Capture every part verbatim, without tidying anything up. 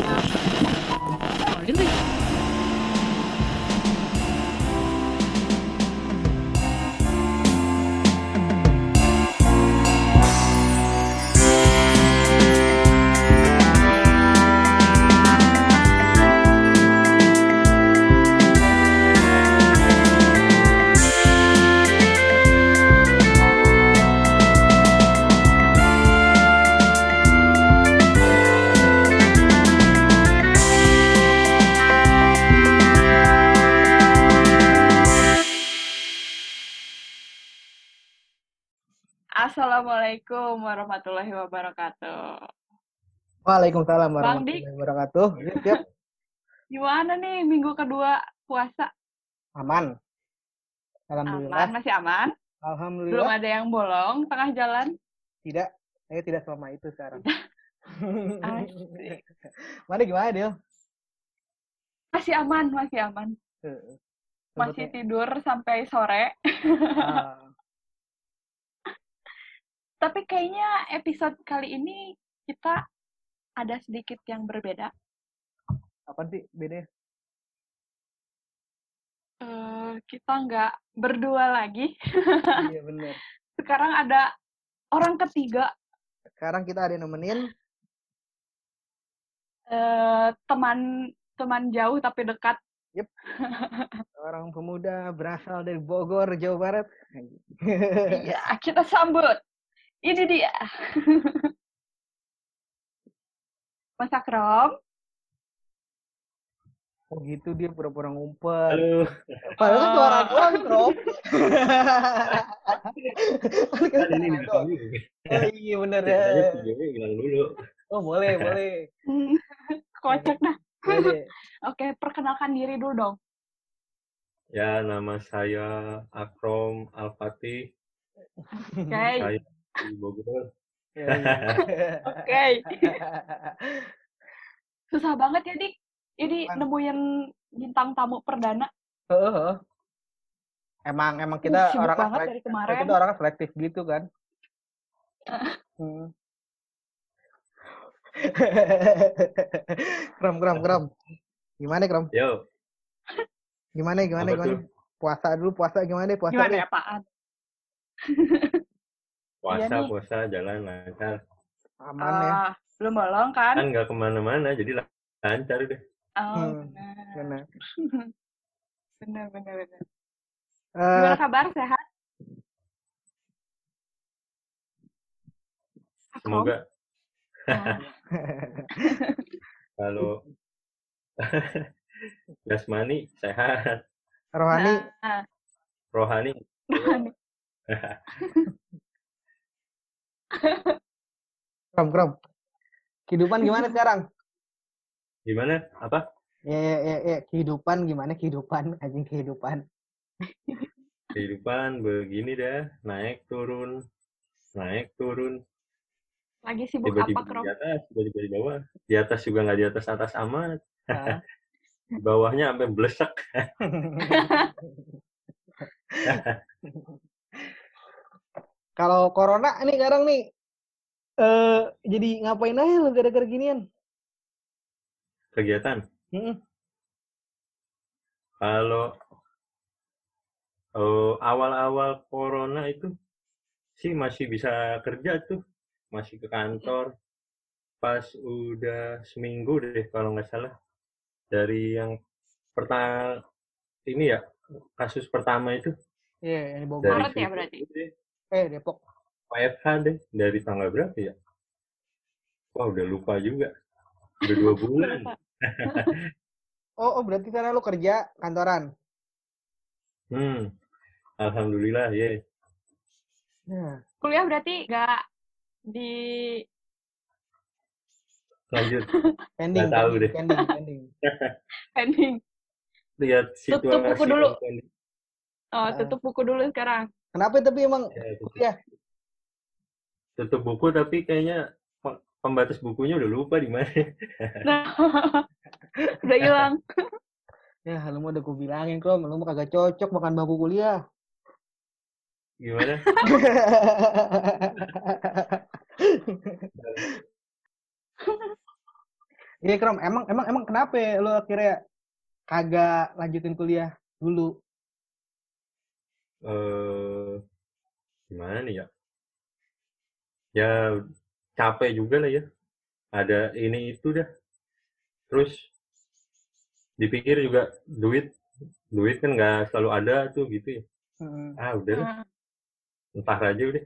Oh, really? Assalamualaikum warahmatullahi wabarakatuh. Waalaikumsalam Bang Dik, warahmatullahi wabarakatuh. Yuk, yuk. gimana nih minggu kedua puasa? Aman. Aman, Alhamdulillah. masih aman? Belum Alhamdulillah. ada yang bolong tengah jalan? Tidak. Saya tidak selama itu sekarang. Asik. Mana gimana, Del? Masih aman, masih aman. Heeh. Masih Sebetulnya. tidur sampai sore. Ah, Tapi kayaknya episode kali ini kita ada sedikit yang berbeda. apa sih bedanya? Eh, kita nggak berdua lagi. Iya bener. Sekarang ada orang ketiga, Sekarang kita ada yang nemenin. eh, teman teman jauh tapi dekat. Orang pemuda berasal dari Bogor, Jawa Barat. Iya, kita sambut. Ini dia. Mas Akrom. Oh gitu, dia pura-pura ngumpet. Halo, Padahal kan suara Eh, doang, Rob. Kan kita kan ini suara doang. direkam juga. Oh iya bener ya. Ceritanya videonya hilang dulu. Oh boleh, boleh. Kocak dah. Boleh. Oke, perkenalkan diri dulu dong. Ya, nama saya Akrom Al-Fatih. Oke, Saya di Bogor. Ya, iya. oke. Susah banget ya, Dik. Ini Apaan? nemuin bintang tamu perdana. Heeh, heeh. Emang emang Uh, kita sibuk orangnya banget selek- dari kemarin. kita orangnya selektif gitu kan. Hmm. Kram, kram, kram. Gimana, Kram? Yo, Gimana, gimana, apa gimana? tuh? Puasa dulu, puasa gimana? Puasa Gimana nih. ya, apaan? Puasa, nih. puasa, jalan lancar. Aman ya. Ah, belum bolong kan? Kan nggak kemana-mana, jadi lancar deh. Oh, Hmm, benar. benar. Benar, benar, benar. Eh, Gimana kabar? Sehat? Akrom? Semoga Nah, kalau jasmani sehat, rohani, nah, rohani. rohani. Kram, kram. Kehidupan gimana sekarang? Gimana? Apa? Ya, ya, ya, ya. Kehidupan gimana? Kehidupan, anjing kehidupan. Kehidupan begini dah, naik turun, naik turun. Lagi sibuk apa, Tiba-tiba Krom? di atas, tiba-tiba di bawah. Di atas juga nggak di atas atas amat. Ah. Di bawahnya sampai blesek. Kalau corona nih sekarang nih, eh jadi ngapain aja lu gara-gara ginian? Kegiatan. Mm-mm. Kalau oh, awal-awal corona itu sih masih bisa kerja tuh, masih ke kantor. Pas udah seminggu deh kalau nggak salah dari yang pertama ini ya kasus pertama itu Iya, yang di Bogor. dari Maret ya situ berarti? deh, Eh, Depok. W F H deh dari tanggal berapa ya? Wah udah lupa juga, udah dua bulan. Oh, oh, berarti karena lu kerja kantoran. Hmm, alhamdulillah ya. Nah, Kuliah berarti nggak di Lanjut, pending, nggak tahu pending, deh. pending, pending. pending. Lihat Tutup buku situasi dulu. dan kondisi. Oh, tutup buku dulu sekarang. Kenapa tapi emang Ya, tutup, kuliah? tutup buku tapi kayaknya pe- pembatas bukunya udah lupa di mana. Nah, udah hilang. Ya, lu mah udah gue bilangin, Krom, lu mah kagak cocok makan bangku kuliah. Gimana? Iya Krom, emang emang emang kenapa ya lu akhirnya kagak lanjutin kuliah dulu? Eh, gimana nih ya? Ya capek juga lah ya. Ada ini itu dah. Terus dipikir juga duit, duit kan nggak selalu ada tuh gitu ya. Hmm. Ah udah lah, entar aja udah.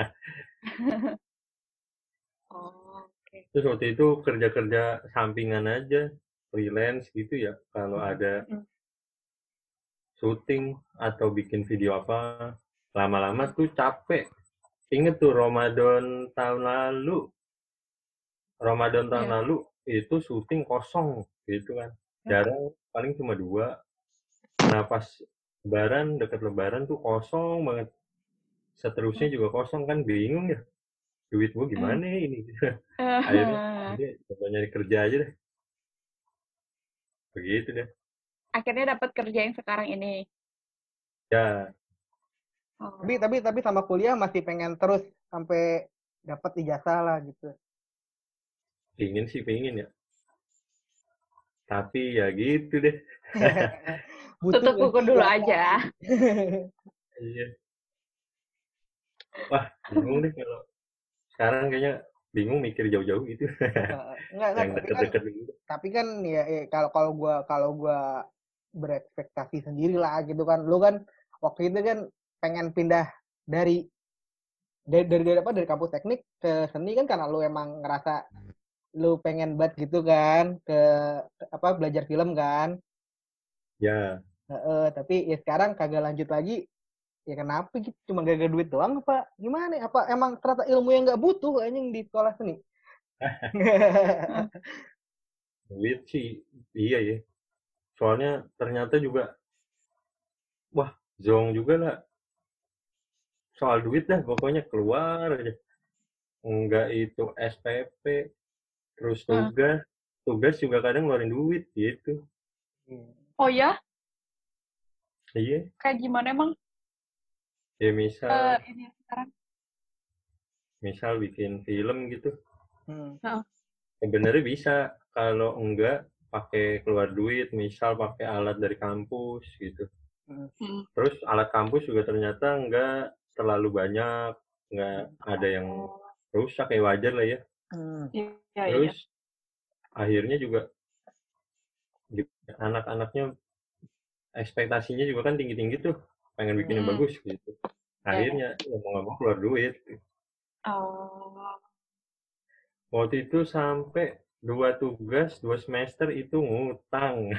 Oh, oke. Terus waktu itu kerja-kerja sampingan aja, freelance gitu ya. Kalau Hmm. ada Mm. syuting atau bikin video apa, lama-lama tuh capek. Ingat tuh Ramadan tahun lalu, Ramadan tahun Iya. lalu itu syuting kosong gitu kan. Jarang, paling cuma dua. Nah pas lebaran, dekat lebaran tuh kosong banget. Seterusnya juga kosong kan, bingung ya. Duit gua gimana ini? Akhirnya dia coba nyari kerja aja deh. Begitu deh. Akhirnya dapat kerja yang sekarang ini. Ya, Oh. Tapi tapi tapi sama kuliah masih pengen terus sampai dapat ijazah lah gitu. pingin sih pingin ya. Tapi ya gitu deh. Butuh Tutup buku nggak sih dulu ijazah? aja. Iya. Wah, bingung deh kalau sekarang kayaknya bingung mikir jauh-jauh gitu. Heeh. Enggak enggak Yang tapi kan deket-deket dulu. tapi kan ya, ya kalau kalau gua kalau gua berekspektasi sendiri lah gitu kan. Lu kan waktu itu kan pengen pindah dari dari dari, dari apa dari kampus teknik ke seni kan karena lu emang ngerasa lu pengen banget gitu kan ke ke apa belajar film kan. Ya, Heeh, tapi ya sekarang kagak lanjut lagi. Ya kenapa gitu? Cuma gara-gara duit doang apa? Gimana ya? Apa emang ternyata ilmu yang nggak butuh anjing di sekolah seni? duit sih iya ya. Soalnya ternyata juga, wah, zong juga lah. Soal duit dah, pokoknya keluar aja. Enggak itu S P P, terus Hmm. tugas. Tugas juga kadang ngeluarin duit gitu. Oh ya? Iya, Kayak gimana emang ya eh misal, ini sekarang? misal bikin film gitu. Hmm. Heeh. Sebenarnya bisa, kalau enggak pakai keluar duit, misal pakai alat dari kampus gitu. Hmm. Terus alat kampus juga ternyata enggak terlalu banyak, enggak ada yang rusak, ya wajar lah ya. Hmm. Iya, iya. Terus akhirnya juga di- anak-anaknya ekspektasinya juga kan tinggi-tinggi tuh, pengen bikin yang Hmm. bagus gitu. Akhirnya ya mau nggak mau keluar duit. Oh. Waktu itu sampai dua tugas, dua semester itu ngutang.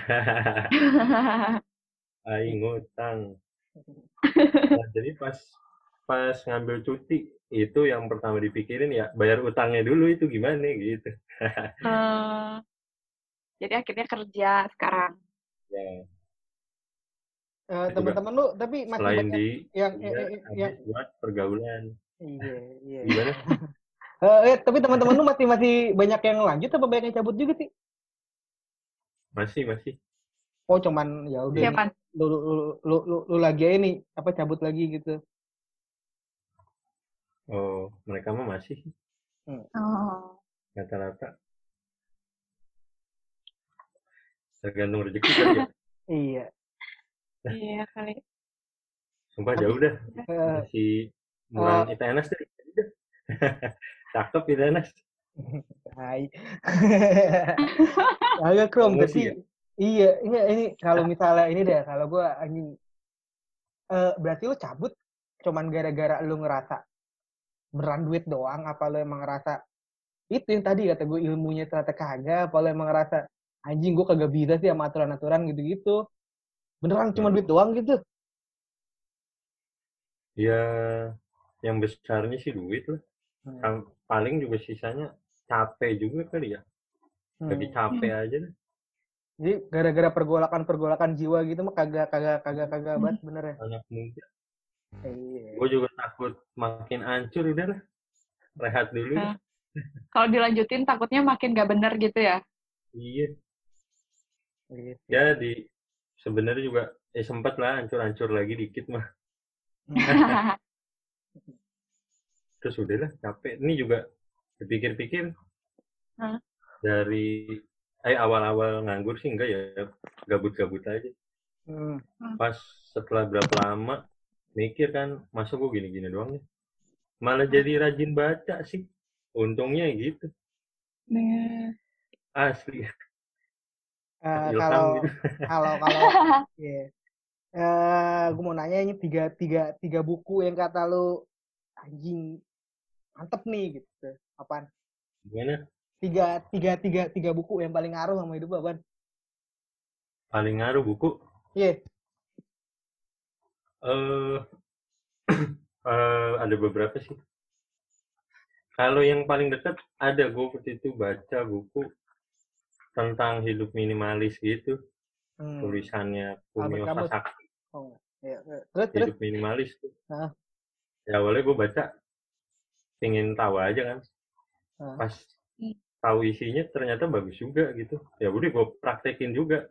Aing ngutang. Nah, jadi pas pas ngambil cuti itu yang pertama dipikirin ya bayar utangnya dulu itu gimana gitu. Eh, jadi akhirnya kerja sekarang. Ya, Eh, itu juga teman-teman lu tapi masih selain banyak di yang eh, kuliah eh, eh, yang habis buat pergaulan. iya iya. Gimana? Eh, eh, tapi teman-teman lu masih masih banyak yang lanjut apa banyak yang cabut juga sih? Masih, masih. Oh cuman ya udah Iya. nih Siapa? lu lu, lu lu lu lu lagi aja nih apa cabut lagi gitu. Oh, mereka mah masih Oh. rata-rata. Tergantung rezeki kali ya. Iya. Iya kali. Sumpah Tapi jauh dah. eh, Masih murah eh, I T N S deh. Cakep I T N S. hai. Agak krom Promosi tapi ya. iya iya ini kalau misalnya ini deh kalau gua anjing eh, berarti lu cabut cuman gara-gara lu ngerasa beran duit doang apa lu emang ngerasa itu yang tadi kata gue ilmunya ternyata kagak apa lu emang ngerasa anjing gue kagak bisa sih sama aturan-aturan gitu-gitu beneran cuma duit Hmm. doang gitu. Ya, yang besarnya sih duit lah. Hmm. Sam- Paling juga sisanya capek juga kali ya. Lagi Hmm. capek aja deh. Jadi gara-gara pergolakan-pergolakan jiwa gitu mah kagak kagak kagak kagak Hmm. banget bener ya. Anak muda. Iya. Gue juga takut makin hancur udah lah. Rehat dulu deh. Nah, kalau dilanjutin takutnya makin gak bener gitu ya. Iya. Iya. Ya di sebenarnya juga eh sempat lah hancur-hancur lagi dikit mah. Hmm. Terus udah lah capek. Ini juga dipikir-pikir Hah? dari eh awal-awal nganggur sih enggak ya, gabut-gabut aja. Hmm. Pas setelah berapa lama mikir kan, masa gue gini-gini doang nih, malah jadi rajin baca sih, untungnya gitu, Nah, asli. Eh, Ilham kalau gitu. kalau kalau yeah. eh gue mau nanya ini tiga tiga tiga buku yang kata lu anjing mantep nih gitu. Apaan? Gimana? Tiga tiga tiga tiga buku yang paling ngaruh sama hidup lu apaan? Paling ngaruh buku? Iya. Eh, eh, ada beberapa sih. Kalau yang paling dekat ada gue waktu itu baca buku tentang hidup minimalis gitu, Hmm. tulisannya Albert Fumio Camus. Sasaki, Oh, iya. Terus terus. hidup minimalis tuh. Hah? Ya awalnya gue baca, pengen tahu aja kan. Hah? Pas tahu isinya ternyata bagus juga gitu. Ya udah gue praktekin juga.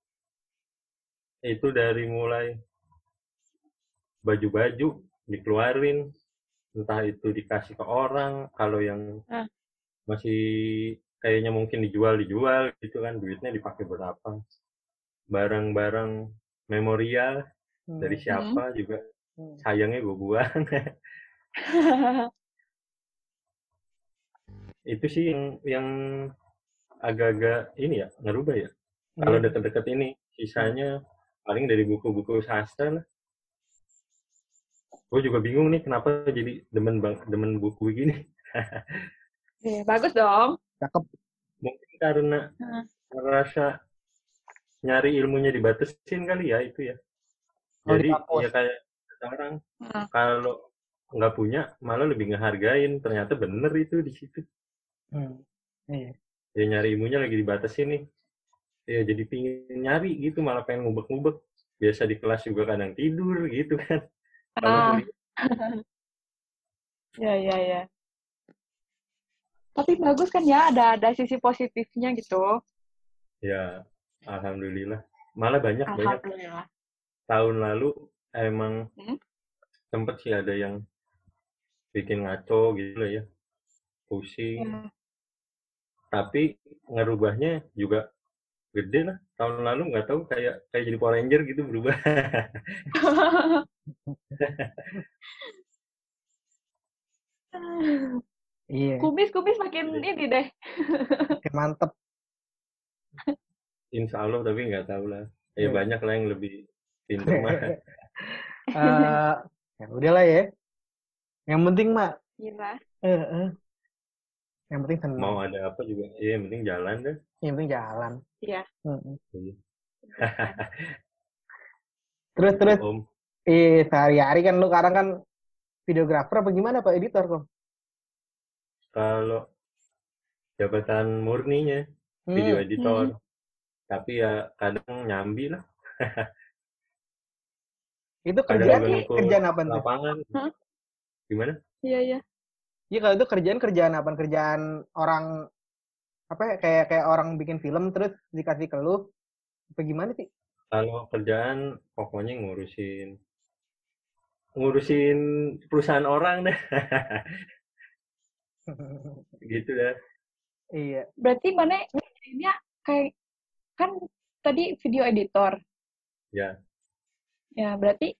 Itu dari mulai baju-baju dikeluarin, entah itu dikasih ke orang, kalau yang Ah. masih kayaknya mungkin dijual dijual gitu kan, duitnya dipakai berapa, barang-barang memorial Hmm. dari siapa juga Hmm. sayangnya gue buang. Itu sih yang yang agak-agak ini ya, ngerubah ya. Kalau Iya. deket-deket ini sisanya paling dari buku-buku sastra lah. Gue juga bingung nih kenapa jadi demen bang demen buku gini. Eh, bagus dong. Cakep. Mungkin karena Heeh. merasa nyari ilmunya dibatasin kali ya itu ya. Oh, di Jadi kampus. ya kayak sekarang Heeh. kalau nggak punya malah lebih ngehargain, ternyata bener itu di situ. Hmm. Iya. Ya nyari ilmunya lagi dibatasin nih. Ya jadi pingin nyari gitu, malah pengen ngubek-ngubek. Biasa di kelas juga kadang tidur gitu kan. Kalau Ah, kuliah ya ya ya. Tapi bagus kan ya, ada ada sisi positifnya gitu. ya alhamdulillah. Malah banyak banyak Alhamdulillah. tahun lalu emang Hmm? sempet sih ada yang bikin ngaco gitu lah ya. Pusing. Ya. Tapi ngerubahnya juga gede lah. Tahun lalu nggak tahu kayak kayak jadi Power Ranger gitu berubah. Iya. Kumis-kumis makin Jadi, ini deh. Oke, mantep. insya Allah tapi nggak tahu lah. Ya Iya. banyak lah yang lebih pinter mah. Eh, ya udahlah ya. Yang penting mah Gila. eh, eh. Yang penting senang. Mau ada apa juga, ya yang penting jalan deh. Yang penting jalan. Iya. Mm-mm. Iya. Terus terus Om, eh sehari-hari kan lu sekarang kan videografer apa gimana Pak editor kok? kalau jabatan murninya Hmm. video editor, tapi ya kadang nyambi lah. Itu Kadang kerjaan juga ngikut kerjaan apa tuh? lapangan. Hah? Gimana? Iya iya. Iya kalau itu kerjaan kerjaan apa? Kerjaan orang apa ya, kayak kayak orang bikin film terus dikasih ke lu apa gimana sih? Kalau kerjaan pokoknya ngurusin ngurusin perusahaan orang deh. Gitu dah. Iya. Berarti mana ini kayak kan tadi video editor. Ya, Ya, berarti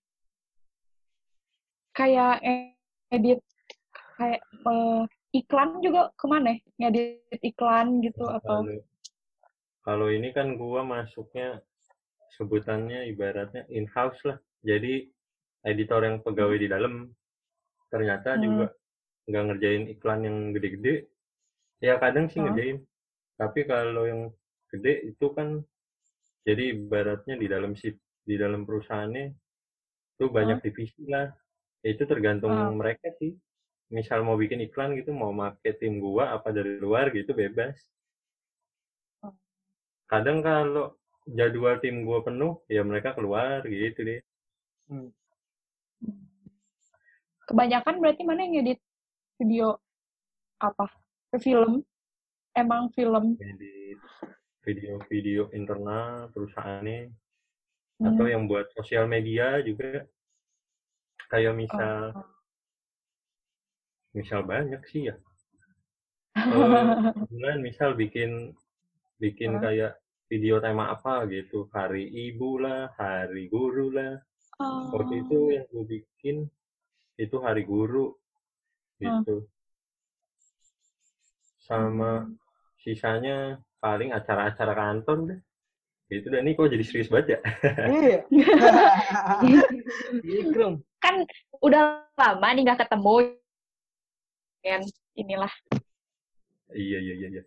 kayak edit kayak eh, iklan juga kemana? Ngedit iklan gitu atau kalau kalau ini kan gua masuknya sebutannya ibaratnya in-house lah. Jadi editor yang pegawai di dalam ternyata Hmm. juga nggak ngerjain iklan yang gede-gede. Ya kadang sih Hah? ngerjain. Tapi kalau yang gede itu kan jadi ibaratnya di dalam si di dalam perusahaannya itu banyak divisi lah. Ya, itu tergantung Ah. mereka sih. Misal mau bikin iklan gitu, mau make tim gua apa dari luar gitu bebas. Kadang kalau jadwal tim gua penuh, ya mereka keluar gitu deh. Hmm. Kebanyakan berarti mana yang ngedit video apa? Ke film? Emang film? Edit video-video internal perusahaannya Hmm. atau yang buat sosial media juga. Kayak misal Oh. misal banyak sih ya. Eh, bulan misal bikin bikin Hah? kayak video tema apa gitu, hari ibu lah, hari guru lah. Waktu itu Oh. yang gue bikin itu hari guru Hmm. gitu. Sama Hmm. sisanya paling acara-acara kantor deh. Gitu dan ini kok jadi serius banget ya? Iya. Iya, Krum. Kan udah lama nih nggak ketemu, kan inilah. Iya iya iya. iya.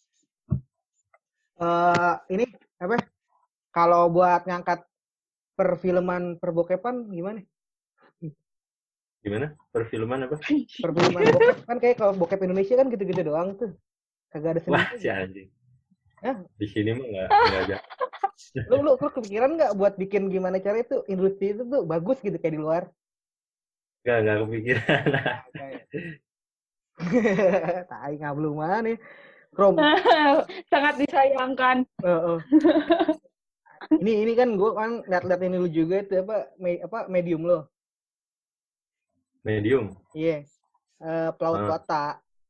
Eh, ini apa? Kalau buat ngangkat perfilman perbokepan gimana? Gimana? Perfilman apa? Perfilman bokep kan kayak kalau bokep Indonesia kan gitu-gitu doang tuh. Kagak ada Wah, seni. si anjing. Hah? Di sini mah nggak nggak ada. Lu, lu, lu kepikiran nggak buat bikin gimana cara itu industri itu tuh bagus gitu kayak di luar? Nggak nggak kepikiran. Tai ngablung mana nih. Krom. Sangat disayangkan. Uh, uh. ini ini kan gue kan lihat-lihat ini lu juga itu apa me, apa medium lo. Medium. Iya. Yeah. Uh, pelaut Ah. kota.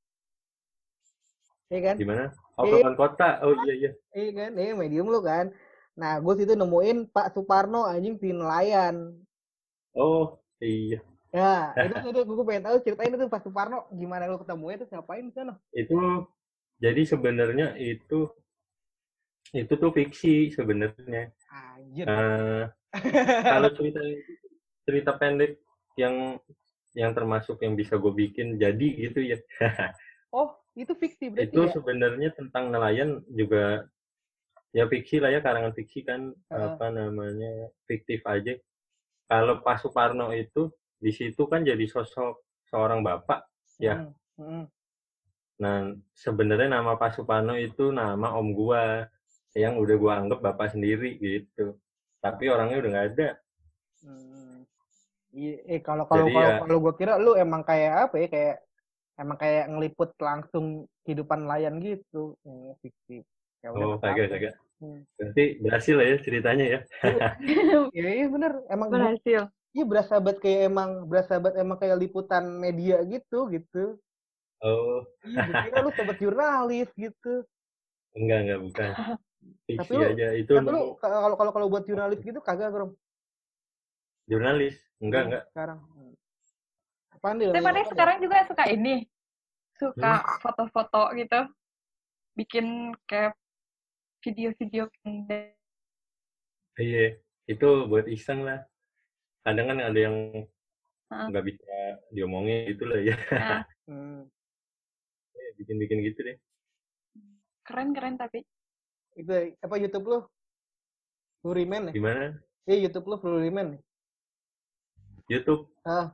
Iya kan? Gimana? Oh, Iya. Pelaut Kota. Oh iya iya. Iya kan? Iya medium lo kan. Nah, gue situ nemuin Pak Suparno anjing si nelayan. Oh iya. Ya, itu itu gue pengen tahu ceritain itu Pak Suparno gimana lo ketemunya terus ngapain di sana? Itu jadi sebenarnya itu itu tuh fiksi sebenarnya. Anjir. Uh, kalau cerita cerita pendek yang yang termasuk yang bisa gue bikin jadi gitu ya. Oh, itu fiksi berarti Itu ya? sebenarnya tentang nelayan juga ya fiksi lah ya, karangan fiksi kan Uh. apa namanya fiktif aja. Kalau Pak Suparno itu di situ kan jadi sosok seorang bapak ya. Hmm. Hmm. Nah sebenarnya nama Pak Suparno itu nama om gua yang udah gua anggap bapak sendiri gitu. Tapi orangnya udah nggak ada. Hmm. Iya, eh kalau kalau kalau ya, kalau gue kira lu emang kayak apa ya kayak emang kayak ngeliput langsung kehidupan nelayan gitu, hmm, fiksi. Ya udah oh kagak kagak. Hmm. Berarti berhasil lah ya ceritanya ya. Iya, iya bener emang Berhasil. Iya berasa banget kayak emang berasa banget emang kayak liputan media gitu gitu. Oh. Iya, gue kira lu sobat jurnalis gitu. Enggak enggak bukan. Fiksi tapi lu, aja itu. Tapi lu kalau kalau kalau buat jurnalis gitu kagak, Bro? Jurnalis? Enggak hmm, enggak. Sekarang. Apaan dia? Tapi mana sekarang juga suka ini, suka Hmm. foto-foto gitu, bikin kayak video-video pendek. Iya, itu buat iseng lah. Kadang kan ada yang nggak uh. bisa diomongin gitu lah ya. Nah. hmm. Ya, bikin-bikin gitu deh. Keren-keren tapi. Itu apa YouTube lu? Fluriman ya? Gimana? Iya, YouTube lu Fluriman. YouTube? Ah.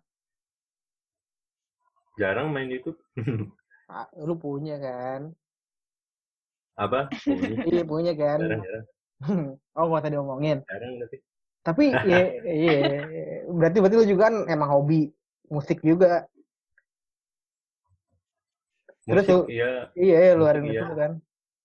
Jarang main YouTube. Ah, lu punya kan? Apa? Punya. Iya, punya kan? Jarang-jarang. Oh, nggak usah diomongin. Jarang tapi. Tapi iya, iya, berarti berarti lu juga kan emang hobi musik juga. Terus Musik, lu, iya. Iya, luarin musik, itu iya. kan.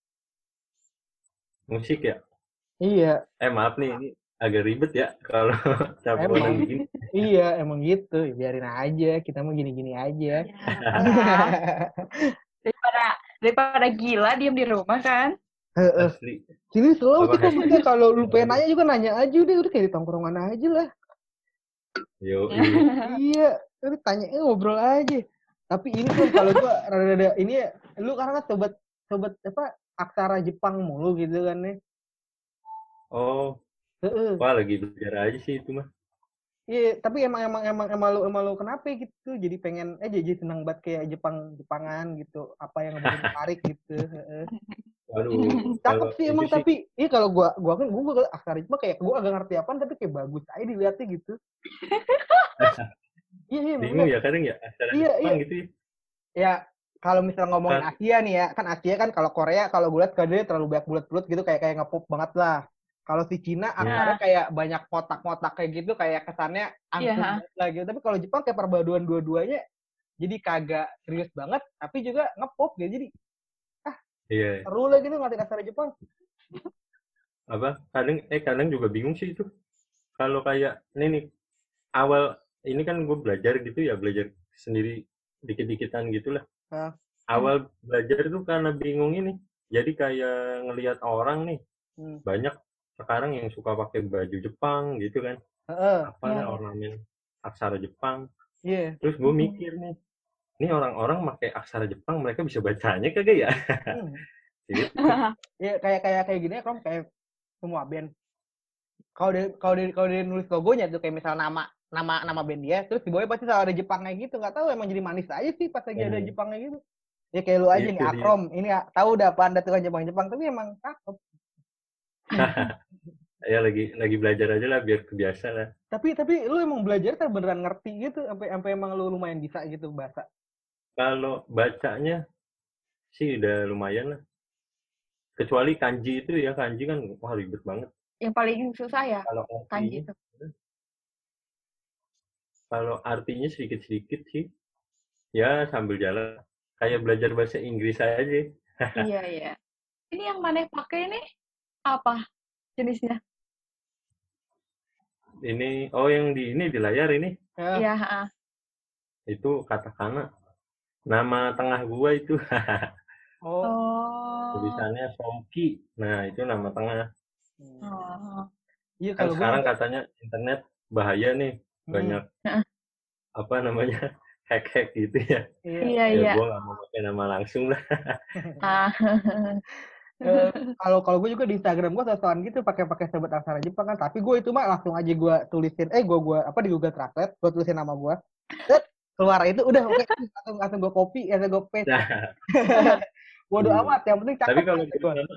Musik ya? Iya. Eh maaf nih, ini agak ribet ya kalau campuran begini. Iya, emang gitu. Biarin aja, kita mau gini-gini aja. Ya, daripada daripada gila diem di rumah kan. Heeh. Sini selalu sih kok kalau lu pengen nanya juga nanya aja udah udah kayak di tongkrongan aja lah. Yo, iya, udah tanya ngobrol aja. Tapi ini tuh kalau gua rada-rada ini ya, lu karena sobat sobat apa aksara Jepang mulu gitu kan nih. Oh. Heeh. Wah, lagi belajar aja sih itu mah. Iya, tapi emang emang emang emang lu emang lu kenapa gitu? Jadi pengen eh jadi senang banget kayak Jepang Jepangan gitu. Apa yang bikin menarik gitu, heeh. Waduh, cakep sih emang sih. Tapi iya kalau gua gua kan gua, gua aksara Jepang kayak gua agak ngerti apaan tapi kayak bagus aja dilihatnya gitu. Iya, iya, bingung ya kadang ya aksara iya, Jepang iya. gitu ya. Ya, kalau misalnya ngomongin kan. Asia nih ya, kan Asia kan kalau Korea kalau gue lihat kadang terlalu banyak bulat-bulat gitu kayak kayak ngepop banget lah. Kalau si Cina aksarnya yeah. kayak banyak kotak-kotak kayak gitu kayak kesannya anggun yeah. banget lah gitu. Tapi kalau Jepang kayak perpaduan dua-duanya jadi kagak serius banget tapi juga ngepop gitu. Jadi ah, iya. Yeah. Seru lah gitu ngerti aksara Jepang. Apa? Kadang eh kadang juga bingung sih itu. Kalau kayak ini nih awal ini kan gue belajar gitu ya, belajar sendiri dikit-dikitan gitulah. Huh? Awal belajar itu karena bingung ini. jadi kayak ngelihat orang nih, Hmm. banyak sekarang yang suka pakai baju Jepang gitu kan, Heeh. apalah Iya. ornamen aksara Jepang. Iya. Terus gue Mm-mm. mikir nih, ini orang-orang pakai aksara Jepang mereka bisa bacanya kagak ya? Hmm. Gitu. Iya, kayak kayak kayak gini ya, Krom, kayak semua band. Kalau dia kalau dia kalau dia nulis logonya tuh kayak misalnya nama nama nama band dia, terus di bawahnya pasti selalu ada Jepangnya gitu. Nggak tahu, emang jadi manis aja sih pas lagi ada Hmm, Jepangnya gitu. Ya kayak lu aja nih, itu dia. Akrom. Ini ya, tahu udah apa Anda tuh Jepang-Jepang, tapi emang cakep. Ya lagi lagi belajar aja lah biar kebiasa lah. Tapi tapi lu emang belajar kan beneran ngerti gitu, sampai sampai emang lu lumayan bisa gitu bahasa. Kalau bacanya sih udah lumayan lah. Kecuali kanji itu ya, kanji kan wah ribet banget. Yang paling susah ya Kalau kanji artinya, itu. kalau artinya sedikit-sedikit sih, ya sambil jalan. Kayak belajar bahasa Inggris aja. Iya, iya. Ini yang Maneh pakai nih apa jenisnya? Ini, oh yang di ini di layar ini, Ya. Iya, ha. itu katakana. Nama tengah gua itu. Oh. Oh. Tulisannya Somki. Nah, itu nama tengah. Oh. Iya Kan kalau gue sekarang juga. katanya internet bahaya nih. Banyak, Hmm. apa namanya, hack-hack gitu ya. Iya. Iya, Ya iya. gua nggak mau pakai nama langsung lah. Ah. Eh, kalau kalau gue juga di Instagram gue sosokan gitu pakai pakai sebut aksara Jepang kan, tapi gue itu mah langsung aja gue tulisin, eh gue gue apa di Google Translate gue tulisin nama gue, set, keluar itu udah oke, langsung langsung gue copy ya gue paste, Nah, bodo iya. amat yang penting Tapi cakep kalau kata buat gue. nama,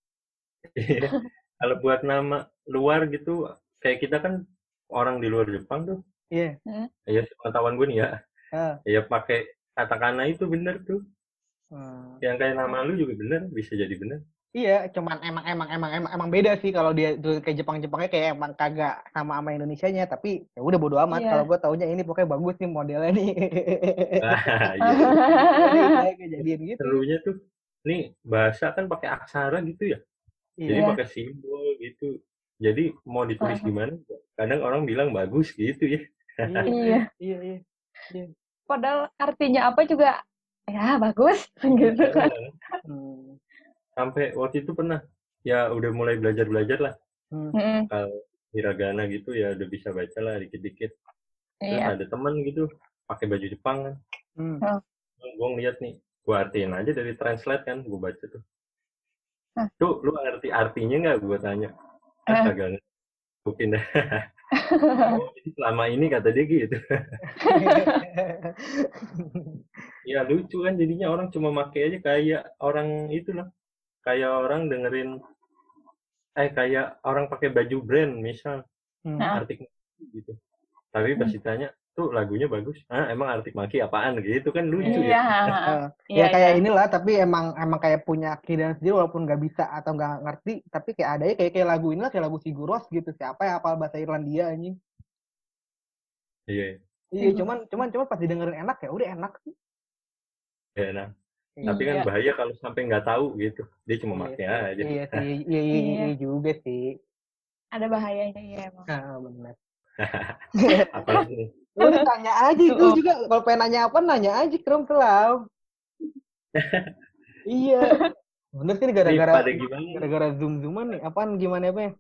kalau buat nama luar gitu, kayak kita kan orang di luar Jepang tuh, Iya. ya pengetahuan gue nih ya, Ah. ya pakai katakana itu bener tuh. Hmm. Yang kayak nama lu juga bener, bisa jadi bener. Iya, cuman emang emang emang emang emang beda sih kalau dia tuh kayak Jepang-Jepangnya kayak emang kagak sama sama Indonesianya, tapi ya udah bodo amat. Iya. Kalau gue taunya ini pokoknya bagus nih modelnya nih. Ah, iya. Jadi kayak kejadian gitu. Serunya tuh, nih bahasa kan pakai aksara gitu ya. Jadi Iya. pakai simbol gitu. Jadi mau ditulis gimana? Kadang orang bilang bagus gitu ya. Iya. Iya, iya. Iya. Padahal artinya apa juga ya bagus gitu kan. Hmm. Sampai waktu itu pernah, ya udah mulai belajar-belajar lah. Hmm. Mm-mm. Kalau hiragana gitu ya udah bisa baca lah dikit-dikit. Terus Iya. ada teman gitu pakai baju Jepang kan. Hmm. Oh. Gue ngeliat nih, gue artiin aja dari translate kan, gue baca tuh. Hah. Tuh, lu ngerti artinya nggak? Gue tanya. Eh. Ah, kagak ngerti. Gue pindah. Oh, jadi selama ini kata dia gitu. Ya lucu kan jadinya orang cuma pakai aja kayak orang itu lah. Kayak orang dengerin, eh kayak orang pakai baju brand misal, Hmm. Arctic Monkey gitu. Tapi pas ditanya, tuh lagunya bagus. Ah, emang Arctic Monkey apaan gitu kan lucu Iya. ya. Uh, Iya, ya kayak iya. inilah, tapi emang emang kayak punya keindahan sendiri walaupun nggak bisa atau nggak ngerti, tapi kayak ada ya kayak kayak lagu inilah kayak lagu Sigur Rós gitu. Siapa yang hafal bahasa Irlandia anjing? Iya, Iya, Sigur. cuman cuman cuman pas didengerin enak ya udah enak sih. ya nah. Iya. Tapi kan Iya. bahaya kalau sampai nggak tahu gitu. Dia cuma Iya pakai sih. aja. Iya sih, iya, iya, iya, Iya. juga sih. Ada bahayanya ya emang. Ah, benar. Apalagi nih. Lu nih tanya aja, lu Oh. juga kalau pengen nanya apa nanya aja Krom Kelau. Iya. Bener sih ini Nih gara-gara pada gimana? gara-gara zoom-zooman nih. Apaan gimana apa ya?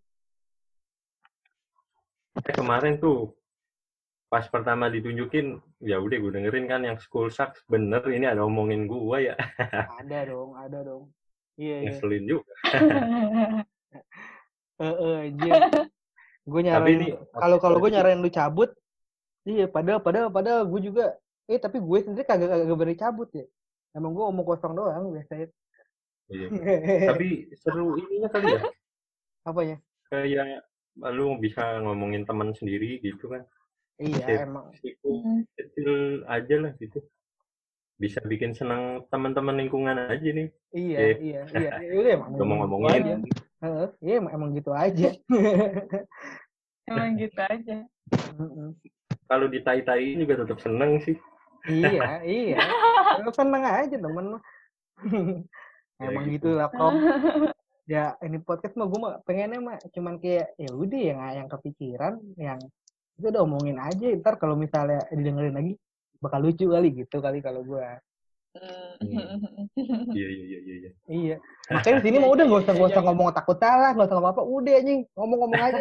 Eh, kemarin tuh pas pertama ditunjukin, ya udah gue dengerin kan yang School Sucks, bener ini ada omongin gua ya. Ada dong, ada dong. Iya, iya. Ngeselin juga. Heeh, aja. Gue Tapi nyaranin ini kalau kalau gue nyaranin lu cabut, iya padahal padahal padahal gue juga eh tapi gue sendiri kagak kagak berani cabut ya. Emang gue omong kosong doang biasanya. iya. Tapi seru ininya kali ya. Apanya? Kayak lu bisa ngomongin teman sendiri gitu kan. Iya, Sip, emang. siku kecil aja lah gitu. Bisa bikin senang teman-teman lingkungan aja nih. Iya, Eh. iya, iya. Ya udah emang Udah mau gitu ngomongin. aja. Heeh, iya emang, emang gitu aja. Emang gitu aja. Mm-mm. Kalau ditai-taiin juga tetap seneng sih. Iya, iya. Lu seneng aja temen. Emang Ya, gitu gitu. lah, Krom. Ya, ini podcast mah gue mah pengennya mah cuman kayak ya udah yang yang kepikiran, yang itu udah omongin aja. Ntar kalau misalnya didengerin lagi bakal lucu kali gitu kali kalau gue. Iya iya iya iya. Iya. Makanya di sini mah udah nggak usah nggak usah ngomong takut salah, nggak usah ngomong apa, udah anjing ngomong-ngomong aja.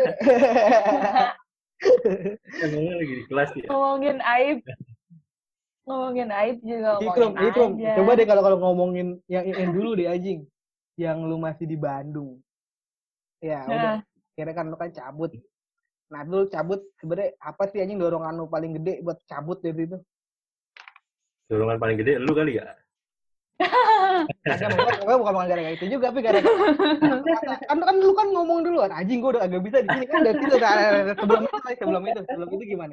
Emangnya lagi di kelas ya? Ngomongin aib, ngomongin aib juga Ikrom, ngomongin Ikrom, aja. coba deh kalau kalau ngomongin yang yang dulu deh anjing, yang lu masih di Bandung. Ya udah, Nah, kira kan lu kan cabut. Nah dulu cabut sebenarnya apa sih anjing dorongan lu paling gede buat cabut dari itu? Dorongan paling gede lu kali ya? Agak memang memang bukan bukan gara-gara itu juga, tapi gara-gara kan kan lu kan ngomong duluan, anjing gue udah agak bisa di sini kan dari situ. Nah, sebelum itu sebelum itu sebelum itu gimana?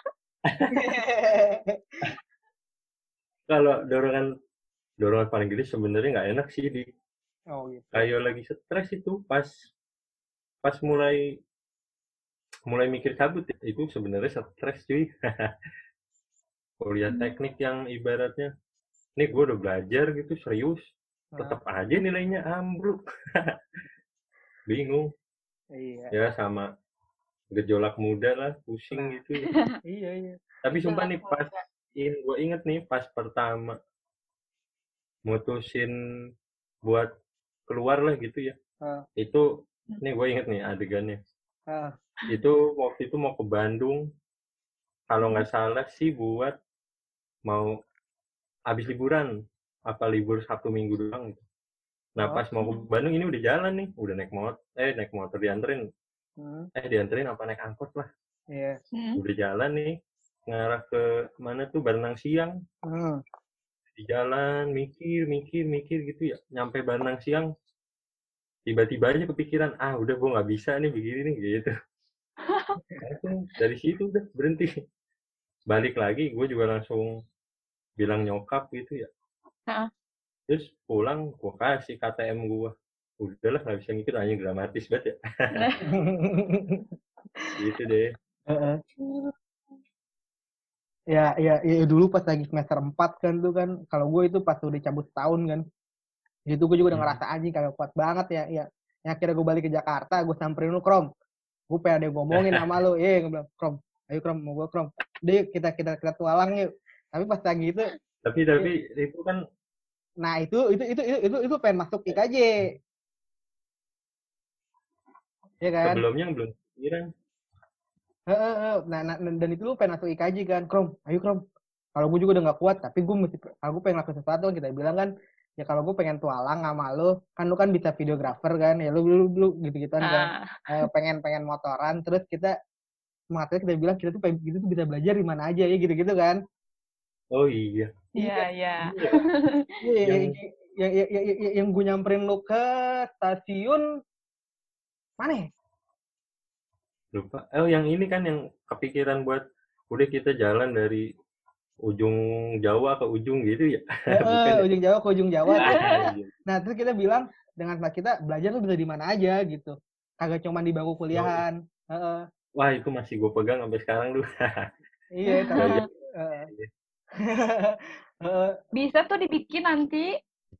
Kalau dorongan dorongan paling gede sebenarnya nggak enak sih di Oh gitu. kayak lagi stres itu pas pas mulai mulai mikir cabut ya, itu sebenarnya stres cuy. Kuliah teknik yang ibaratnya nih gue udah belajar gitu serius, tetap aja nilainya ambruk. Bingung Iya. ya, sama gejolak muda lah, pusing Nah. gitu. Iya iya. Tapi sumpah nih pas in gue inget nih pas pertama mutusin buat keluar lah gitu ya. Ah. Itu nih gue inget nih adegannya. Ah. Itu waktu itu mau ke Bandung, kalau nggak salah sih buat mau habis liburan, apa libur Sabtu Minggu doang gitu. Nah Oh. pas mau ke Bandung ini udah jalan nih, udah naik motor, eh naik motor dianterin, Hmm. eh dianterin apa naik angkot lah. Iya. Udah jalan nih, ngarah ke mana tuh Barenang Siang. Hmm. Di jalan mikir mikir mikir gitu ya, nyampe Barenang Siang tiba-tiba aja kepikiran, ah udah gue nggak bisa nih begini nih gitu. Langsung dari situ udah berhenti. Balik lagi gue juga langsung bilang nyokap gitu ya. Heeh. Terus pulang gue kasih K T M gue. Udahlah nggak bisa ngikut, hanya dramatis banget ya. Gitu deh. Heeh. Ya, ya, ya dulu pas lagi semester empat kan tuh kan, kalau gue itu pas udah cabut setahun kan, itu gue juga udah Hmm. ngerasa anjing kagak kuat banget ya, ya. Yang akhirnya gue balik ke Jakarta, gue samperin lu, Krom, gue pengen ada yang ngomongin sama lu, eh gue bilang, Krom, ayo Krom, mau gue Krom, deh kita kita kita tualang yuk. Tapi pas lagi itu, Tapi tapi itu kan nah itu itu itu itu itu, itu pengen masuk I K J, ya kan? sebelumnya belum pikiran. Heeh, heeh. Nah, nah, dan itu lu pengen masuk I K J kan, Krom, ayo Krom. Kalau gue juga udah nggak kuat, tapi gue mesti, kalau gue pengen lakukan sesuatu, kita bilang kan, ya kalau gue pengen tualang sama lu, kan lu kan bisa videografer kan, ya lu lu, lu gitu-gituan kan, Ah. eh, pengen pengen motoran, terus kita semangatnya kita bilang kita tuh pengen gitu tuh bisa belajar di mana aja ya gitu-gitu kan. Oh iya. Iya, iya. Iya, iya, yang yang yang, yang, yang, yang gue nyamperin lu ke stasiun mana ya? Lupa. Oh yang ini kan yang kepikiran buat udah kita jalan dari ujung Jawa ke ujung gitu ya. Bukan ya? Ujung Jawa ke ujung Jawa. Ah, iya. Nah, terus kita bilang dengan kita belajar tuh bisa di mana aja gitu. Kagak cuma di bangku kuliahan. Heeh. Wah, itu masih gue pegang sampai sekarang tuh. Iya, tapi heeh. Heeh. Bisa tuh dibikin nanti.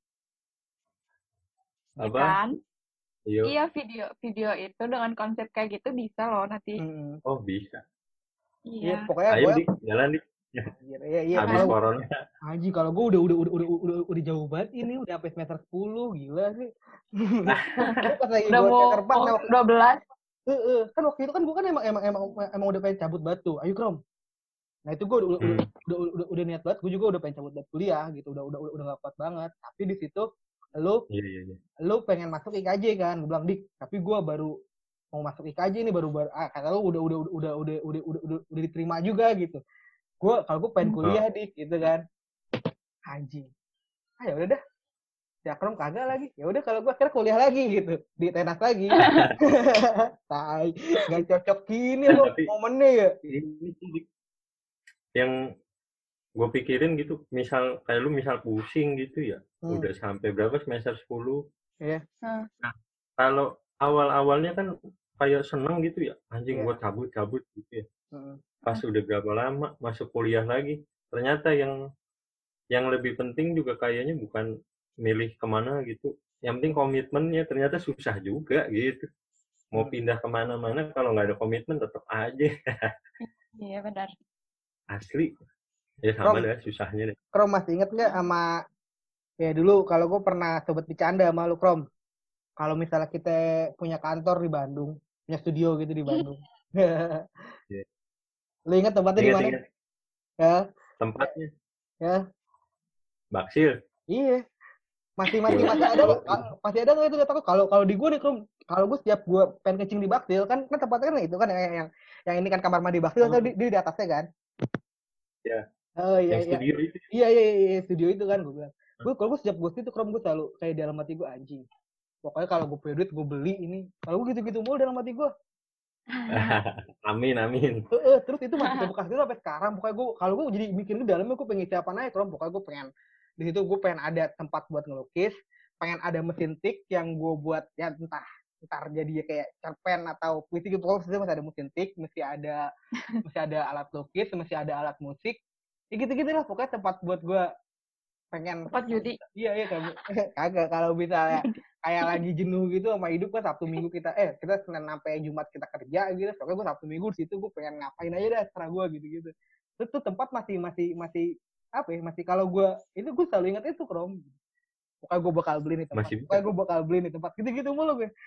Apa? Kan? Iya. Iya, video video itu dengan konsep kayak gitu bisa loh nanti. Mm. Oh, bisa. Iya. Iya, pokoknya Ayo, gue Dik, jalan, Dik. iya, iya. Habis Kalau corona. Haji, kalau gue udah udah udah udah udah udah jauh banget ini, udah sampai semester sepuluh, gila sih. Pas lagi Udah gue mau semester empat, nah, waktu- dua belas. Heeh, kan waktu itu kan gue kan emang emang emang emang udah pengen cabut batu. Ayo Krom. Nah itu gue udah, udah, Hmm. udah, udah, udah, udah niat banget, gue juga udah pengen cabut buat kuliah gitu, udah udah udah, udah gak kuat banget. Tapi di situ lu Iya, iya, iya. lu pengen masuk I K J kan, gue bilang Dik, tapi gue baru mau masuk I K J nih, baru baru ah, kata lu udah udah udah udah udah udah udah, udah, udah diterima juga gitu. Gue kalau gue pengen kuliah Dik gitu kan, anjing. Ah ya udah dah, si Akrom kagak lagi. Ya udah kalau gue akhirnya kuliah lagi gitu, di tenas lagi. Tai, nggak cocok gini lo Tapi- momennya ya. Ini sih, Dik, yang gue pikirin gitu, misal kayak lu misal pusing gitu ya, Hmm. udah sampai berapa semester sepuluh. Iya. Hmm. Nah, kalau awal-awalnya kan kayak seneng gitu ya, anjing Iya. gue cabut-cabut gitu ya. Hmm. Pas udah berapa lama masuk kuliah lagi, ternyata yang yang lebih penting juga kayaknya bukan milih kemana gitu, yang penting komitmennya. Ternyata susah juga gitu, mau Hmm. pindah kemana-mana kalau nggak ada komitmen tetap aja. Iya, benar. Asli. Ya sama Krom, deh susahnya deh. Krom masih inget nggak sama ya dulu kalau gue pernah sobat bercanda sama lu Krom. Kalau misalnya kita punya kantor di Bandung, punya studio gitu di Bandung. Ya. Lu inget tempatnya di mana? Ingat-ingat Ya, tempatnya ya. Baksil. Iya. Masih masih masih ada Oh, nggak? Ka- Masih ada nggak itu kata kalau kalau di gue nih Krom, kalau gue setiap gue pengen kencing di Baksil kan kan tempatnya kan itu kan yang yang, yang ini kan kamar mandi Baksil atau oh, di, di, di atasnya kan? ya, Oh iya yang iya. studio itu. Iya iya iya, iya, studio itu kan gue bilang. Gue kalau gue setiap gue situ Krom gue selalu kayak dalam hati gue anjing. Pokoknya kalau gue punya duit gue beli ini. Kalau gue gitu-gitu mulu dalam hati gue. Amin, amin. Heeh, terus itu masih kebekas itu sampai sekarang. Pokoknya gue kalau gue jadi mikir di dalamnya gue pengen siapa naik Krom. Pokoknya gue pengen di situ gue pengen ada tempat buat ngelukis, pengen ada mesin tik yang gue buat ya entah ntar jadi kayak cerpen atau puisi gitu. Pokoknya maksudnya masih ada mesin tik, masih ada masih ada alat lukis, masih ada alat musik. Ya gitu-gitu lah pokoknya tempat buat gue pengen Tempat judi. iya iya kamu kagak kalau misalnya kayak lagi jenuh gitu sama hidup kan Sabtu Minggu kita eh kita Senin sampai Jumat kita kerja gitu pokoknya gue Sabtu Minggu di situ gue pengen ngapain aja dah terserah gue gitu gitu terus tuh tempat masih masih masih apa ya masih kalau gue itu gue selalu ingat itu Krom pokoknya gue bakal beli nih tempat Masih pokoknya bisa. gue bakal beli nih tempat gitu gitu mulu gue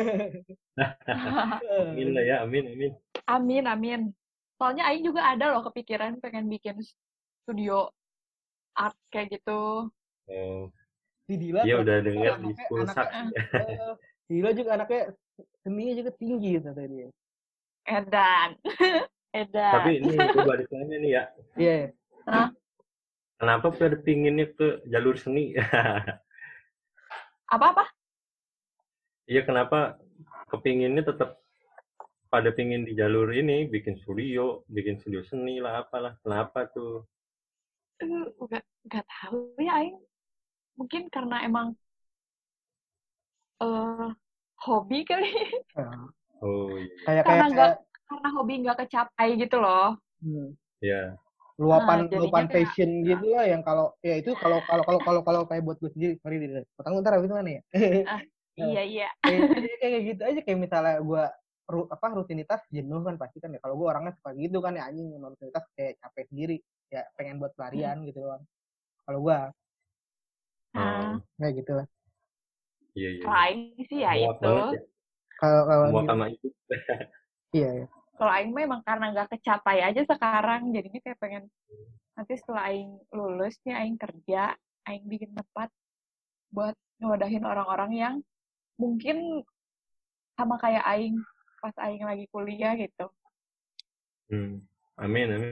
Amin lah ya, amin, amin. Amin, amin. Soalnya Aing juga ada loh kepikiran pengen bikin studio art kayak gitu. Oh, si Dila iya udah dengar di anaknya Pulsak. anaknya eh, si Dila juga anaknya seninya juga tinggi gitu tadi dia Edan. Edan. Tapi ini gue balik nanya nih ya. iya Hah? Kenapa pada pinginnya ke jalur seni? Apa-apa? Iya kenapa kepinginnya tetap pada pingin di jalur ini, bikin studio, bikin studio seni lah apalah. Kenapa tuh? Uh, Nggak, nggak tahu ya Aing. Mungkin karena emang eh hobi kali. Oh iya. kayak Karena kayak nggak kayak karena hobi nggak kecapai gitu loh. hmm, Ya. luapan Nah, jadinya luapan kayak passion gitu lah yang kalau ya itu kalau kalau kalau kalau kalau kayak buat gue sendiri sorry deh potong ntar habis mana ya ah, iya iya. kayak kayak gitu aja kayak misalnya gue ru, apa rutinitas jenuh kan pasti kan ya kalau gue orangnya suka gitu kan ya anjing rutinitas kayak capek sendiri ya pengen buat pelarian gitu doang kalau gue Nah, Oh, kayak gitu lah iya iya. kalau Aing sih ya Muak itu. banget ya. kalau kalau Muak gitu, sama itu. iya ya Kalau Aing memang karena nggak kecapai aja sekarang, jadinya kayak pengen nanti setelah Aing lulus nih Aing kerja, Aing bikin tempat buat ngewadahin orang-orang yang mungkin sama kayak Aing pas Aing lagi kuliah gitu. Hmm. Amin, amin.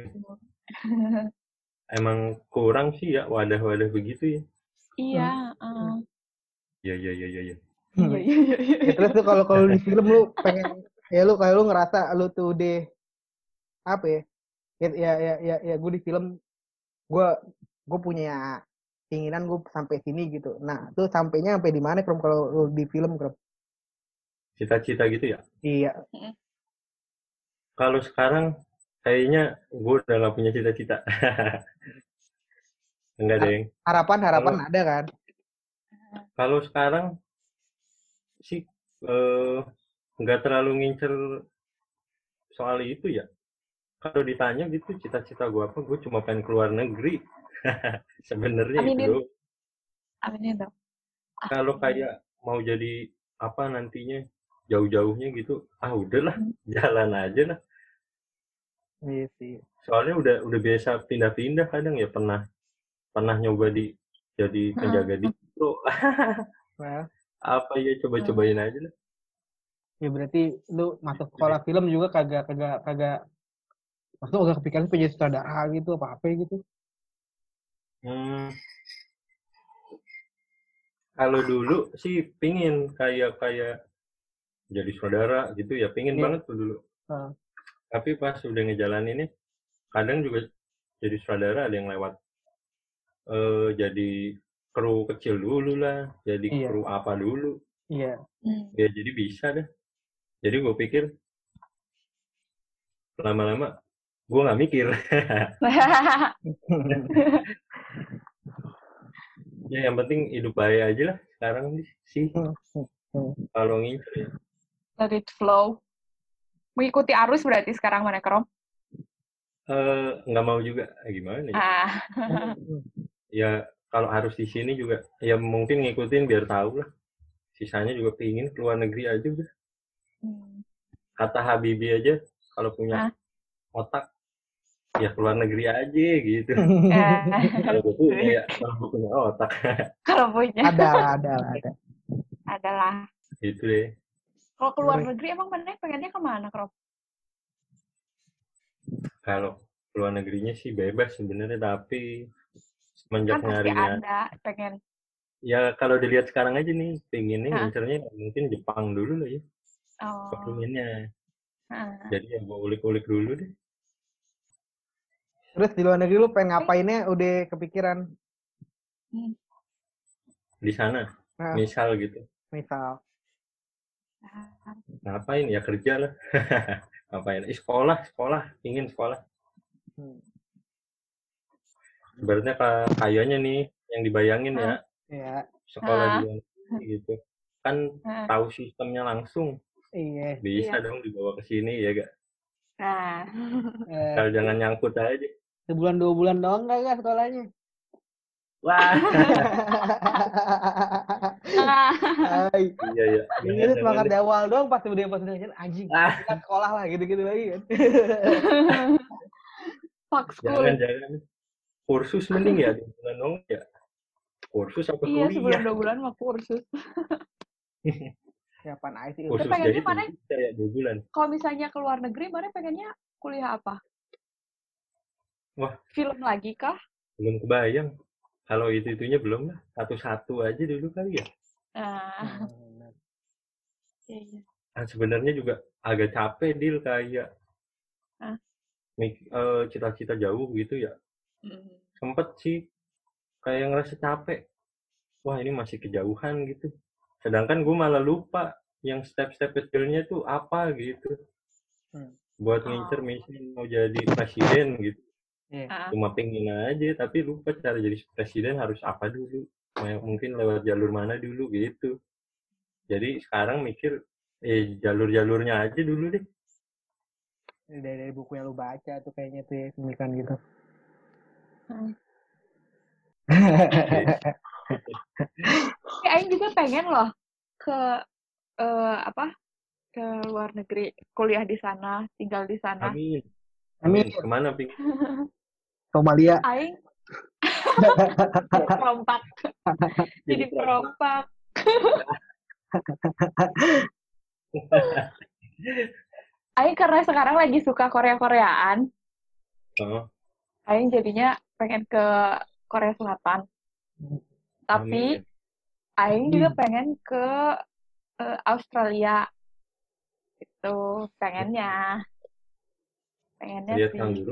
Emang kurang sih ya wadah-wadah begitu ya. Iya. Uh, Iya iya iya iya. iya iya iya. iya. ya, terus tuh kalau kalau di film lu pengen ya lu kayak lu ngerasa lu tuh deh apa ya ya ya ya, ya, ya gue di film gue gue punya keinginan gue sampai sini gitu nah tuh sampainya sampai di mana Krom kalau lu di film Krom Cita-cita gitu ya. iya Kalau sekarang kayaknya gue udah gak punya cita-cita. Enggak deh. harapan harapan Kalau- ada kan Kalau sekarang sih eh, nggak terlalu ngincer soal itu ya. Kalau ditanya gitu cita-cita gue apa, gue cuma pengen keluar negeri. Sebenarnya Aminin. itu. Aminin dong. Kalau kayak mau jadi apa nantinya jauh-jauhnya gitu, ah udahlah jalan aja lah. iya sih Soalnya udah udah biasa pindah-pindah kadang ya pernah pernah nyoba di jadi penjaga distro. nah, Apa ya coba-cobain aja lah. ya berarti lu masuk sekolah film juga kagak kagak kagak maksudnya udah kepikiran pengen sutradara gitu apa apa gitu Hmm. Kalau dulu sih pingin kayak kayak jadi saudara gitu ya pingin Iya. banget tuh dulu. Ah. Tapi pas udah ngejalaninnya kadang juga jadi saudara ada yang lewat eh jadi kru kecil dulu lah, jadi Iya. kru apa dulu. iya Hmm. Ya jadi bisa deh. Jadi gue pikir lama-lama gue nggak mikir. Ya yang penting hidup baik aja lah sekarang sih. Kalau ngincer ya. Let it flow. Mengikuti arus berarti sekarang mana Krom? eh, nggak mau juga gimana ya? Ah, Ya kalau harus di sini juga ya mungkin ngikutin biar tahu lah. Sisanya juga pingin keluar negeri aja udah. hmm. Kata Habibie aja kalau punya Ah, otak ya keluar negeri aja gitu. Kalau eh, gue punya ya kalau gue punya otak kalau punya Ada lah, ada lah, ada. adalah. gitu deh. Kalau keluar Ngeri. negeri emang mana pengennya kemana, Krop? Kalau keluar negerinya sih bebas sebenarnya tapi semenjak Kan pasti nyarinya ada pengen. ya kalau dilihat sekarang aja nih pengennya Ah, ngincernya mungkin Jepang dulu lah ya oh, kepinginnya. ah. Jadi ya gue ulik-ulik dulu deh Terus di luar negeri lu pengen ngapainnya udah kepikiran? Hmm. di sana. Nah, Misal gitu. misal. Ah, Ngapain ya kerja lah. Ngapain? Eh, sekolah, sekolah, ingin sekolah. Hmm. Sebenarnya kayaknya nih yang dibayangin ya ah, Ya, sekolah di ah, luar negeri gitu. Kan ah. tahu sistemnya langsung. iya. Bisa Iya. dong dibawa ke sini ya gak? Nah, Eh, Kalau jangan nyangkut aja. sebulan dua bulan doang nggak kak sekolahnya? Wah, ah, Hai. iya ya. Ini Jangan tuh jangan semangat deh. di awal doang pas udah pas udah anjing. Ah, Kita sekolah lah gitu-gitu lagi kan. fuck jangan school. jangan. Kursus mending ya di bulan dong ya. Kursus apa Iya, sebulan kuliah? dua bulan mah kursus. Siapaan aja sih? Kursus pengennya jahit mana? bisa ya dua bulan. Kalau misalnya ke luar negeri, mana pengennya kuliah apa? Wah, Film lagi kah? belum kebayang. Kalau itu itunya belum lah. Satu-satu aja dulu kali ya. Nah, Hmm. iya, iya. Nah, sebenarnya juga agak capek deal kayak Ah, mik- eh, cita-cita jauh gitu ya. mm. Sempet sih kayak ngerasa capek. Wah ini masih kejauhan gitu. Sedangkan gue malah lupa yang step-step kecilnya tuh apa gitu. Hmm. Buat Oh. ngincer misalnya mau jadi presiden gitu. Iya. Ah, Cuma pengen aja tapi lupa cara jadi presiden harus apa dulu. Kayak mungkin lewat jalur mana dulu gitu. Jadi sekarang mikir eh jalur-jalurnya aja dulu deh. Dari, dari buku yang lu baca tuh kayaknya tuh ya, pemikiran gitu. ah. Tapi Aing juga pengen loh ke eh, apa ke luar negeri, kuliah di sana, tinggal di sana. Amin. Amin. Amin. Kemana ping? Somalia. Aing perompak, jadi perompak. Aing karena sekarang lagi suka Korea-Koreaan, Oh, Aing jadinya pengen ke Korea Selatan. Tapi amin. Aing juga pengen ke eh, Australia. Itu pengennya. Pengennya Lihat sih. kanguru.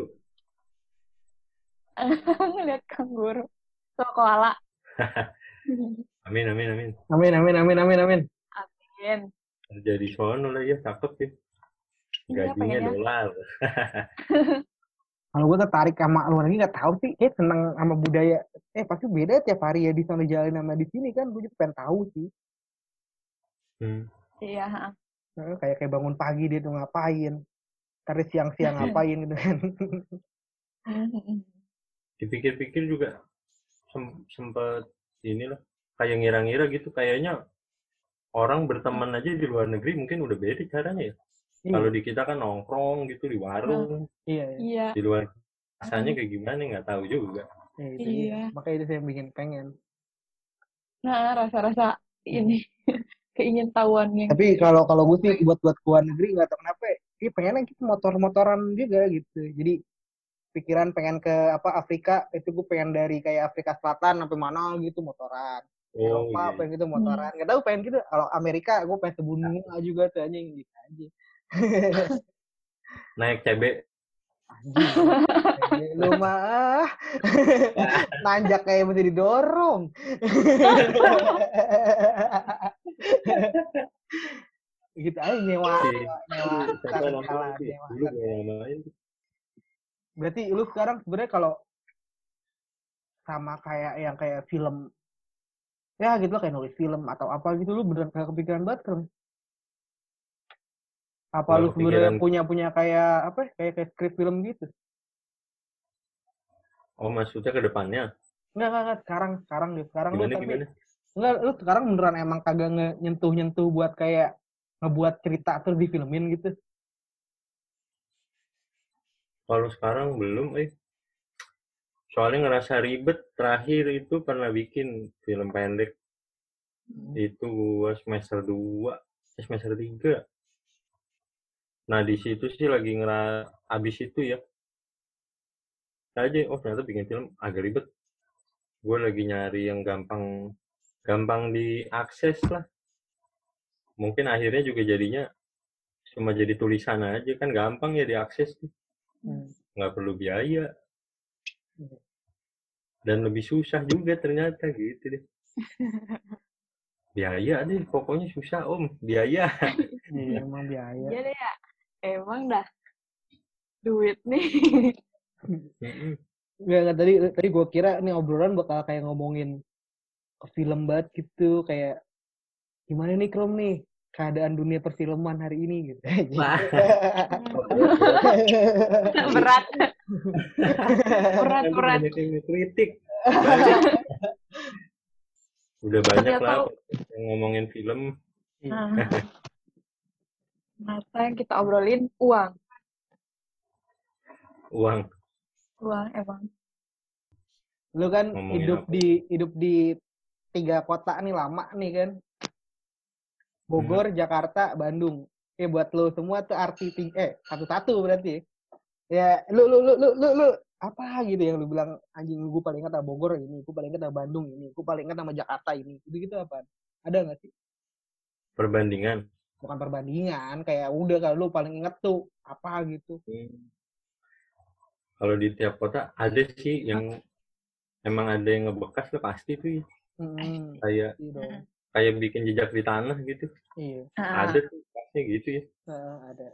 Lihat kanguru. So, koala. Amin, amin, amin. Amin, amin, amin, amin, amin. Amin. Jadi sono lah ya, cakep ya. Iya, Gajinya pengennya. dolar. Kalau gue tertarik sama luar negeri nggak tahu sih, eh seneng sama budaya. Eh pasti beda tiap hari ya di sana jalan sama di sini kan. Gue juga pengen tahu sih. Hmm. Iya. ha. Nah, kayak kayak bangun pagi dia tuh ngapain, tadi siang-siang ngapain gitu kan. Dipikir-pikir juga sem- sempat inilah kayak ngira-ngira gitu kayaknya orang berteman aja di luar negeri mungkin udah beda caranya ya. Iya. Kalau di kita kan nongkrong gitu di warung, Iya, iya. Iya. di luar rasanya kayak gimana nggak tahu juga. Iya, itu, Iya. iya. Makanya itu saya bikin pengen. Nah, rasa-rasa ini keingin tahuan yang Tapi kalau kalau gue sih buat buat luar negeri nggak tahu kenapa. Iya pengennya gitu motor-motoran juga gitu. Jadi pikiran pengen ke apa Afrika itu gue pengen dari kayak Afrika Selatan sampai mana gitu motoran. Oh Eropa iya. pengen gitu motoran. Nggak tahu pengen gitu. Kalau Amerika gue pengen sebunga juga tuh anjing gitu aja. Naik C B. Anjing. Lu mah nanjak kayak mesti didorong. Gitu aja nyewa nyewa nyewa Siapa jalan namanya sih? nyewa. Dulu gue namain. Berarti lu sekarang sebenarnya kalau sama kayak yang kayak film ya gitu loh kayak nulis film atau apa gitu lu beneran gak kepikiran banget kan? Apa Nggak lu sebenarnya kepikiran. punya punya kayak apa ya, kayak kayak skrip film gitu? Oh, maksudnya ke depannya. Enggak, enggak, enggak. Sekarang, sekarang deh. Sekarang lu Gimana tapi gimana? enggak, lu sekarang beneran emang kagak nge- nyentuh-nyentuh buat kayak ngebuat cerita terus difilmin gitu. Kalau sekarang belum, eh. Soalnya ngerasa ribet. Terakhir itu pernah bikin film pendek. Itu gua semester dua, eh, semester tiga. Nah, di situ sih lagi ngera abis itu ya. Aja, oh ternyata bikin film agak ribet. Gue lagi nyari yang gampang gampang diakses lah. Mungkin akhirnya juga jadinya cuma jadi tulisan aja, kan gampang ya diakses tuh. Hmm. Nggak perlu biaya. Dan lebih susah juga ternyata gitu deh. Biaya deh, pokoknya susah om. Biaya. Iya, emang biaya. Iya deh ya. Emang dah. Duit nih. Mm-mm. Enggak, enggak, tadi tadi gue kira nih obrolan bakal kayak ngomongin ke film banget gitu, kayak gimana nih Krom nih keadaan dunia perfilman hari ini gitu. Wah. Oh, berat, Berat. Berat, Nanti berat. banyak yang kritik. Balik. Udah banyak Ternyata lah yang ngomongin film. Nah, ternyata yang kita obrolin uang. Uang. Uang emang. Lu kan Ngomongin hidup apa? di hidup di tiga kota nih lama nih kan. Bogor, Jakarta, Bandung. Eh buat lu semua tuh arti ting eh satu-satu berarti. Ya, lu lu lu lu lu, lu apa gitu yang lu bilang anjing gue paling ingat sama Bogor ini, gue paling ingat sama Bandung ini, gue paling ingat sama Jakarta ini. Itu gitu apa? Ada nggak sih? Perbandingan. Bukan perbandingan, kayak udah kalau lu paling inget tuh apa gitu. Hmm. Kalau di tiap kota ada sih yang emang ada yang ngebekas lah pasti tuh ya. Hmm, Kayak iya dong. kayak bikin jejak di tanah gitu. Iya, Ah, Ada tuh pasti gitu ya. nah, ada.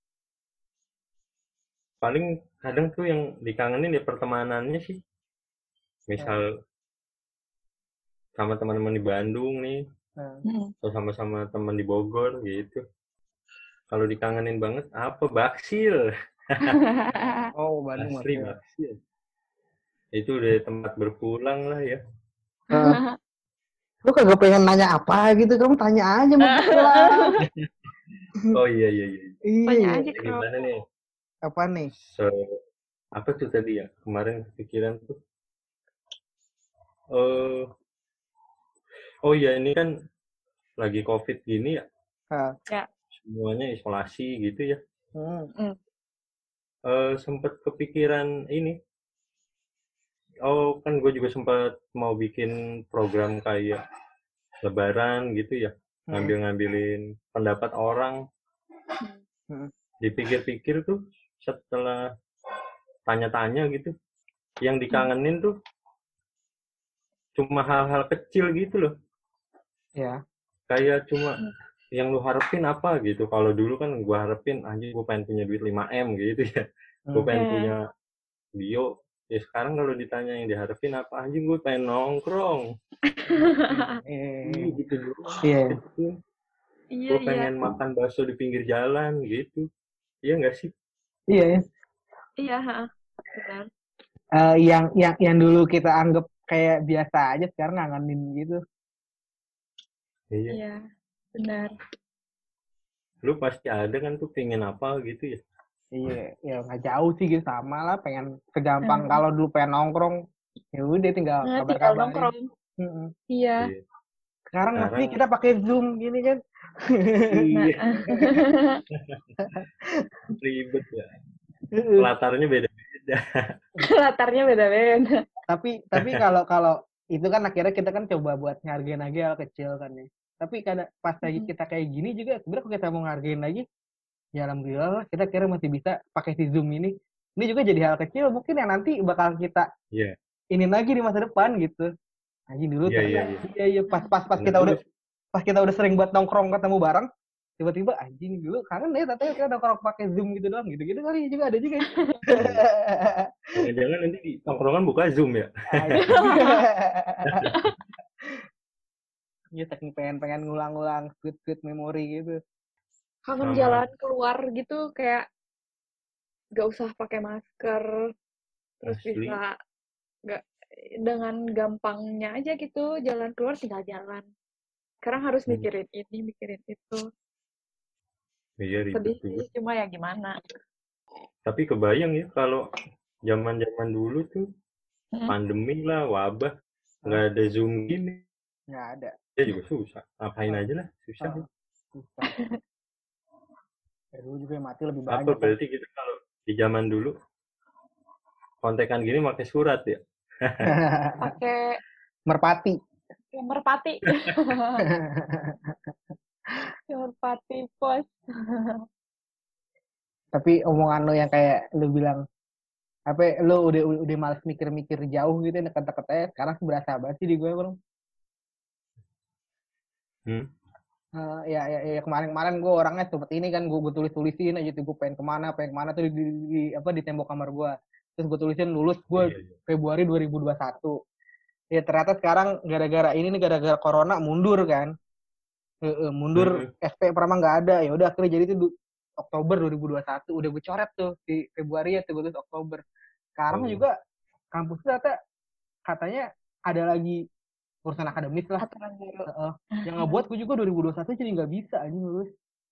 Paling kadang tuh yang dikangenin ya pertemanannya sih. Misal sama teman-teman di Bandung nih, Nah, mm. atau sama-sama teman di Bogor gitu. Kalau dikangenin banget apa baksil. oh Bandung Asli masih. baksil. Itu udah tempat berpulang lah ya. Uh, lu kagak pengen nanya apa gitu, kamu tanya aja mau pulang. Oh iya iya iya. Tanya Iya. aja Kro. Gimana nih? Apa nih? So, apa tuh tadi ya? Kemarin kepikiran tuh. Eh, oh iya ini kan lagi COVID gini ya. Ah. Ya. Semuanya isolasi gitu ya. Hmm. Mm. Eh, sempet kepikiran ini. Oh kan gue juga sempat mau bikin program kayak lebaran gitu ya. Hmm. Ngambil-ngambilin pendapat orang. Hmm. Dipikir-pikir tuh setelah tanya-tanya gitu. Yang dikangenin tuh cuma hal-hal kecil gitu loh. Ya. Kayak cuma yang lu harapin apa gitu. Kalau dulu kan gue harapin anjir gue pengen punya duit lima M gitu ya. Gue Hmm. pengen Hmm. punya bio. Ya sekarang kalau ditanya yang diharapin apa anjir gue pengen nongkrong. Iya gitu dulu. Iya. Kecil. Iya, Gue iya. pengen makan bakso di pinggir jalan gitu. Iya nggak sih? Iya ya. Iya, ha. Benar. Eh, yang yang yang dulu kita anggap kayak biasa aja sekarang ngangenin gitu. Iya. Iya, benar. Lu pasti ada kan tuh pengen apa gitu ya. Iya, ya nggak jauh sih gitu sama lah. Pengen segampang Hmm. kalau dulu pengen nongkrong, ya udah tinggal Nah, tinggal kabar-kabarin. nongkrong. Mm-mm. Iya. Iya. Sekarang Sekarang- masih kita pakai Zoom gini kan. Nah, Iya. Ribet ya. Heeh. Latarnya beda-beda. latarnya beda-beda. tapi tapi kalau kalau itu kan akhirnya kita kan coba buat ngargain lagi hal kecil kan ya. Tapi kadang pas lagi Mm-mm. kita kayak gini juga sebenarnya kalau kita mau ngargain lagi, ya alhamdulillah lah kita kira masih bisa pakai si Zoom ini. Ini juga jadi hal kecil mungkin yang nanti bakal kita Iya. ini lagi di masa depan gitu. Anjing dulu Iya, ternyata iya, iya. iya iya pas pas pas Bener kita juga udah sih. pas kita udah sering buat nongkrong ketemu bareng, tiba-tiba anjing dulu kangen deh ternyata kita nongkrong pakai Zoom gitu doang gitu-gitu kali juga ada juga. Jangan-jangan nanti di tongkrongan buka Zoom ya. Ya saking pengen pengen ngulang-ngulang sweet-sweet memori gitu. Kangen Sama. jalan keluar gitu kayak gak usah pakai masker, terus Asli. bisa nggak dengan gampangnya aja gitu jalan keluar tinggal jalan. Sekarang harus Hmm. mikirin ini, mikirin itu. Iya ribet Sedih juga. sih, cuma ya gimana. Tapi kebayang ya kalau zaman-zaman dulu tuh Hmm. pandemi lah, wabah, nggak ada Zoom gini. Nggak ada. Ya juga susah. Ngapain Oh. aja lah, susah. Oh. ya. Susah. Ya, dulu juga yang mati lebih Apa banyak. kan. berarti kita kalau di zaman dulu kontekan gini pakai surat ya? Pakai Merpati. pakai merpati. Merpati pos. Tapi omongan lo yang kayak lo bilang apa ya, lo udah udah, udah males mikir-mikir jauh gitu deket-deket aja sekarang sih berasa banget sih di gue bro. Hmm. Eh, ya, ya, ya kemarin-kemarin gue orangnya seperti ini kan gue gue tulis-tulisin aja tuh gue pengen kemana pengen kemana tuh di, di, di apa di tembok kamar gue terus gue tulisin lulus gue Iya, iya. Februari dua ribu dua puluh satu. Ya ternyata sekarang gara-gara ini nih gara-gara corona mundur kan. E, e, mundur Hmm. S P pertama nggak ada ya udah akhirnya jadi itu du- Oktober dua ribu dua puluh satu udah gue coret tuh di Februari ya tuh gue tulis Oktober. Sekarang Oh. juga kampus ternyata katanya ada lagi urusan akademis lah. Aturan baru. Heeh. Yang ngebuat gue juga dua ribu dua puluh satu jadi nggak bisa anjing lulus.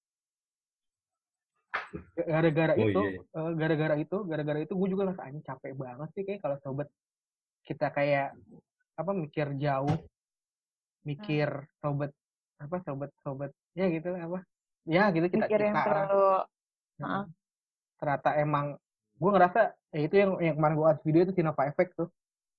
Gara-gara Oh, itu, iya, iya. eh, gara-gara itu, gara-gara itu gue juga ngerasa anjing capek banget sih kayak kalau sobat kita kayak apa mikir jauh, mikir sobat apa sobat sobat ya gitu lah, apa ya gitu Mikir yang cita-cita lah. terlalu Hmm. Heeh. Ternyata emang gue ngerasa ya itu yang yang kemarin gue upload video itu Sinova Effect tuh.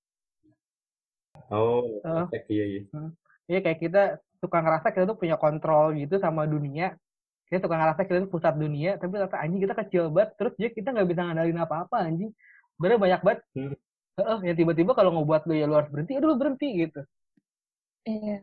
Oh, Heeh. efek iya iya. Iya kayak kita suka ngerasa kita tuh punya kontrol gitu sama dunia. Kita suka ngerasa kita tuh pusat dunia, tapi ternyata anjing kita kecil banget. Terus dia kita nggak bisa ngandalin apa-apa anjing. Sebenarnya banyak banget. Hmm. Heeh, yang tiba-tiba kalau ngebuat lu ya lu harus berhenti, aduh lu berhenti gitu. Iya.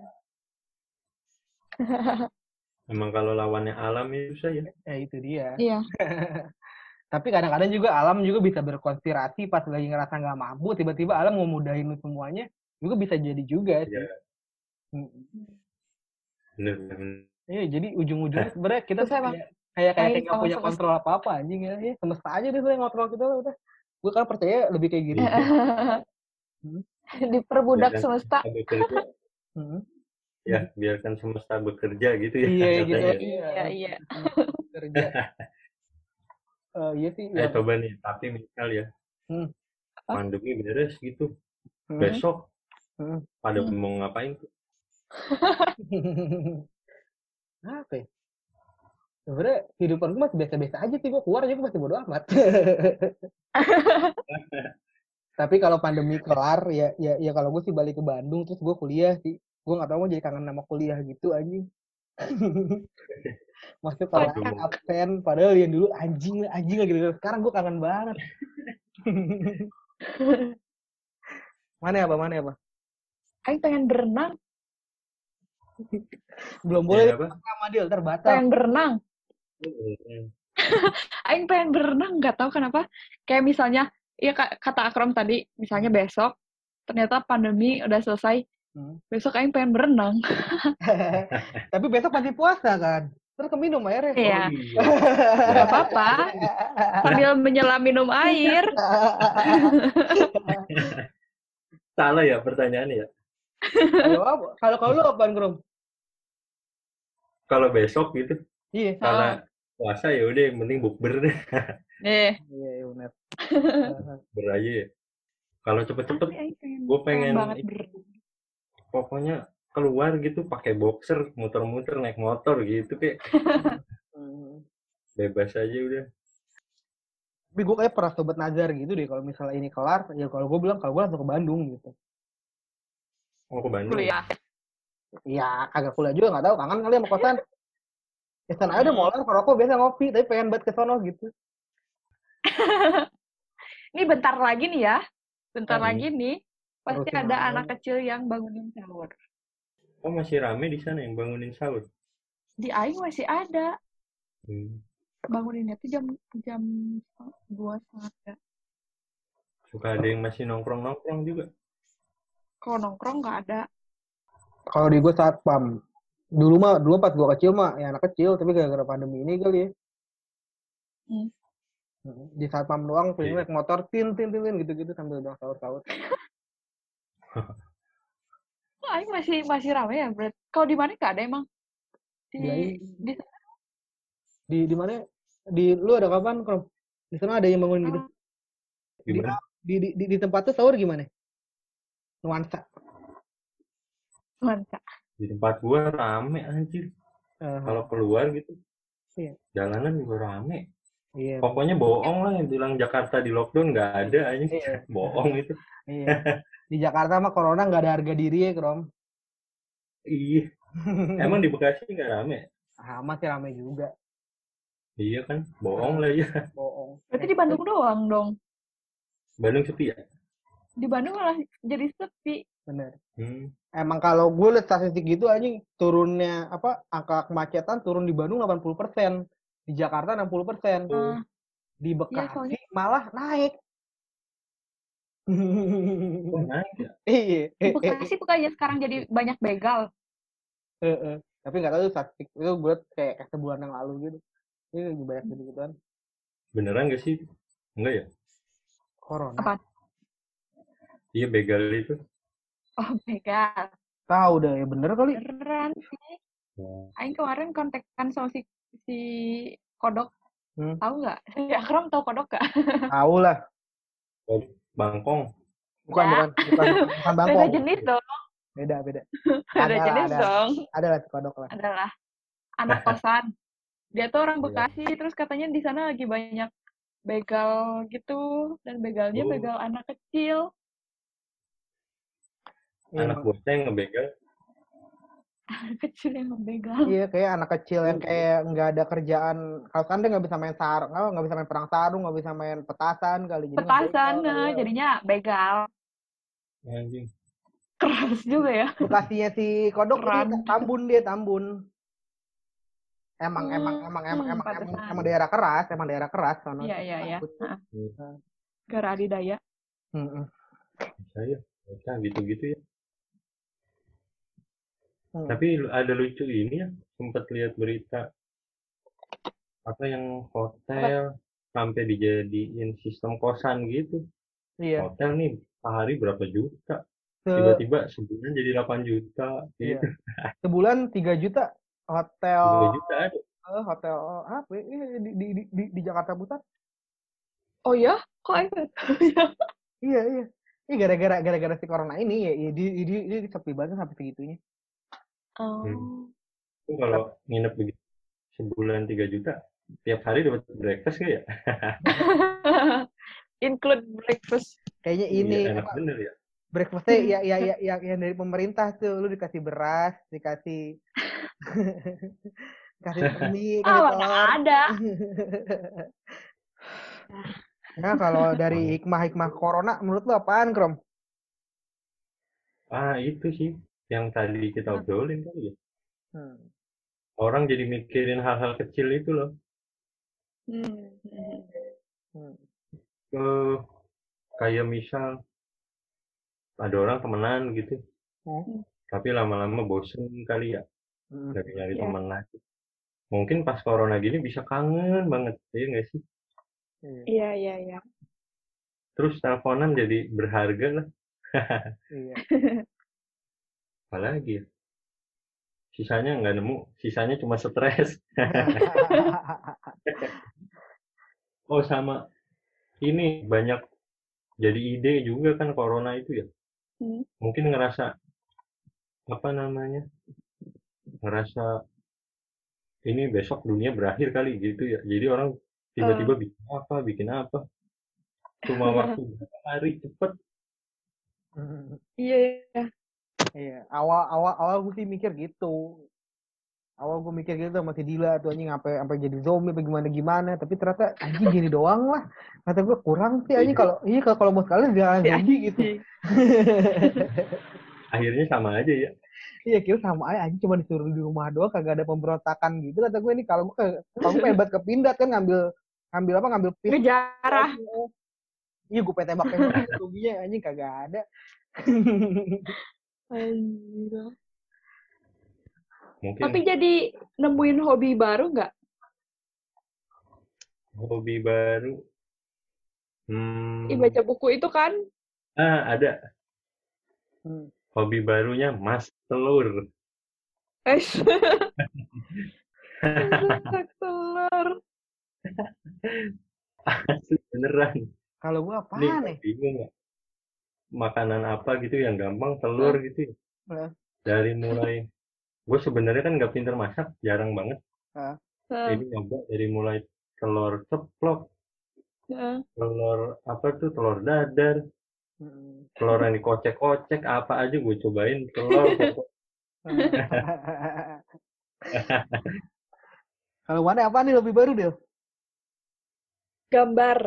Emang kalau lawannya alam itu susah ya. Ya itu dia. Iya. Tapi kadang-kadang juga alam juga bisa berkonspirasi pas lagi ngerasa nggak mampu, tiba-tiba alam mau mudahin lu semuanya, juga bisa jadi juga sih. Iya. Hmm. Bener bener. Iya, jadi ujung-ujungnya sebenarnya kita Terus tuh emang kayak kayak kayak main kayak nggak sama punya semesta. kontrol apa-apa anjing ya. Ya, semesta aja deh yang ngontrol kita udah. Gue kan percaya lebih kayak gitu. Iya. Hmm. Diperbudak Biarkan semesta. semesta bekerja. Hmm. Ya, biarkan semesta bekerja gitu ya. Iya gitu. katanya. Iya, iya. Kerja. Eh, iya sih. Eh Ya. coba nih, tapi misal ya Hmm. pandemi beres gitu, Hmm. besok Hmm. pada Hmm. mau ngapain tuh? Apa ya? Sebenarnya kehidupan gue masih biasa-biasa aja sih, gue keluar juga masih bodo amat. Tapi kalau pandemi kelar ya ya ya kalau gue sih balik ke Bandung terus gue kuliah sih. Gue nggak tahu mau jadi kangen sama kuliah gitu anjing. Masuk kelas Waduh. absen padahal yang dulu anjing anjing lagi gitu. Sekarang gue kangen banget. Mana apa mana apa? Aing pengen berenang. Belum Ya, boleh apa? sama dia terbatas. Pengen berenang. Hmm. Aing pengen berenang, nggak tahu kenapa. Kayak misalnya, ya kata Akram tadi, misalnya besok, ternyata pandemi udah selesai, Hmm. besok Aing pengen berenang. Tapi besok masih puasa kan? Terus keminum airnya. Oh Iya, iya. nggak apa-apa. Sambil menyelam minum air. Salah ya pertanyaannya ya. Kalau apa? Kalau kalau lu apaan, Grom? Kalau besok gitu, Iya. karena puasa ya udah yang penting bukber deh. Nih, Iya, iya benar. Bukber aja ya. Kalau cepet-cepet, asli Aing pengen, gue pengen banget berenang. pokoknya keluar gitu pakai boxer, muter-muter naik motor gitu kayak Hmm. bebas aja udah. Tapi gue kayak pernah sobat nazar gitu deh kalau misalnya ini kelar, ya kalau gue bilang kalau gue langsung ke Bandung gitu. Mau ke Bandung. Kuliah. Iya, kagak kuliah juga nggak tahu kangen kali sama kosan. Ya sana ada molar, ngerokok biasa ngopi, tapi pengen banget ke sono gitu. Ini bentar lagi nih ya, bentar Hmm. lagi nih, pasti Terusin ada aja. anak kecil yang bangunin sahur. Oh masih rame di sana yang bangunin sahur. Di Aing masih ada. Hmm. Banguninnya tuh jam jam dua setengah tiga. Suka ada yang masih nongkrong-nongkrong juga. Kalau nongkrong nggak ada. Kalau di gue satpam. Dulu mah, dulu pas gue kecil mah, ya anak kecil, tapi gara-gara pandemi ini kali ya. Hmm. Di satpam doang, pengen Iya. naik motor, tin, tin, tin, tin, gitu-gitu sambil doang sahur-sahur. Oh, Aing masih masih rame ya, Brad. Kalau di mana nggak ada emang? Di Di di di di mana? Di lu ada kapan, Krom? Di sana ada yang bangun gitu. sana Di Gimana? di di, di, di tempat tuh sahur gimana? Nuansa. Nuansa. Di tempat gua rame anjir. Uh, Kalau keluar gitu, iya. jalanan juga rame. Iya. Pokoknya bohong lah yang bilang Jakarta di lockdown, nggak ada aja. Iya. Bohong itu. Iya. Di Jakarta mah corona nggak ada harga diri ya, Krom. Iya. Emang di Bekasi nggak rame? Ah, masih ramai juga. Iya kan, bohong lah ya. Bohong. Berarti di Bandung doang dong. Bandung sepi ya? Di Bandung malah jadi sepi. Bener. Hmm. Emang kalau gue lihat statistik gitu anjing turunnya apa angka kemacetan turun di Bandung delapan puluh persen, di Jakarta enam puluh persen, Uh, di iya, Bekasi soalnya malah naik. Oh, naik ya? Iya. di Bekasi bukannya sekarang jadi banyak begal. Eh, eh. Tapi nggak tahu statistik itu gue kayak kayak sebulan yang lalu gitu. Ini lagi banyak gitu gituan. Beneran nggak sih? Enggak ya? Corona. Apa? Iya, begal itu. Oh, begal. Tahu deh ya bener kali. Beneran sih. Oh. Aing kemarin kontekan sama si, si Kodok. Hmm. Tahu nggak? Si Akram tahu Kodok nggak? Tahu lah. Oh, Bangkong. Bukan Ya. bukan bukan bukan Beda bangkong. jenis dong. Beda beda. Beda Ada lah, jenis ada. dong. Ada lah si kodok lah. Adalah anak kosan. Dia tuh orang Iya. Bekasi, terus katanya di sana lagi banyak begal gitu, dan begalnya Oh. begal anak kecil. Iya, Anak emang- bocah yang ngebegal. Anak kecil yang membegal. iya kayak anak kecil yang kayak nggak ada kerjaan. Kalau kan dia nggak bisa main sarung, nggak nggak bisa main perang sarung, nggak bisa main petasan kali. Jadi Petasan, ngebegal, nah, iya. jadinya begal. Anjing. Keras juga ya. Bekasinya si kodok Keren. ini Tambun dia Tambun. Emang Hmm, emang emang emang hmm, emang, emang, pantesan. emang daerah keras, emang daerah keras sono. Iya, iya, iya. Takut. Heeh. Hmm. Gara adidaya. Mm-mm. Saya bocah gitu-gitu ya. Hmm. Tapi lu- ada lucu ini ya, sempat lihat berita apa yang hotel sampai dijadiin sistem kosan gitu. Iya. Hotel nih sehari berapa juta, Se- tiba-tiba sebulan jadi delapan juta iya. gitu. Sebulan tiga juta hotel tiga juta ada. eh, hotel apa ya? Iya, di, di, di, di, di Jakarta Pusat. Oh ya? Kok Aing nggak tahu ya? Iya iya. Ini gara-gara gara-gara si corona ini ya, ya di, di, di, di sepi banget sampai segitunya. Oh. Hmm. Itu kalau nginep begitu sebulan tiga juta, tiap hari dapat breakfast nggak ya? Include breakfast. Kayaknya ini Iya, enak apa, bener ya. breakfastnya ya ya ya ya yang dari pemerintah tuh, lu dikasih beras, dikasih kasih mie, kasih Ah, mana telur. ada. Nah, kalau dari hikmah-hikmah corona menurut lu apaan, Krom? Ah, itu sih yang tadi kita obrolin kali ya. Hmm. Orang jadi mikirin hal-hal kecil itu loh. Hmm. Hmm. Eh, kayak misal ada orang temenan gitu, Hmm. tapi lama-lama bosen kali ya, Hmm. dari nyari Iya. teman lagi. Mungkin pas corona gini bisa kangen banget, iya nggak sih? Iya. Iya, iya, iya. Terus teleponan jadi berharga lah, Iya. apalagi ya. Sisanya nggak nemu, sisanya cuma stres. Oh sama ini banyak jadi ide juga kan corona itu ya. Hmm. Mungkin ngerasa apa namanya, ngerasa ini besok dunia berakhir kali gitu ya. Jadi orang tiba-tiba bikin apa, bikin apa. Cuma waktu berapa hari cepet. Hmm. Iya, iya. Iya, awal awal awal gue sih mikir gitu. Awal gue mikir gitu masih Dila tuh anjing sampai sampai jadi zombie apa gimana gimana, tapi ternyata anjing gini doang lah. Kata gue kurang sih anjing kalau iya kalau kalau mau sekalian jangan zombie gitu. Akhirnya sama aja ya. Iya kira sama aja anjing cuma disuruh di rumah doang kagak ada pemberontakan gitu. Kata gue ini kalau gue kalau gue pengen buat kepindat kan ngambil ngambil apa ngambil pil. Ngejarah. Iya gue pengen tembak-tembak zombinya anjing kagak ada. Anjir. Mungkin Tapi jadi nemuin hobi baru nggak? hobi baru. Hmm, Ih, baca buku itu kan? ah ada. Hmm. Hobi barunya mas telur. Eh, masak telur. Asli beneran. Kalau gua Nih apaan nih? bingung nggak? Makanan apa gitu yang gampang telur Hah? gitu. Hah? Dari mulai, gue sebenarnya kan nggak pinter masak, jarang banget. Hah? Hah? Ini nyoba dari mulai telur ceplok, Hah? telur apa tuh, telur dadar, Hmm. telur yang dikocek-kocek, apa aja gue cobain telur pokok. Kalau mana apa nih lebih baru Del? Gambar.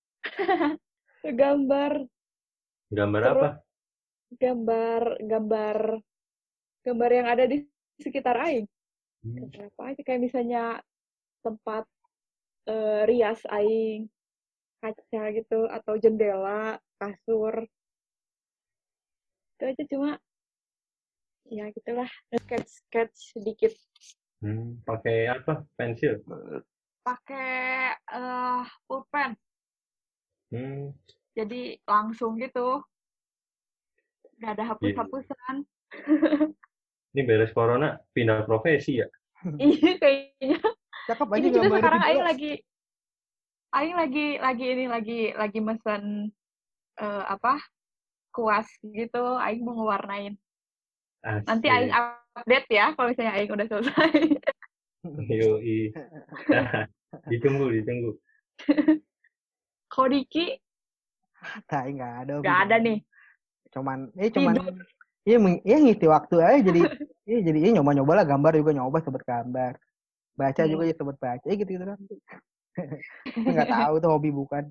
Gambar. Gambar apa? Terus gambar, gambar, gambar yang ada di sekitar aing. Hmm. Gambar apa aja, kayak misalnya tempat eh, rias aing, kaca gitu, atau jendela, kasur. Itu aja, cuma ya gitulah, sketch-sketch sedikit. Hmm, pakai apa? Pensil. Pakai eh pulpen. Hmm, Jadi langsung gitu, nggak ada iya. hapus-hapusan. Ini beres corona pindah profesi ya? Iya kayaknya. Cakep aja Ini juga gambarnya sekarang juga. aing lagi aing lagi lagi ini lagi lagi mesen eh, apa? Kuas gitu, aing mau ngewarnain. Nanti aing Asik. update ya kalau misalnya aing udah selesai. Yoi. Ditunggu, ditunggu. Kalau Diki Tai nggak ada. nggak ada nih. Cuman, eh cuman, Tidur. iya, meng- iya ngisi waktu aja jadi, iya jadi, iya nyoba-nyoba lah gambar juga nyoba sebut gambar, baca juga Hmm. ya sebut baca, gitu gitu kan. Nggak tahu tuh hobi bukan.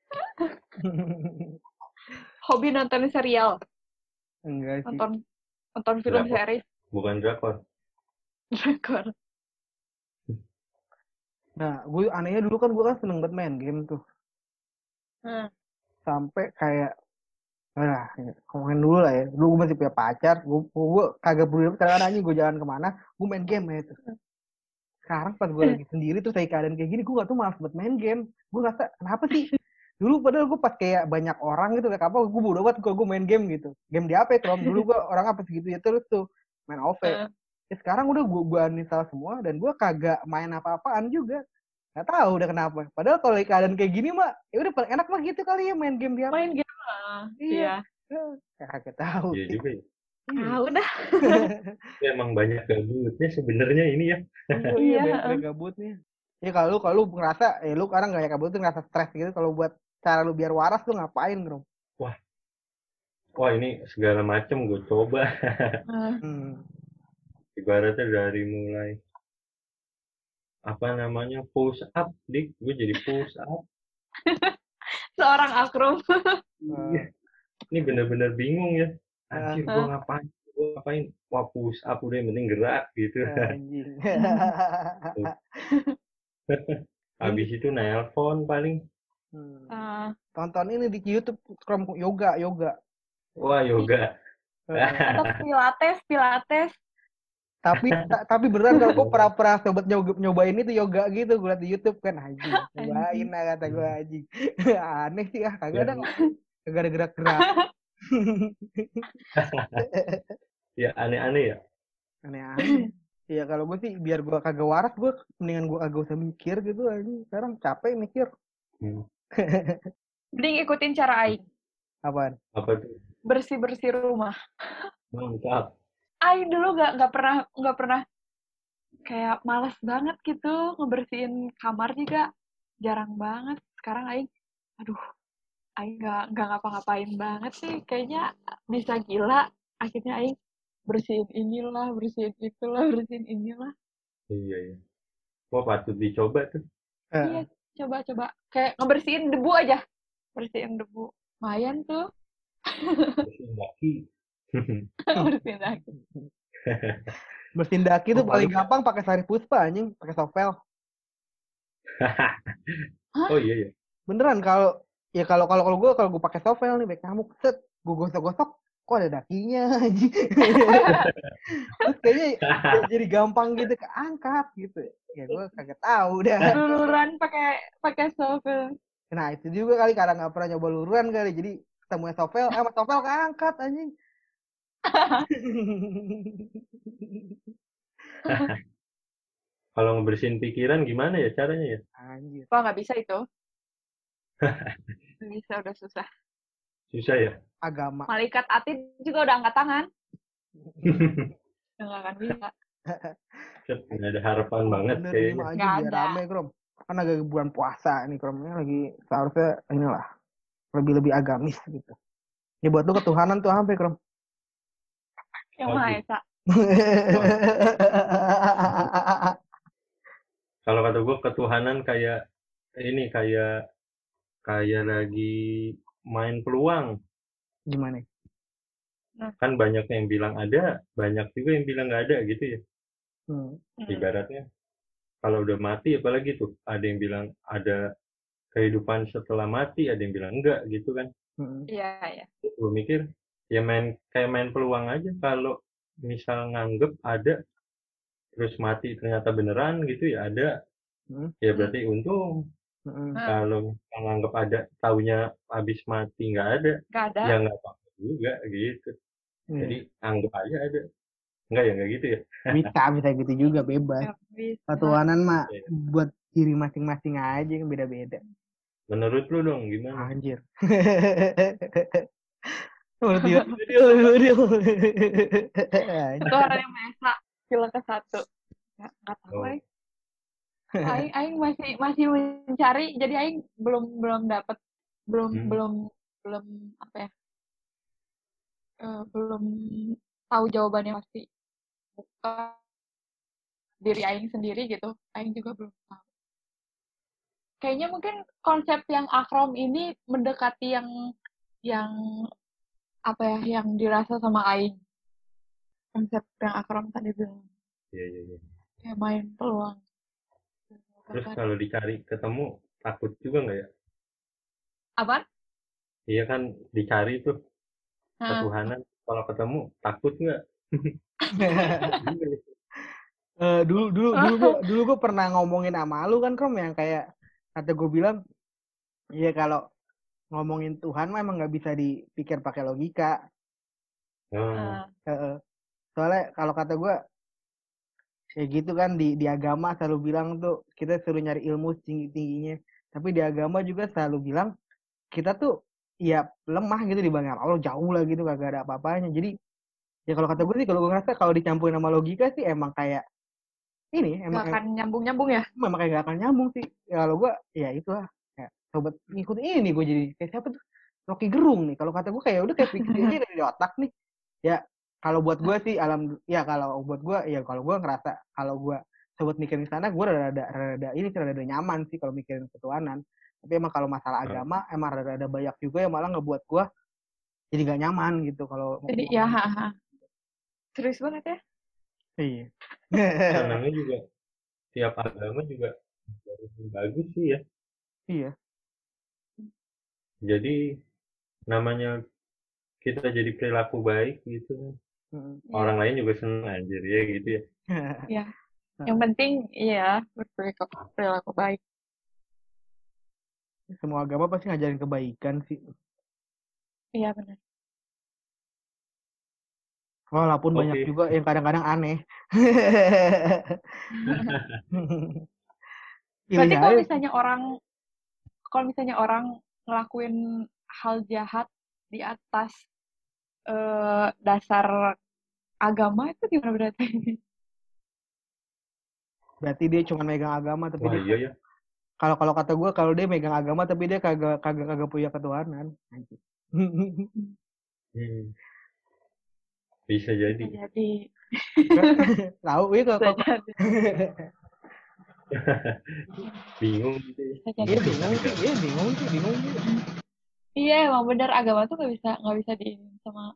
Hobi nonton serial, Enggak sih. nonton nonton film Drakor. series, Bukan drakor. drakor. Nah, gue anehnya dulu kan gue kan seneng banget main game tuh, Hmm. sampai kayak, ah, ngomongin dulu lah ya. Dulu gue masih punya pacar, gue, gue kagak peduli kadang-kadang anjing gue jalan kemana, gue main game ya itu. Sekarang pas gue lagi sendiri tuh kayak keadaan kayak gini, gue gak tuh malas buat main game. Gue ngerasa kenapa sih? Dulu padahal gue pas kayak banyak orang gitu kayak apa, gue bodo banget kalau gue main game gitu. Game di apa ya, Krom? Dulu gue orang apa segitu ya terus tuh main O V. Hmm. Ya, sekarang udah gue gue uninstall semua dan gue kagak main apa-apaan juga. Gak tahu udah kenapa. Padahal kalau lagi keadaan kayak gini mah, ya udah paling enak mah gitu kali ya main game di apa. Main game lah. Iya. Iya. Ya, kagak tahu Iya sih. juga ya. Iya. Ah, udah. Tapi emang banyak gabutnya sebenarnya ini ya. Iya, iya, Iya, banyak heeh. banyak gabutnya. Ya kalau lu kalau lu ngerasa, eh lu sekarang gak ya kabut tuh ngerasa stres gitu, kalau buat cara lu biar waras tuh ngapain, Bro? Wah, wah ini segala macam gue coba. Hmm. Hmm. Ibaratnya dari mulai apa namanya push up, dik, gue jadi push up. Seorang akrom. Iya, ini bener-bener bingung ya. Anjir, gue Hah? ngapain? Gue ngapain? Wah, push up udah, yang penting gerak gitu. Anjing. Habis itu nelpon paling. Hmm. Ah, Tonton ini di YouTube Chrome yoga, yoga. Wah, yoga. atau pilates, pilates. Tapi ta- tapi beneran kalau gue pernah pernah sobat nyoba, nyobain itu yoga gitu, gue liat di YouTube kan anjing. Cobain Anjing. lah kata gue anjing. Aneh sih ah, kagak ada Ya, kagak ada gerak-gerak. ya aneh-aneh ya. Aneh-aneh. Iya kalau gue sih biar gue kagak waras, gue mendingan gue kagak usah mikir gitu anjing. Sekarang capek mikir. Hmm. Mending ikutin cara aing. Apaan? Apa tuh? Bersih-bersih rumah. Mantap. Aing dulu nggak nggak pernah nggak pernah kayak malas banget gitu ngebersihin kamar juga, jarang banget. Sekarang aing, aduh, aing nggak nggak ngapa-ngapain banget sih. Kayaknya bisa gila. Akhirnya aing bersihin inilah, bersihin itulah, bersihin inilah. Iya, iya. Wah, patut dicoba tuh. Iya, Eh, coba-coba. Kayak ngebersihin debu aja. Bersihin debu. Lumayan tuh. Bersihin kaki. Bersihin lagi. bersihin daki tuh Oh, paling paling. gampang pakai sari puspa anjing, pakai sovel. Oh iya, iya. Beneran kalau ya kalau kalau kalau gue kalau gue pakai sovel nih baik nyamuk set gue gosok-gosok kok ada dakinya anjing. Terus kayaknya ya jadi gampang gitu keangkat gitu. Ya gue kagak tahu dah. Luluran pakai pakai shovel. Nah itu juga kali karena nggak pernah nyoba luruan kali jadi ketemu sovel, eh mas sovel keangkat anjing. Kalau ngebersihin pikiran gimana ya caranya ya? Anjir. Wah, nggak bisa itu. Nggak bisa, udah susah. Susah ya? Agama. Malaikat Atid juga udah angkat tangan. Nggak akan bisa. Nggak ada harapan banget Bener ini kayaknya. mah anjir Nggak biar ada. rame, Krom. Kan agak bulan puasa nih, Krom. Ini lagi seharusnya inilah lebih-lebih agamis gitu. Ya buat lu ketuhanan tuh sampai, Krom. Yang Maha Esa. Kalau kata gue ketuhanan kayak ini kayak kayak lagi main peluang. Gimana? Kan banyak yang bilang ada, banyak juga yang bilang nggak ada gitu ya. Hmm. Ibaratnya kalau udah mati apalagi tuh ada yang bilang ada kehidupan setelah mati, ada yang bilang enggak gitu kan. Iya, iya. Gue mikir ya main kayak main peluang aja. Kalau misal nganggep ada terus mati ternyata beneran gitu ya ada, Hmm. ya berarti untung. Hmm. Kalau nganggep ada taunya habis mati nggak ada, Nggak ada. ya nggak apa-apa juga gitu. Jadi anggap aja ada. Enggak ya, enggak gitu ya? Bisa, bisa gitu juga, bebas. Nggak bisa. Ketuhanan mah Iya. buat diri masing-masing aja kan beda-beda. Menurut lu dong gimana? Anjir. Oh, dia, dia, dia. Ketuhanan yang Maha Esa. Sila ke satu. Nggak, nggak tahu, Oh. Aing. Aing, Aing masih masih mencari, jadi Aing belum belum dapat, belum Hmm. belum belum apa ya? Eh, belum tahu jawabannya pasti. Bukan diri Aing sendiri gitu. Aing juga belum tahu. Kayaknya mungkin konsep yang akrom ini mendekati yang yang apa ya, yang dirasa sama Aing. Konsep yang akrom tadi bilang. Iya, iya, iya. Kayak main peluang. Terus kalau dicari ketemu takut juga nggak ya? Apa? Iya kan dicari tuh Nah, ketuhanan. Kalau ketemu takut nggak? Eh, dulu dulu dulu gua dulu gua pernah ngomongin sama lu kan, Krom, yang kayak kata gue bilang, ya kalau ngomongin Tuhan mah emang nggak bisa dipikir pakai logika. Oh, Heeh. Soalnya kalau kata gue ya gitu kan, di di agama selalu bilang tuh kita suruh nyari ilmu tinggi tingginya, tapi di agama juga selalu bilang kita tuh ya lemah gitu dibanding Allah, jauh lah gitu, kagak ada apa-apanya. Jadi ya kalau kata gue sih, kalau gue ngerasa kalau dicampurin sama logika sih emang kayak ini emang nggak akan nyambung-nyambung ya? memang kayak gak akan nyambung sih. Ya, kalau gue ya itu lah, ya, sobat ngikut ini gue jadi kayak siapa tuh, Rocky Gerung nih. Kalau kata gue kayak udah kayak pikir aja dari otak nih. Ya kalau buat gue sih alam, ya kalau buat gue ya kalau gue ngerasa kalau gue sobat mikirin sana, gue rada rada ini sih rada nyaman sih kalau mikirin ketuhanan. Tapi emang kalau masalah agama emang rada rada banyak juga yang malah ngebuat gue jadi gak nyaman gitu kalau Jadi ya, haha. Serius banget ya? iya. senangnya juga tiap agama juga bagus sih ya. Iya. Jadi namanya kita jadi perilaku baik gitu. Mm. Orang lain juga senang anjir ya gitu ya. Ya. Yang penting iya berperilaku perilaku baik. Semua agama pasti ngajarin kebaikan sih. Iya benar. Walaupun Oke. banyak juga yang kadang-kadang aneh. Berarti kalau misalnya orang kalau misalnya orang ngelakuin hal jahat di atas eh, dasar agama itu gimana berarti? Berarti dia cuma megang agama tapi Wah dia iya ya. kalau kalau kata gue, kalau dia megang agama tapi dia kagak kagak kagak punya ketuhanan. Hmm. Bisa jadi. Jadi Tahu ya kok. bisa jadi. Bingung gitu ya. Bisa Iya jadi. bingung sih, iya bingung sih, bingung sih. Iya emang benar, agama tuh nggak bisa nggak bisa diinin sama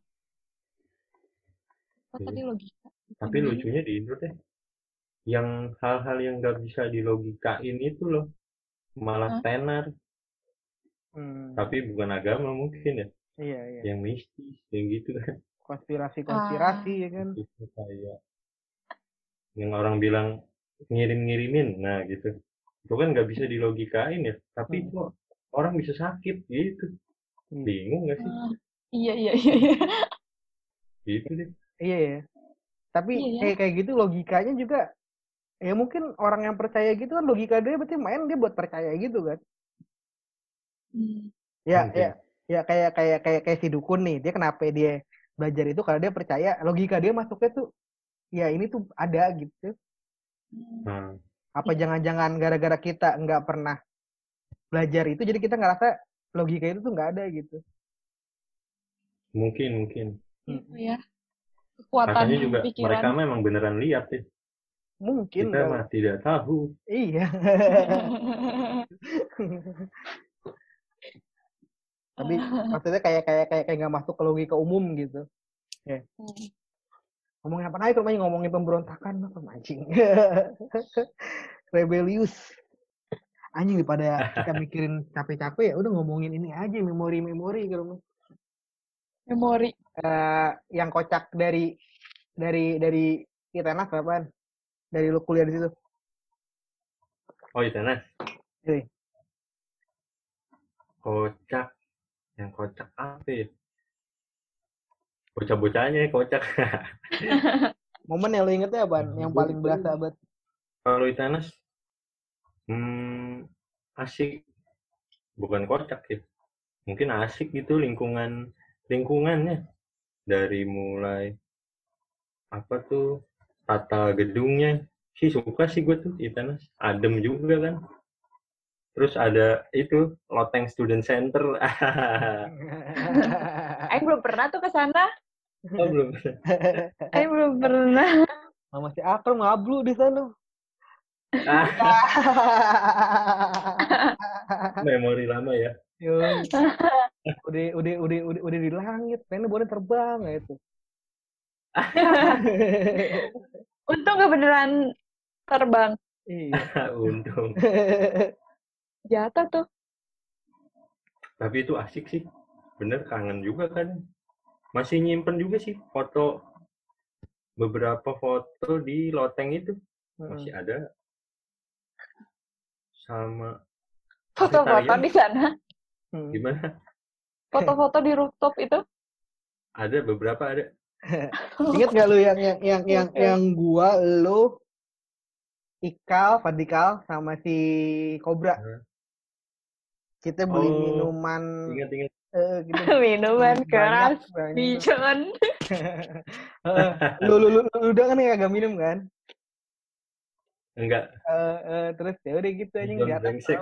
apa Iya. tadi logika. Tapi lucunya di Indo deh, yang hal-hal yang nggak bisa dilogikain itu loh, malah Hah? tenar. Hmm, Tapi bukan agama mungkin ya, iya iya. yang mistis, yang gitu kan. Konspirasi-konspirasi ya kan. Itu kayak yang orang bilang ngirim-ngirimin, nah gitu. Itu kan nggak bisa dilogikain ya, tapi Hmm. kok orang bisa sakit gitu. Hmm. Bingung nggak sih? Ah, iya iya iya. iya. Gitu deh. Iya ya. Tapi Iya ya. kayak kayak gitu logikanya juga ya mungkin orang yang percaya gitu kan logika dia berarti main dia buat percaya gitu kan. Hmm. Ya Mungkin. ya ya kayak kayak kayak kayak si dukun nih, dia kenapa dia belajar itu karena dia percaya logika dia masuknya tuh ya ini tuh ada gitu. Nah, Apa jangan-jangan gara-gara kita nggak pernah belajar itu jadi kita ngerasa logika itu tuh nggak ada gitu. mungkin mungkin. Gitu ya. Kekuatan Makanya juga mereka pikiran. memang beneran lihat ya. Mungkin Kita kalau mah tidak tahu. iya. Tapi maksudnya kayak kayak kayak kayak nggak masuk ke logika umum gitu. Ya. Hmm. Ngomongin apa aja rumahnya ngomongin pemberontakan apa mancing. Rebellious. Anjing daripada kita mikirin capek-capek ya udah ngomongin ini aja memori-memori gitu. Memori. Eh yang kocak dari dari dari Itenas apaan? Dari lu kuliah di situ. Oh itu nah, Jadi, kocak. Yang kocak apa ya? Bocah-bocahnya kocak. momen yang lu ingetnya apaan? Yang paling berasa banget. Kalau Itanas, hmm, asik. Bukan kocak ya. Mungkin asik gitu lingkungan lingkungannya. Dari mulai apa tuh tata gedungnya sih suka sih gue tuh Itanas. Adem juga kan. Terus ada itu loteng student center. Aing belum pernah tuh ke sana. Oh belum. Aing belum pernah. Mama si Akram ngablu di sana. Ah, memori lama ya. Yoi. udah udah udah udah udah di langit, pengen boleh terbang ya itu. Untung gak beneran terbang. Iya. Untung. Jatuh tuh. Tapi itu asik sih. Bener kangen juga kan. Masih nyimpen juga sih foto beberapa foto di loteng itu. Masih ada. Sama Foto-foto Vegetarian. di sana. Gimana? Foto-foto di rooftop itu. Ada beberapa ada. Ingat gak lu yang yang yang yang, Oke. yang gua, lu, Ikal, Fadikal sama si Kobra. Hah? Kita beli Oh, minuman ingat-ingat. eh gitu. Minuman Banyak, keras. banyak. Bicon. Eh, lu, lu, lu, lu udah kan kagak minum kan? Enggak. Eh, eh, terus ya udah gitu anjing di Bidon atas. brengsek.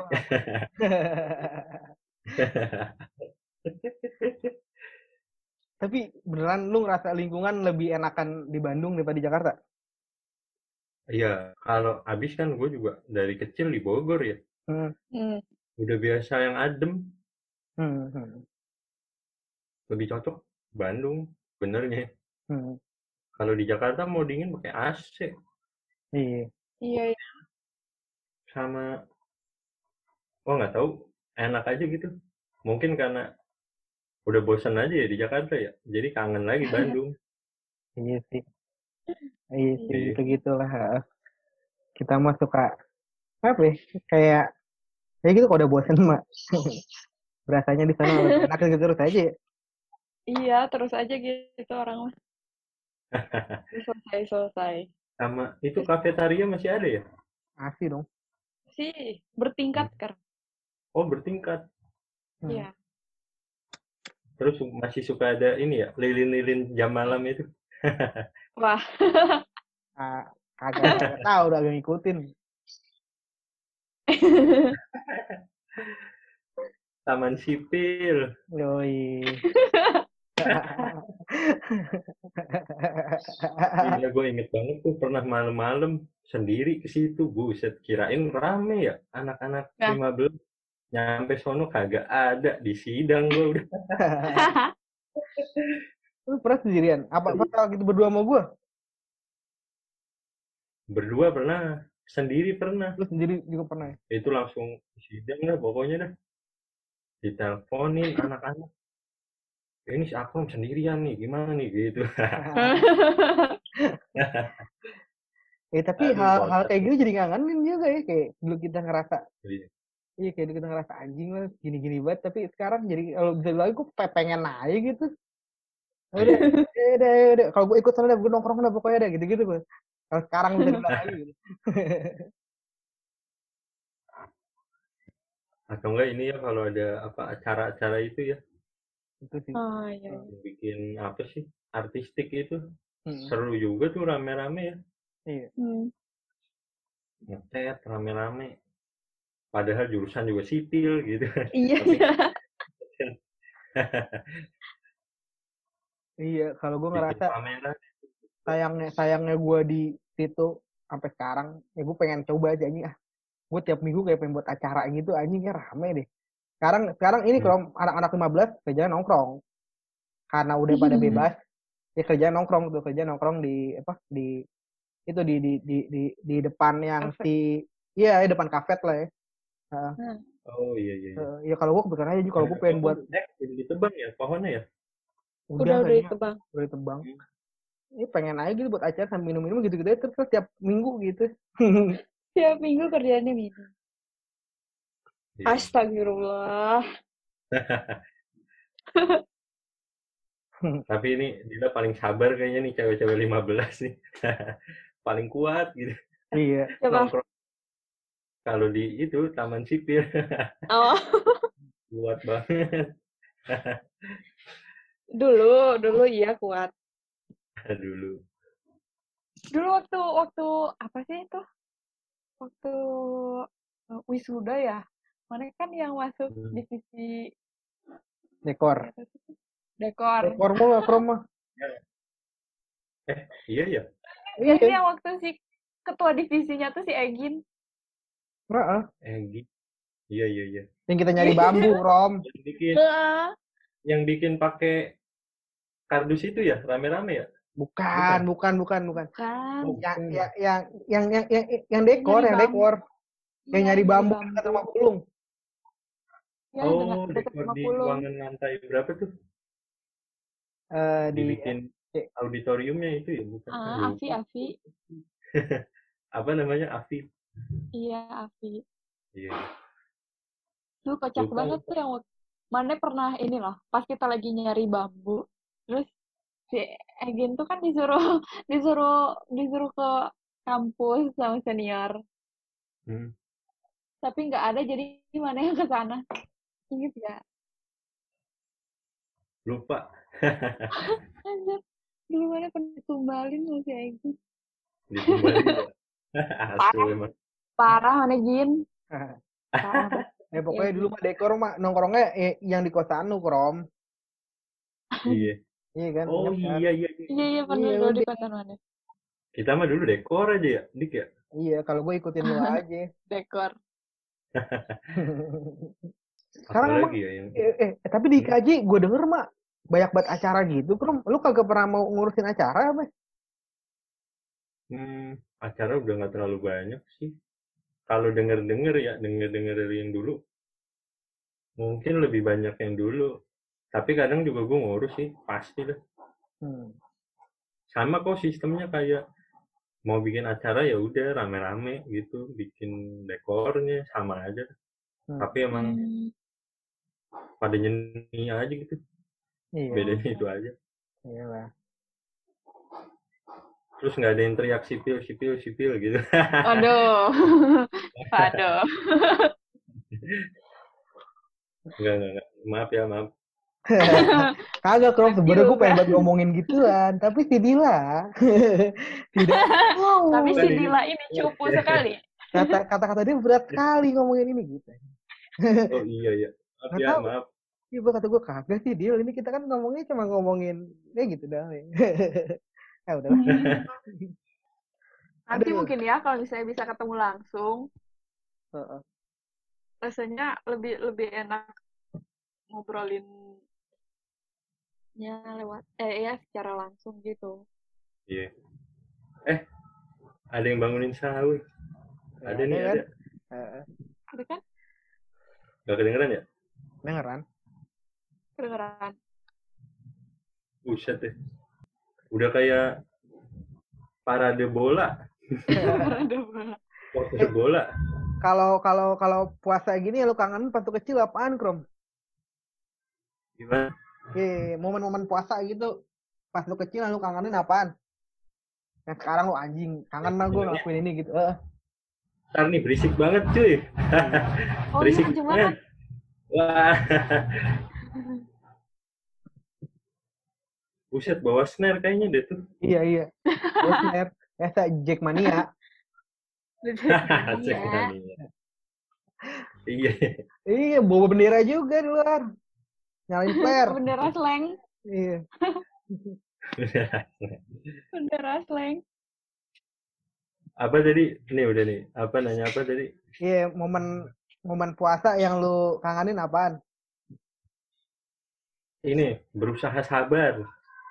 Tapi beneran lu ngerasa lingkungan lebih enakan di Bandung daripada di Jakarta? Iya, kalau habis kan gue juga dari kecil di Bogor ya. Hmm. Hmm. Udah biasa yang adem. Hmm. Hmm. Lebih cocok Bandung benernya. Hmm. Kalau di Jakarta mau dingin pakai A C. Iya. Iya, iya. Sama, oh nggak tahu, enak aja gitu. Mungkin karena udah bosan aja ya di Jakarta ya. Jadi kangen lagi Bandung. Iya sih. Iya sih, Iya. gitu-gitulah. Kita mah suka apa ya? Kayak ya gitu kalau udah bosen mah. Berasanya di sana lebih enak gitu terus aja ya. Iya, terus aja gitu orang mah. Selesai-selesai. Sama itu kafetaria masih ada ya? Asli dong. Sih, bertingkat kan. Oh bertingkat. Hmm. Iya. Terus masih suka ada ini ya, lilin-lilin jam malam itu. Wah. Ah, kagak kagak tahu udah agak ngikutin. Taman sipil. Yoi. Iya, gue inget banget tuh pernah malam-malam sendiri ke situ. Buset, kirain rame ya anak-anak Nah. lima belas. Nyampe sono kagak ada, di sidang gue udah. Lu pernah sendirian? Apa apa gitu berdua sama gua? Berdua pernah, sendiri pernah. Lu sendiri juga pernah ya? Itu langsung sidang lah pokoknya dah. Diteleponin anak-anak. Ini si Akram sendirian nih, gimana nih gitu. Eh tapi Aduh, hal, kocak. hal kayak gitu jadi ngangenin juga ya, kayak dulu kita ngerasa Iya. iya kayak dulu kita ngerasa anjing lah gini-gini banget, tapi sekarang jadi kalau bisa lagi gue pengen aja gitu. Udah, udah, udah. Kalau gue ikut sana, gue nongkrong dah pokoknya dah gitu-gitu gue. Kalau sekarang bisa dibilang lagi gitu. Atau enggak ini ya kalau ada apa acara-acara itu ya, Itu sih. Oh iya. yang bikin apa sih artistik itu Hmm. seru juga tuh rame-rame ya, Iya. Hmm. ngetet rame-rame. Padahal jurusan juga sipil gitu. Iya. Tapi Iya, kalau gue bikin ngerasa pameran. sayangnya sayangnya gue di situ sampai sekarang, ya gue pengen coba aja anjing ah. Gue tiap minggu kayak pengen buat acara gitu anjingnya rame deh. Sekarang sekarang ini Hmm. kalau anak-anak lima belas kerjaan nongkrong. Karena udah pada bebas, ya kerjaan nongkrong tuh, kerjaan nongkrong di apa di itu di di di di, di depan yang Kafe. si iya ya, depan kafet lah ya. Uh, Oh iya iya. iya. uh, ya kalau gue kepikiran aja kalau gue pengen buat eh udah ditebang ya pohonnya ya. udah Udah udah kayaknya, ditebang. udah ditebang. Hmm. Ini pengen aja gitu buat acara sambil minum-minum gitu-gitu aja terus, terus tiap minggu gitu. Tiap minggu kerjaannya minum. Iya. Astagfirullah. Tapi ini Dila paling sabar kayaknya nih cewek-cewek lima belas nih. Paling kuat gitu. Iya. Siapa? Nongkrong. Kalau di itu taman sipil Oh, kuat banget. dulu, dulu iya kuat. Dulu. Dulu waktu waktu apa sih itu? Waktu uh, wisuda ya. Mana kan yang masuk Hmm. divisi Dekor. dekor. Dekor mau nggak krom mah? Eh iya ya. Iya. Ini yang waktu si ketua divisinya tuh si Egin. Heeh. Eh gitu. Iya iya iya. Yang kita nyari bambu, Rom. Yang bikin Heeh. yang bikin pakai kardus itu ya rame-rame ya. Bukan, bukan, bukan, bukan. Kan. Oh, Yang, bukan. yang, yang, yang, yang, yang, yang dekor, Nyari yang bambu. dekor. Yang Iya, nyari bambu bambu. dekat rumah Pulung. Ya, Oh, dengan dekat dekor rumah di Pulung. ruangan lantai berapa tuh? Eh, di Dibikin eh, auditoriumnya itu ya bukan? Ah, Lupa. Afi, Afi. Apa namanya Afi? Iya, Afi. Iya. Lu kocak Lupa, banget lupa. tuh yang wak- Mana pernah ini loh, pas kita lagi nyari bambu, terus si Egin tuh kan disuruh disuruh disuruh ke kampus sama senior, Hmm. tapi nggak ada jadi mana yang ke sana. Ingat nggak? Lupa. Anjir, dulu mana pernah ditumbalin sama si Egin. Ditumbalin ya. Asu Parah. emang. Parah mana Gin. Parah banget. eh pokoknya dulu mah dekor mah nongkrongnya eh, yang di kosan lu, Krom. Iya. Iya kan? Oh Ingat kan? iya iya. iya. Iya, iya pernah Iya, dulu di udah. kosan mana. Kita mah dulu dekor aja ya, Dik ya. Iya, kalau gue ikutin lu aja. Dekor. Sekarang emang, Apalagi ya yang eh, eh, tapi di I K J gue denger mak banyak banget acara gitu, Krom. Lu kagak pernah mau ngurusin acara apa? hmm, acara udah nggak terlalu banyak sih. Kalau denger-denger ya, denger-denger dari yang dulu, mungkin lebih banyak yang dulu. Tapi kadang juga gue ngurus sih, pasti lah. Hmm. Sama kok sistemnya kayak mau bikin acara ya udah rame-rame gitu, bikin dekornya sama aja. Hmm. Tapi emang Hmm. pada nyeni aja gitu. Iya. Bedanya itu aja. Iyalah. Terus nggak ada yang teriak sipil, sipil, sipil gitu. Aduh. Aduh. Enggak, enggak, enggak. Maaf ya, maaf. Kagak, Krom. Sebenernya gue Juga. pengen banget ngomongin gituan, tapi si Dila tidak mau. Tapi si Tadi- Dila ini cupu sekali. Kata kata-kata dia berat sekali ngomongin ini gitu. Oh iya ya. Maaf Nggak ya, tahu. maaf. Iya, gua kata gue kagak sih Dil. Ini kita kan ngomongnya cuma ngomongin ya gitu dah. Ya udahlah. Nanti Aduh. mungkin ya kalau misalnya bisa ketemu langsung, Heeh. rasanya lebih lebih enak ngobrolinnya lewat eh ya secara langsung gitu. Iya. Eh, ada yang bangunin sahur. Ya, Ada nih, kan? ada. Heeh. Ada kan? Gak kedengeran ya? Dengeran. Kedengeran. Buset deh. Udah kayak parade bola. Ada bola. Porter bola. Kalau kalau kalau puasa gini ya lu kangen pas tuh kecil apaan, Krom? Gimana? Eh, momen-momen puasa gitu. pas lu kecil lu kangenin apaan? Yang sekarang lu anjing, kangen mah gue ngelakuin ini gitu. Eh. Ntar nih berisik banget cuy. Oh berisik iya, gimana? Wah. Buset, bawa snare kayaknya deh tuh. Iya, iya. Bawa snare. Esa Jackmania. Jackmania. Iya. Iya, bawa bendera juga di luar. Nyalain flare. Bendera slang. Iya. Bendera slang. Apa tadi? Ini udah nih. Apa nanya apa tadi? Iya, momen momen puasa yang lu kangenin apaan? Ini berusaha sabar.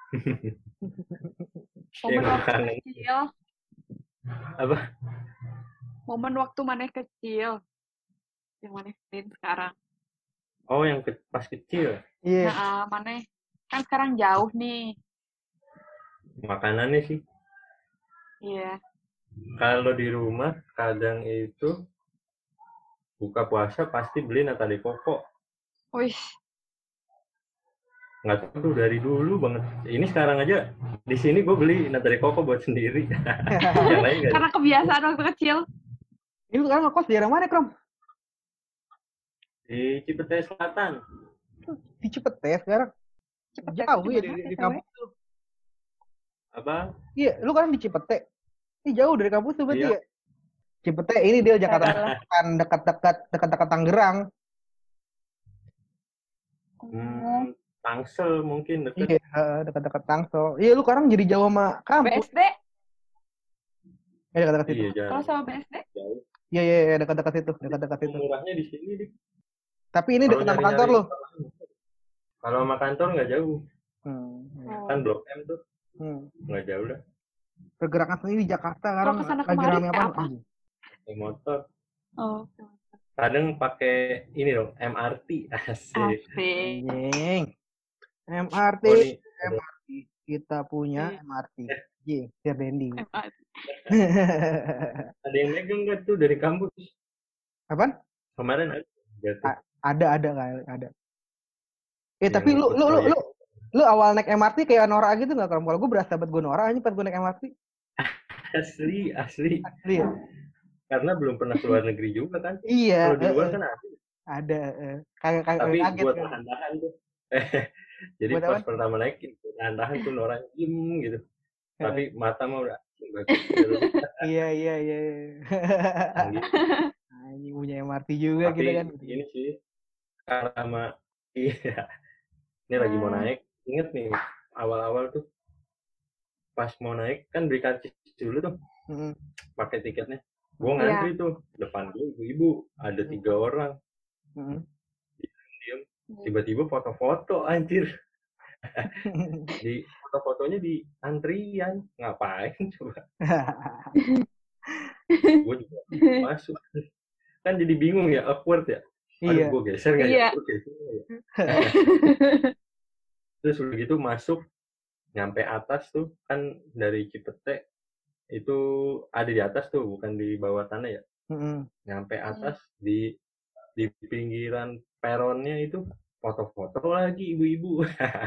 Momen Yang waktu kangen. kecil. Apa? Momen waktu maneh kecil. Yang maneh kangenin sekarang. Oh, yang ke- pas kecil. Iya. Nah, maneh kan sekarang jauh nih. Makanannya sih. Iya. Kalau di rumah kadang itu buka puasa pasti beli Nata de Coco. Wih, Nggak tahu tuh dari dulu banget. Ini sekarang aja di sini gue beli Nata de Coco buat sendiri. Yang lain nggak. karena kebiasaan waktu kecil. Ini lu sekarang ngekos di daerah mana, Krom? Di Cipete Selatan. Di Cipete sekarang. Cepet Jauh ya banget dari, ya, dari cewek. kampus lu. Apa? Iya, lu kan di Cipete. Ini jauh dari kampus tuh berarti Iya. ya. Cipete ini dia Jakarta Adalah. Selatan, dekat-dekat dekat-dekat Tangerang. Hmm, Tangsel mungkin deket. Iya, heeh, dekat-dekat Tangsel. Iya, lu sekarang jadi jauh sama kampus. B S D. Eh, dekat-dekat situ. Iya, Kalau jauh. sama B S D. Jauh. Iya, iya, iya, dekat-dekat situ, dekat-dekat situ. Murahnya di sini deh. Tapi ini Kalau dekat sama nyari-nyari kantor lu. Kalau sama kantor nggak jauh. Hmm. Oh. Kan Blok M tuh Hmm. nggak jauh dah. Pergerakan sendiri di Jakarta sekarang Kalau kesana lagi kemari rame kayak apa? apa? Naik motor. Oh. Kadang pakai ini dong, M R T. Asik. Asik. Anjing. M R T, Oh, nih, M R T. Kita punya M R T. Jing, Sir Dendi. M R T. ada yang megang nggak tuh dari kampus? Apaan? Kemarin ada. Nggak tuh. Ada, ada kali, ada. Eh, Yang tapi lu, ikut lu, lu, proyek. lu, lu awal naik M R T kayak Nora gitu nggak? Kalau gue berasa banget gue Nora aja pas gue naik M R T. Asli, asli. Asli ya? Karena belum pernah keluar negeri juga kan. Iya. Kalau di luar eh, kan ada. ada. eh. Kayak kayak Tapi kaget buat kan. tahan-tahan tuh. Jadi Buat pas apa? pertama naik, tahan-tahan tuh orang diem gitu. Tapi mata mah udah Iya, iya, iya. Anjing punya M R T juga Tapi kita kan. ini sih karena sama iya. Ini lagi mau Hmm. naik. Ingat nih awal-awal tuh pas mau naik kan beli karcis dulu tuh Mm-mm. pakai tiketnya. Gue Iya. ngantri tuh depan gue ibu-ibu ada tiga orang. Mm-mm. Diem tiba-tiba foto-foto anjir. Di foto-fotonya di antrian ngapain coba? Gue juga masuk kan jadi bingung ya, awkward ya. Aduh, Iya. gue geser nggak Iya. ya? Gue geser nggak ya? Terus udah gitu masuk nyampe atas tuh kan dari Cipete itu ada di atas tuh bukan di bawah tanah ya. Mm-mm. Nyampe atas di di pinggiran peronnya itu foto-foto lagi ibu-ibu.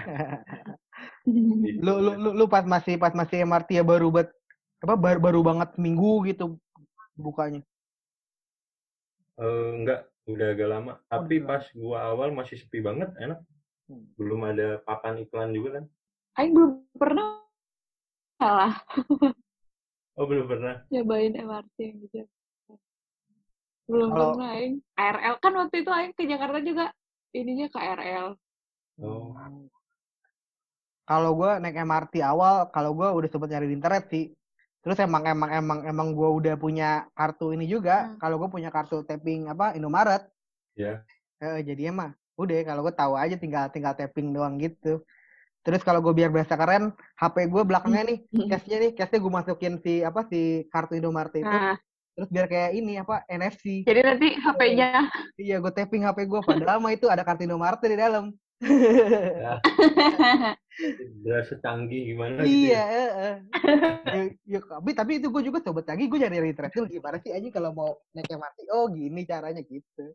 lu, lu, lu, lu pas masih pas masih M R T ya baru buat apa baru, baru banget seminggu gitu bukanya. Eh, enggak, udah agak lama. Tapi udah. pas gua awal masih sepi banget, enak. Hmm. Belum ada papan iklan juga kan? Aing belum pernah salah Oh, belum pernah. nyobain M R T yang gitu. Belum Kalau- pernah Aing. K R L kan waktu itu Aing ke Jakarta juga ininya K R L. Oh. Kalau gue naik M R T awal, kalau gue udah sempet nyari di internet sih. Terus emang emang emang emang gue udah punya kartu ini juga. Hmm. Kalau gue punya kartu tapping apa Indomaret. Ya. Eh, jadi emang udah kalau gue tahu aja tinggal tinggal tapping doang gitu. Terus kalau gue biar berasa keren, H P gue belakangnya nih, cashnya nih, cashnya gue masukin si apa si kartu Indomaret itu. Nah, Terus biar kayak ini apa N F C. jadi nanti H P-nya Iya, gue tapping H P gue. Padahal mah itu ada kartu Indomaret di dalam. Ya. Berasa canggih gimana gitu. Iya, Ya? eh, eh. ya, ya, tapi tapi itu gue juga sobat lagi gue nyari internet dulu gimana sih anjing kalau mau naik M R T. Oh, gini caranya gitu.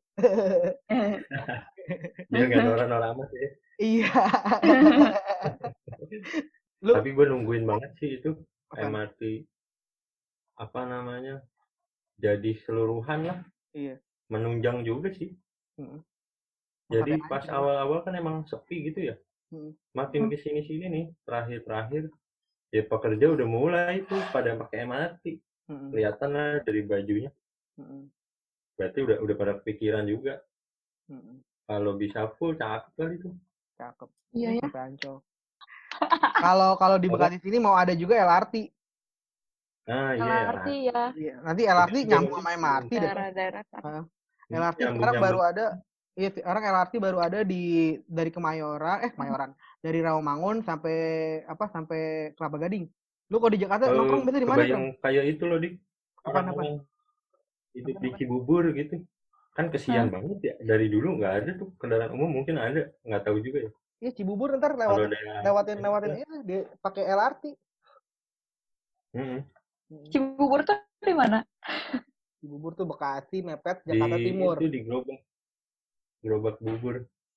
Biar nggak norak-norak amat ya. Iya. lu Lu Tapi gue nungguin banget sih itu apaan? M R T apa namanya jadi seluruhan lah, Iya. menunjang juga sih. Mm. Jadi Makanya pas aja. awal-awal kan emang sepi gitu ya. Mm. Makin kesini-sini nih terakhir-terakhir ya pekerja udah mulai tuh pada pakai M R T. Mm. Kelihatan lah dari bajunya. Mm. Berarti udah udah pada kepikiran juga. Mm. Kalau bisa full cakep kali itu. Cakep. Iya ya. Sampai Ancol. Kalau kalau di Apa? Bekasi sini mau ada juga L R T. Nah iya ya. L R T ya. Iya, nanti L R T Itu juga nyambung nanti sama M R T deh. Daerah-daerah kan. Heeh. Hmm, L R T sekarang nyambung-nyambung. baru ada. Iya, sekarang L R T baru ada di dari Kemayoran, eh Kemayoran, dari Rawamangun sampai apa sampai Kelapa Gading. Lu kalau di Jakarta Eh, nongkrong biasanya di mana, Bro? kebayang kayak itu loh dik. Apaan, Orang-orang hidup di Apa-apa? Cibubur gitu. Kan kesian Hah? banget ya. Dari dulu nggak ada tuh kendaraan umum, mungkin ada, nggak tahu juga ya. Iya, Cibubur ntar Kalau lewatin daerah lewatin lewatin itu dia pakai L R T. Mm-mm. Cibubur tuh di mana? Cibubur tuh Bekasi, mepet di Jakarta Timur. itu di gerobak gerobak bubur.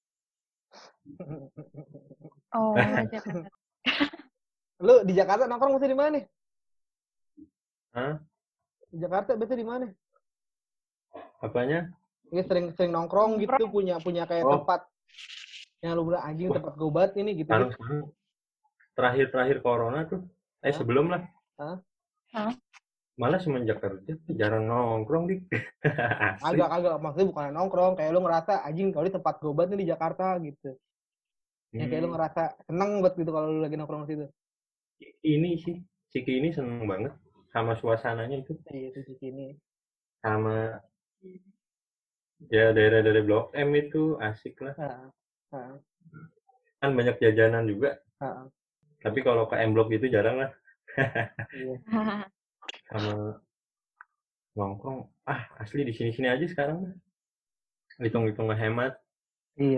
Oh, Jakarta. Lu di Jakarta nongkrong mesti di mana nih? Hah? Di Jakarta biasa di mana? Apanya? Ini sering-sering nongkrong gitu, Nongkrong. punya punya kayak Oh. tempat yang lu bilang anjing Wah. tempat gobat ini gitu. Sekarang sekarang terakhir-terakhir corona tuh, eh Hah? sebelum lah. Hah? Hah? Malah semenjak kerja jarang nongkrong dik. Asli. Agak agak maksudnya bukan nongkrong, kayak lu ngerasa anjing kalau di tempat gobat nih di Jakarta gitu. Yang kayak lu Hmm, ngerasa seneng banget gitu kalau lu lagi nongkrong di situ. ini sih Ciki ini seneng banget sama suasananya itu, Iya, di sini. sama ya daerah-daerah Blok M itu asik lah. Heeh. Heeh. Kan banyak jajanan juga. Heeh. Tapi kalau ke M Block gitu jarang lah. Iya. Sama nongkrong, ah asli di sini-sini aja sekarang mah. Hitung-hitung ngehemat. Iya.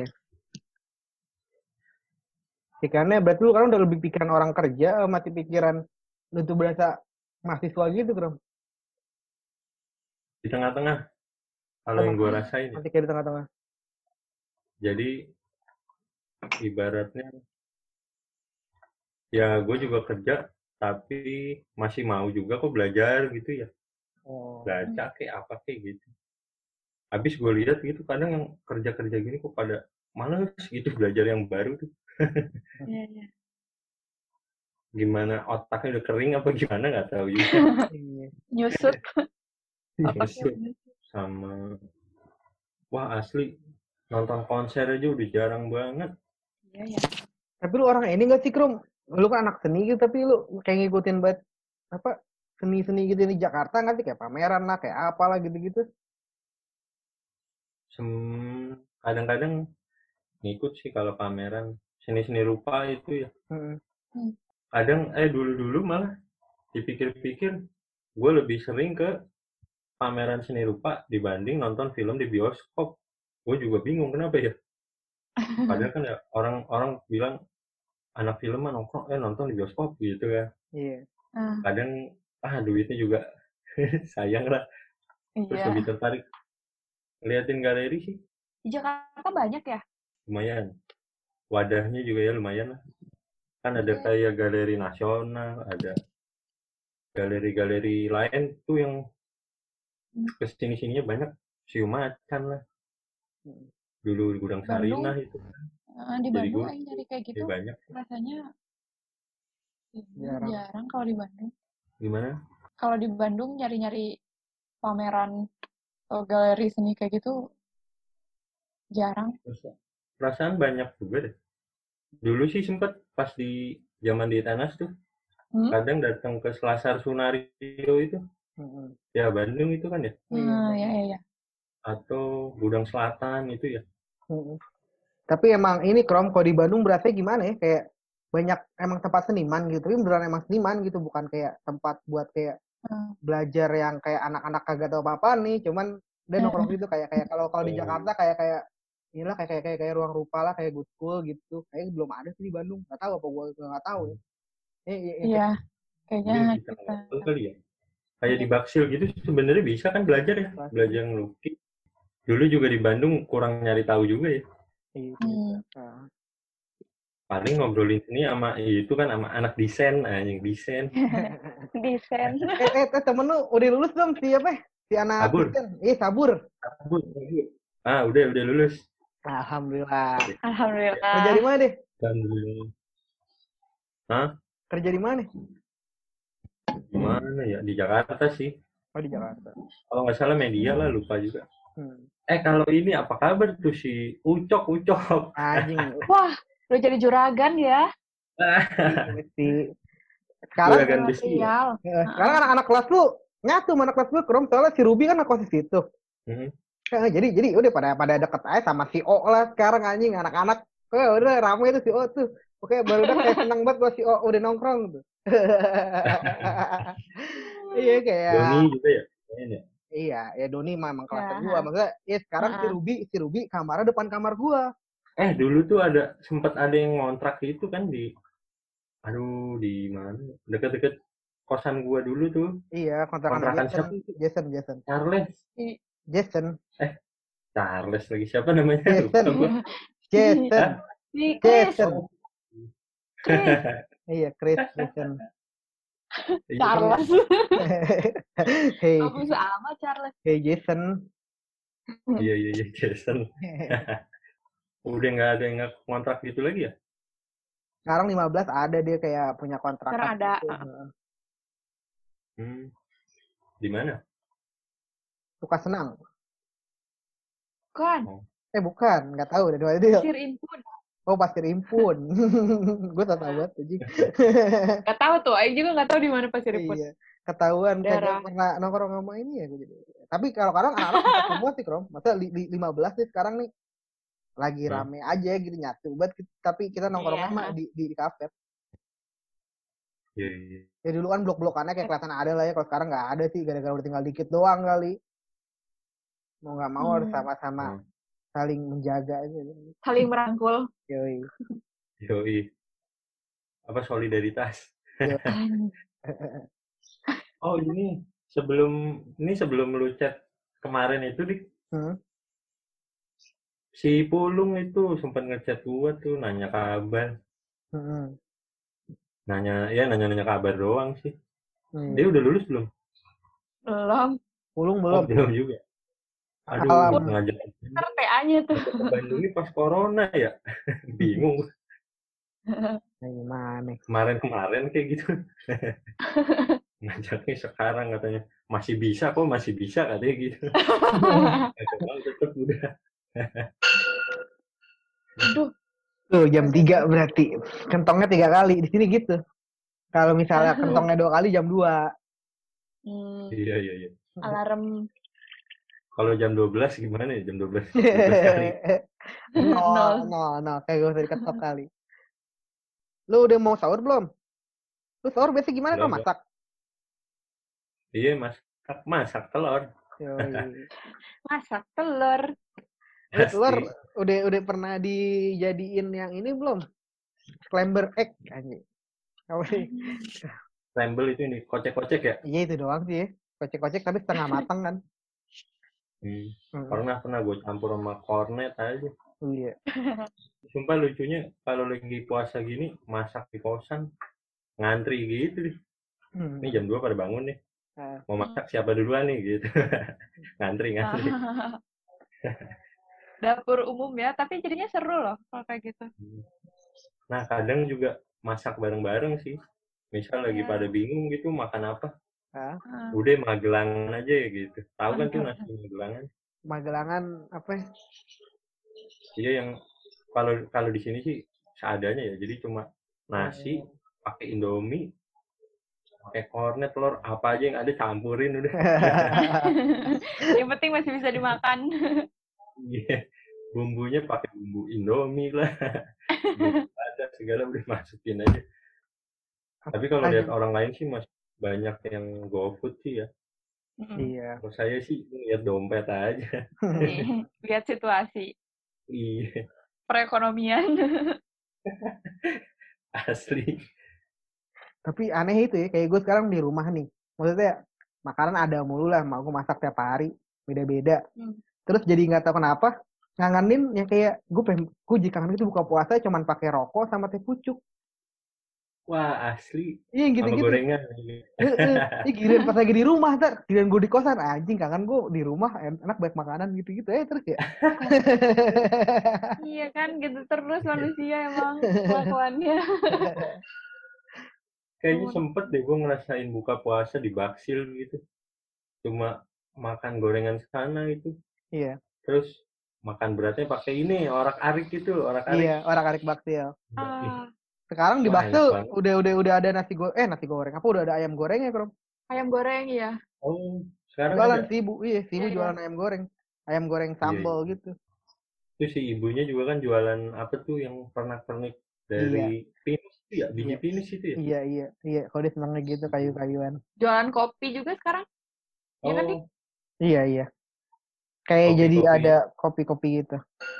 Pikirannya berarti lu kan udah lebih pikiran orang kerja, eh, mati pikiran lu tuh berasa mahasiswa gitu, Bro. Di tengah-tengah kalau yang gue rasain ya. Masih kayak di tengah-tengah. Jadi ibaratnya ya gue juga kerja tapi masih mau juga kok belajar gitu ya. Oh. Baca kayak apa kayak gitu. Habis gue lihat gitu kadang yang kerja-kerja gini kok pada males gitu belajar yang baru tuh. Iya, iya. Gimana otaknya udah kering apa gimana nggak tahu juga. Iya. Nyusut. Otaknya Nyusut. nyusut. Sama wah asli nonton konser aja udah jarang banget. Iya, ya. Tapi lu orang ini nggak sih, Krum? Lu kan anak seni gitu, tapi lu kayak ngikutin banget apa seni-seni gitu di Jakarta nggak sih? Kayak pameran lah, kayak apalah gitu-gitu. Sem- kadang-kadang ngikut sih kalau pameran seni-seni rupa itu ya. Hmm. Kadang eh dulu-dulu malah dipikir-pikir gue lebih sering ke pameran seni rupa dibanding nonton film di bioskop. Gue juga bingung kenapa ya. Padahal kan ya orang-orang bilang anak film mah nongkrong eh nonton di bioskop gitu kan. Iya. Ah, Kadang ah duitnya juga sayang lah. Terus iya. lebih tertarik liatin galeri sih Di Jakarta banyak ya? lumayan. Wadahnya juga ya lumayan lah. Kan ada kayak galeri nasional, ada galeri-galeri lain tuh yang kesini-sininya banyak siu macan lah. Dulu Gudang Sarinah itu. Uh, di Jadi Bandung gue aing nyari kayak gitu ya banyak. rasanya Jarang. jarang kalau di Bandung. Gimana? Kalau di Bandung nyari-nyari pameran atau galeri seni kayak gitu jarang. Perasaan banyak juga deh. Dulu sih sempet pas di zaman di Tenas tuh, Hmm? kadang datang ke Selasar Sunario itu, Hmm. ya Bandung itu kan ya, Nah, ya ya ya. atau Gudang Selatan itu ya. Hmm. Tapi emang ini, Krom, kalau di Bandung berasa gimana ya? Kayak banyak emang tempat seniman gitu, tapi beneran emang seniman gitu, bukan kayak tempat buat kayak Hmm. belajar yang kayak anak-anak kagak tahu apa-apa nih, cuman dia nongkrong gitu kayak kayak kalau kalau di Oh. Jakarta kayak kayak inilah kayak kayak kayak, kayak ruang rupa lah, kayak good school gitu. Kayak belum ada sih di Bandung. Nggak tahu apa gua nggak tahu ya. Eh, eh, eh, Iya, kayaknya Mungkin kita kita. nggak tahu kali ya. Kayak di Baksil gitu sebenarnya bisa kan belajar ya, Pasti. belajar ngelukis. Dulu juga di Bandung kurang nyari tahu juga ya. Iya. Hmm. Nah, paling ngobrolin ini sama itu kan sama anak desain, anjing desain. Desain. eh, eh, eh, temen lu udah lulus belum si apa? Si anak Sabur. Kristen. Eh, sabur. Sabur, sabur. Ah, udah udah lulus. Alhamdulillah. Alhamdulillah. Kerja di mana deh? Alhamdulillah. Hah? Kerja di mana? Gimana ya? Di Jakarta sih. Oh, di Jakarta. Kalau nggak salah media lah, lupa juga. Hmm. Eh, kalau ini apa kabar tuh si Ucok, Ucok? Anjing. Wah, udah jadi juragan ya. Si sekarang Juragan besi ya? Real. eh, sekarang anak-anak kelas lu nyatu sama anak kelas lu Krom, soalnya si Ruby kan ngekos di situ. Hmm. Eh, jadi jadi udah pada pada deket aja sama si O lah sekarang anjing anak-anak. Eh, udah rame tuh si O tuh. Oke, baru udah kayak seneng banget gua si O udah nongkrong tuh. Iya kayak Doni juga ya? Kayaknya ya? iya, ya Doni memang kelasnya Ya, gua. ha. Maksudnya ya sekarang si Ha-ha. Ruby, si Ruby kamarnya depan kamar gua. Eh, dulu tuh ada sempat ada yang ngontrak itu kan di aduh, di mana? Deket-deket kosan gua dulu tuh. Iya, kontrakan Kontrakan Jason, siapa itu? Jason, Jason. Charles. Jason, Charles lagi siapa namanya? Lupa Jason, gua. Jason, Si Chris. Jason. Chris. Iya, Chris, Jason. Iya, Charles. Hey, Kamu sama Charles. hey Jason. Iya, iya, iya, Jason. Udah nggak ada yang ngontrak gitu lagi ya? Sekarang lima belas ada dia kayak punya kontrakan. Sekarang ada. gitu. Hmm. Di mana? Suka senang. Kan. Eh bukan, nggak tahu dari mana dia. Pasir Impun. Oh Pasir Impun. Gue tak tahu banget anjing. Gak tahu tuh. Aing juga gak tahu di mana Pasir Impun. Iya. Ketahuan Daerah. kagak pernah nongkrong sama ini ya gue jadi. Tapi kalau kadang anak-anak suka semua sih, Krom. Masa li, li, lima belas nih sekarang nih lagi Hmm. rame aja gitu nyatu banget kita- tapi kita nongkrong Iya. sama di di, di kafe. Iya, iya. Ya dulu kan blok-blokannya kayak kelihatan ada lah ya, kalau sekarang nggak ada sih gara-gara udah tinggal dikit doang kali. Mau nggak mau harus Hmm. sama-sama Hmm. saling menjaga aja. Saling merangkul. Yoi. Yoi. Apa solidaritas? Yo. Oh, ini sebelum ini sebelum lu chat kemarin itu di Hmm. si Pulung itu sempat ngechat gua tuh nanya kabar. Hmm. Nanya ya nanya-nanya kabar doang sih. Hmm. Dia udah lulus belum? Belum. Pulung Oh, belum. belum juga. Aduh, Alam. ngajak Ntar T A-nya tuh. ke Bandung ini pas corona ya. Bingung. Nah, gimana? Kemarin-kemarin kayak gitu. Ngajaknya sekarang katanya masih bisa kok, masih bisa katanya gitu. Ngajak orang tetep udah. Aduh. Tuh jam tiga berarti kentongnya tiga kali di sini gitu. Kalau misalnya kentongnya dua kali jam dua. Hmm, Iya, iya, iya. alarm Kalau jam dua belas gimana ya? Jam dua belas dua belas kali. no, no, no, kayak gue usah diketok kali. Lu udah mau sahur belum? Lu sahur biasa gimana kalau Belum, masak? Iya, masak masak telur. Yoi. masak telur. Lu telur Pasti. udah udah pernah dijadiin yang ini belum? Scrambled egg anjing. Apa sih? Scramble itu ini kocek-kocek ya? Iya itu doang sih ya. Kocek-kocek tapi setengah matang kan. Hmm. Hmm. Pernah pernah gue campur sama kornet aja. Iya. Sumpah lucunya kalau lagi puasa gini masak di kosan ngantri gitu deh. Hmm. Ini jam dua pada bangun nih. Ah. Mau masak siapa duluan nih gitu. ngantri ngantri. Dapur umum ya, tapi jadinya seru loh kalau kayak gitu. Nah kadang juga masak bareng-bareng sih. Misal lagi Iya. pada bingung gitu makan apa. Ah. Ah, Udah Magelangan aja ya gitu. Tahu kan tuh Magelangan. nasi Magelangan? Magelangan apa? ya? Iya yang kalau kalau di sini sih seadanya ya. Jadi cuma nasi, pakai Indomie, pakai kornet, telur, apa aja yang ada campurin udah. Yang penting masih bisa dimakan. Iya. Bumbunya pakai bumbu Indomie lah. Bumbu ada segala udah masukin aja. Tapi kalau lihat orang lain sih masih banyak yang GoFood sih ya. Mm-mm. Iya. Kalau saya sih lihat dompet aja. Nih, lihat situasi Iya, perekonomian. asli. Tapi aneh itu ya, kayak gue sekarang di rumah nih. Maksudnya makanan ada mulu lah, mau gue masak tiap hari, beda-beda. Hmm. Terus jadi nggak tahu kenapa, ngangenin yang kayak gue pengen gue jika kangen itu buka puasa cuman pakai rokok sama teh pucuk. Wah, asli. Iya Sama gitu-gitu. gorengan. Heeh. Ih, giliran pas lagi di rumah ntar, giliran gue di kosan anjing kangen gue di rumah en- enak banyak makanan gitu-gitu eh terus ya. Iya kan, gitu terus manusia emang kelakuannya. Kayaknya Cuman, sempet deh gue ngerasain buka puasa di Baksil gitu. Cuma makan gorengan sana itu. Iya, Terus makan beratnya pakai ini, orak-arik itu, iya, orak-arik. orang-arik baktil. ah, Sekarang di Wah, enak bakso banget. udah udah udah ada nasi goreng, eh nasi goreng apa udah ada ayam goreng ya, Bro? ayam goreng ya. Oh, sekarang Jualan ada? Sibu, iya, Sibu Iya, iya. jualan ayam goreng. Ayam goreng Iya, sambal iya. gitu. Itu si ibunya juga kan jualan apa tuh yang pernak-pernik Iya, dari pinus itu ya, biji iya. pinus itu ya? Iya, iya, iya. Kalau dia senangnya gitu kayu-kayuan. Jualan kopi juga sekarang. Iya kan nih? Oh, Iya, iya. Kayak jadi kopi-kopi. ada kopi-kopi gitu.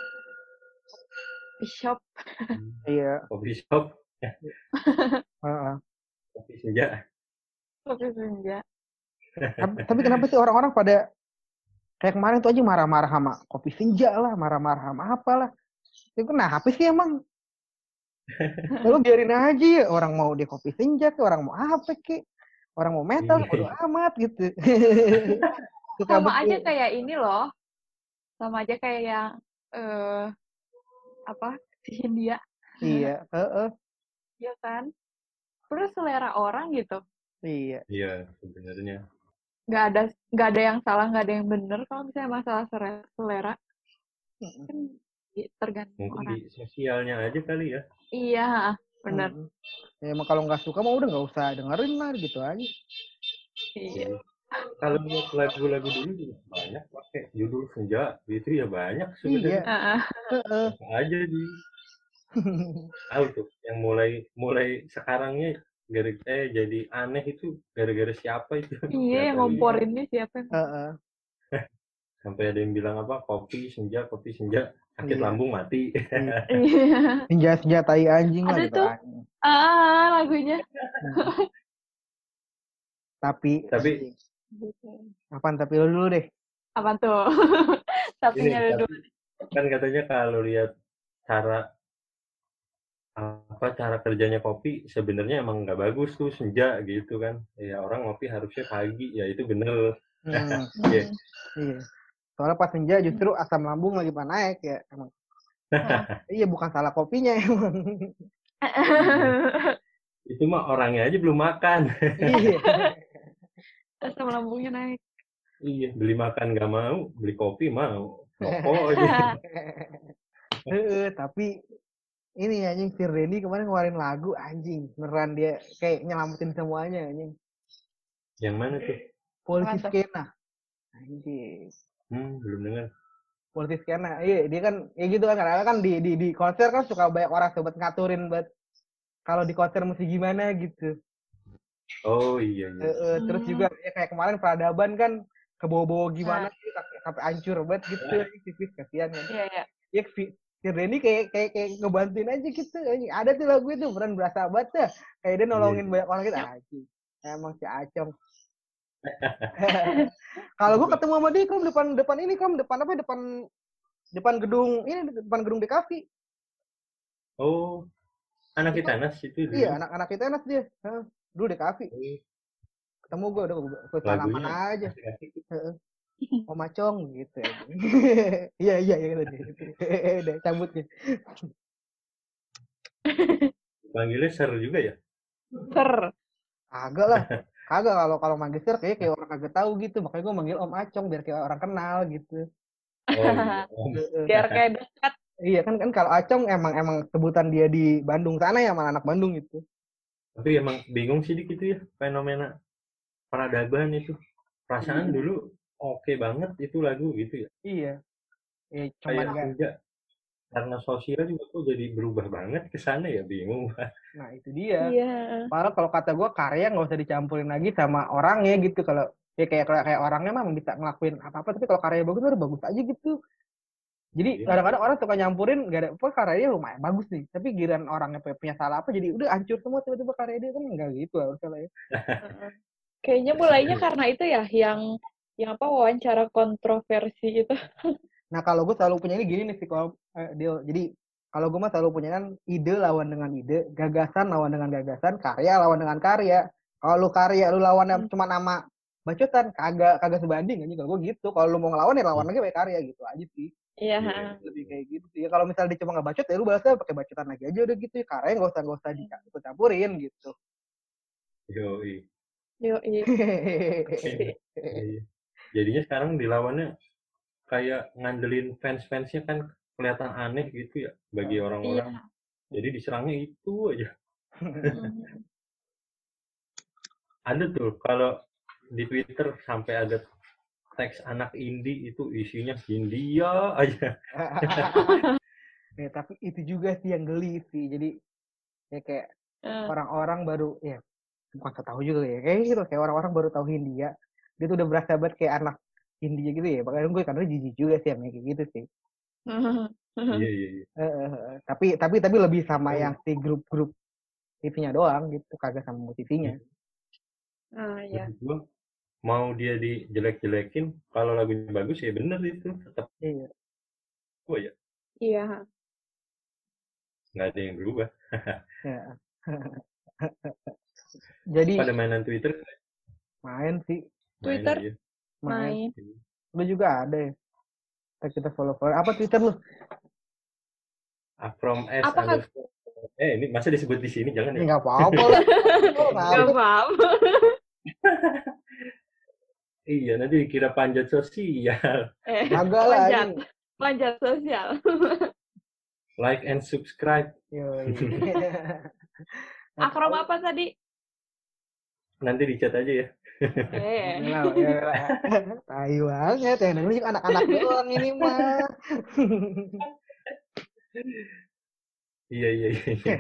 Di shop. Hmm, Iya. kopi shop, Heeh. kopi senja. Kopi senja. Tapi, tapi kenapa sih orang-orang pada kayak kemarin tuh aja marah-marah sama kopi senja lah, marah-marah sama apalah. Itu kenapa sih emang? Lalu biarin aja ya, orang mau dia kopi senja ke, orang mau apa ke, orang mau metal, Iya, bodo amat gitu. Suka Sama aja betul. kayak ini loh. Sama aja kayak yang eh apa? Si Hindia, Iya, heeh. ya kan? Terus selera orang gitu. Iya. iya sebenarnya. Nggak ada nggak ada yang salah, nggak ada yang benar kalau misalnya masalah sere- selera Mm-mm. kan i- tergantung Mungkin orang. di sosialnya aja kali ya. Iya, benar. Mm-mm. Ya emang kalau nggak suka mah udah nggak usah dengerin lah gitu aja. Iya. Iya. Kalau lihat lagu-lagu dulu juga banyak pakai judul senja gitu ya banyak Iya. sebenarnya. Heeh. Heeh. Apa aja di tahu tuh yang mulai mulai sekarangnya gara eh jadi aneh itu gara-gara siapa itu Iya, nggak yang tahu juga. ngomporinnya siapa? Heeh. Sampai ada yang bilang apa kopi senja kopi senja sakit Iya. lambung mati. Iya. Iya. Senja-senja tai anjing lah Ada gitu tuh. anjing. Ah, lagunya. Hmm. Tapi Tapi anjing. Apaan tapi lu dulu deh. Apa tuh? ini Tapinya ada dua. tapi kan katanya kalau lihat cara apa cara kerjanya kopi sebenarnya emang nggak bagus tuh senja gitu kan ya orang ngopi harusnya pagi ya itu bener. Hmm. Iya. Iya. Soalnya pas senja justru asam lambung lagi pada naik ya emang. Iya bukan salah kopinya emang. Itu mah orangnya aja belum makan. Iya. Asam lambungnya naik. Iya beli makan nggak mau beli kopi mau rokok aja. Heeh, tapi ini anjing Firdendi kemarin ngeluarin lagu anjing beneran dia kayak nyelamatin semuanya anjing. Yang mana tuh? Polisi Apaan tuh? skena anjing. Hmm, belum dengar. Polisi skena iya dia kan ya gitu kan karena kan di di di konser kan suka banyak orang sobat ngaturin buat kalau di konser mesti gimana gitu. Oh iya iya. Heeh, terus Hmm. juga ya kayak kemarin peradaban kan kebawa-bawa gimana sih sampai, sampai hancur banget gitu anjing tipis kasihan kan. Iya, iya. Ya Fi- Firdendi kayak kayak kayak ngebantuin aja gitu anjing. Ada tuh lagu itu beneran berasa banget dah. Kayak dia nolongin Iya. banyak orang gitu anjing. Emang si Acong. Kalau gua ketemu sama dia kom depan depan ini kom depan apa depan depan gedung ini depan gedung D K V. Oh anak kita nas itu dulu. Iya anak-anak kita enak dia. Heeh. Dulu D K V. Oh, Ketemu gua udah gua salaman lagunya aja. asik-asik. Heeh. Om Acong gitu ya. Iya iya iya gitu. Udah cabut ya. Panggilnya Ser juga ya? Ser. Kagak lah. Kagak kalau kalau manggil Sir kayak kayak orang kagak tahu gitu. Makanya gua manggil Om Acong biar kayak orang kenal gitu. Oh iya. Om. Heeh. Biar kayak dekat. Iya kan kan kalau Acong emang emang sebutan dia di Bandung sana ya sama anak Bandung gitu. Tapi emang bingung sih dik itu ya fenomena peradaban itu. Perasaan dulu oke banget itu lagu gitu ya. Iya. Eh cuman Kayak enggak. senja. Karena sosial juga kok jadi berubah banget ke sana ya bingung. Nah, itu dia. Iya. Padahal kalau kata gua karya nggak usah dicampurin lagi sama orangnya gitu. Kalau ya kayak kayak kayak orangnya mah bisa ngelakuin apa-apa tapi kalau karya bagus udah bagus aja gitu. Jadi Iya. kadang-kadang orang suka nyampurin gak ada apa karyanya lumayan bagus nih. Tapi giliran orangnya punya salah apa jadi udah hancur semua tiba-tiba karya dia kan enggak gitu lah ya. Kayaknya mulainya karena itu ya yang yang apa wawancara kontroversi itu. Nah kalau gue selalu punya ini gini nih sih kalau eh, Dio. Jadi kalau gue mah selalu punya kan ide lawan dengan ide, gagasan lawan dengan gagasan, karya lawan dengan karya. Kalau lu karya lu lawan Hmm. cuma nama bacotan, kagak kagak sebanding anjing. Kalau gue gitu, kalau lu mau ngelawan ya lawan lagi pakai karya gitu aja sih. Iya. Iya. Lebih kayak gitu sih. Ya kalau misalnya dia cuma nggak bacot ya lu balasnya pakai bacotan lagi aja udah gitu. Karya nggak usah nggak usah dicampurin gitu. Yoi. Yo, iya. Iya. Jadinya sekarang dilawannya kayak ngandelin fans-fansnya kan kelihatan aneh gitu ya bagi Iya. orang-orang. Jadi diserangnya itu aja. Hmm. Ada tuh kalau di Twitter sampai ada teks anak indie itu isinya India aja. Ya, tapi itu juga sih yang geli sih. Jadi ya kayak Eh, orang-orang baru ya bukan so tahu juga ya kayak gitu kayak orang-orang baru tahu Hindia dia tuh udah berasa banget kayak anak India gitu ya makanya gue kadang jijik juga sih sama kayak gitu sih. Iya iya iya. Eh, eh, eh. tapi tapi tapi lebih sama Oh. yang si grup-grup T V-nya doang gitu kagak sama musisinya. Ah, iya. Menurut gua mau dia dijelek-jelekin kalau lagunya bagus ya bener itu tetap Iya. gua ya Iya. nggak ada yang berubah. Ya. Jadi Pada mainan Twitter main sih main Twitter aja. main. main. Lu juga ada ya kita kita follow follow apa Twitter lu? Ah, from S Apa kan? underscore. Eh ini masa disebut di sini jangan Ini ya. nggak apa-apa lah. Oh, Gak ngapa? apa-apa. Iya nanti dikira panjat sosial. Eh, Kagak lah. panjat. ini. Panjat sosial. Like and subscribe. Yoi. Akrom apa tadi? Nanti di chat aja ya. Eh. Ya lah, ya lah. Tai banget yang dengerin juga anak-anak doang ini mah. Iya iya iya. iya.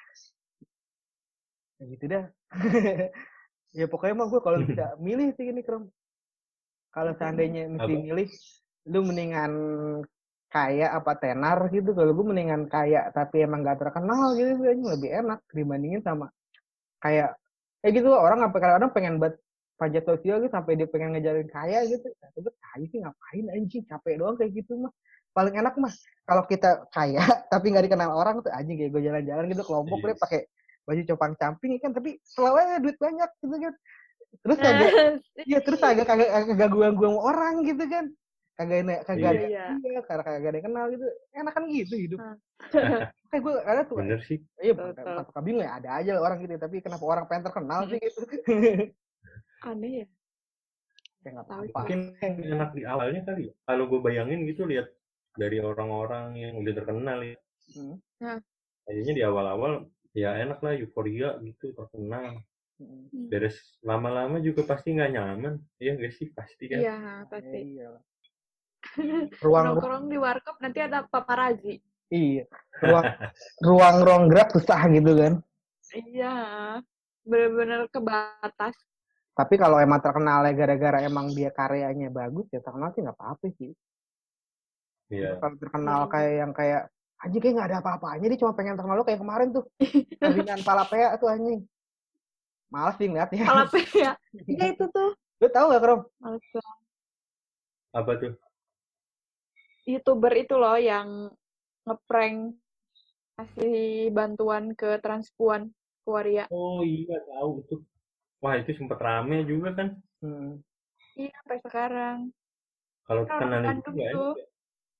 Ya gitu dah. Ya pokoknya mah gue kalau bisa milih sih ini Krom. Kalau seandainya mesti Apa? milih, lu mendingan kaya apa tenar gitu. Kalau gue mendingan kaya tapi emang gak terkenal gitu, kayaknya lebih enak dibandingin sama kayak kayak gitu orang apa kadang-kadang pengen buat pajak sosial gitu sampai dia pengen ngejalin kaya gitu. Nah, itu kaya sih ngapain anjing capek doang kayak gitu mah. Paling enak mah kalau kita kaya tapi nggak dikenal orang tuh anjing kayak gue jalan-jalan gitu kelompok Iya. deh pakai baju copang camping kan tapi selalu aja duit banyak gitu kan. Terus agak ya terus agak kagak kagak gua-gua sama orang gitu kan. Kagak enak kagak ada Iya. iya karena kagak ada yang kenal gitu. Enak kan gitu hidup. Hmm. Kayak gue ada tuh Bener sih. iya Betul. bukan suka bingung ya ada aja lah orang gitu tapi kenapa orang pengen terkenal sih gitu. Aneh ya. Ya nggak Tahu. apa-apa. Mungkin enak di awalnya kali ya. Kalau gue bayangin gitu lihat dari orang-orang yang udah terkenal ya. Hmm. Nah. Kayaknya di awal-awal ya enak lah euforia gitu terkenal. Hmm. Beres lama-lama juga pasti nggak nyaman. Iya nggak sih pasti kan. Iya, Ya, pasti. iya. Ruang Nongkrong di warkop nanti ada paparazi. iya. Ruang ruang ruang gerak susah gitu kan. Iya. Bener-bener kebatas. Tapi kalau emang terkenalnya gara-gara emang dia karyanya bagus ya terkenal sih nggak apa-apa sih. Iya. Kalau terkenal Hmm. kayak yang kayak anjing kayak nggak ada apa-apanya dia cuma pengen terkenal lo kayak kemarin tuh dengan Palapea tuh anjing. Males sih ngeliatnya. Palapea. Iya itu tuh. Lu tahu nggak Krom? Males banget. Apa tuh? YouTuber itu loh yang ngeprank kasih bantuan ke transpuan ke Waria. Oh iya tahu tuh. Wah itu sempet rame juga kan. Hmm. Iya sampai sekarang. Kalau Orang kenal itu Bandung nggak tuh. enak.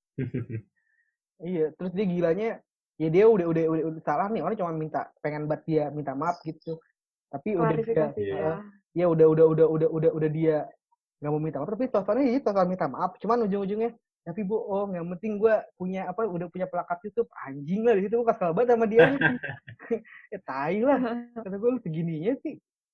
Iya, terus dia gilanya ya dia udah udah udah, udah salah nih orang cuma minta pengen buat dia minta maaf gitu. Tapi udah dia Klarifikasi Iya. ya. ya udah udah udah udah udah udah dia nggak mau minta maaf tapi totalnya dia total minta maaf cuman ujung-ujungnya tapi bohong yang penting gue punya apa udah punya plakat YouTube anjing lah di situ gue kesel banget sama dia ya tai lah kata gue lu segininya sih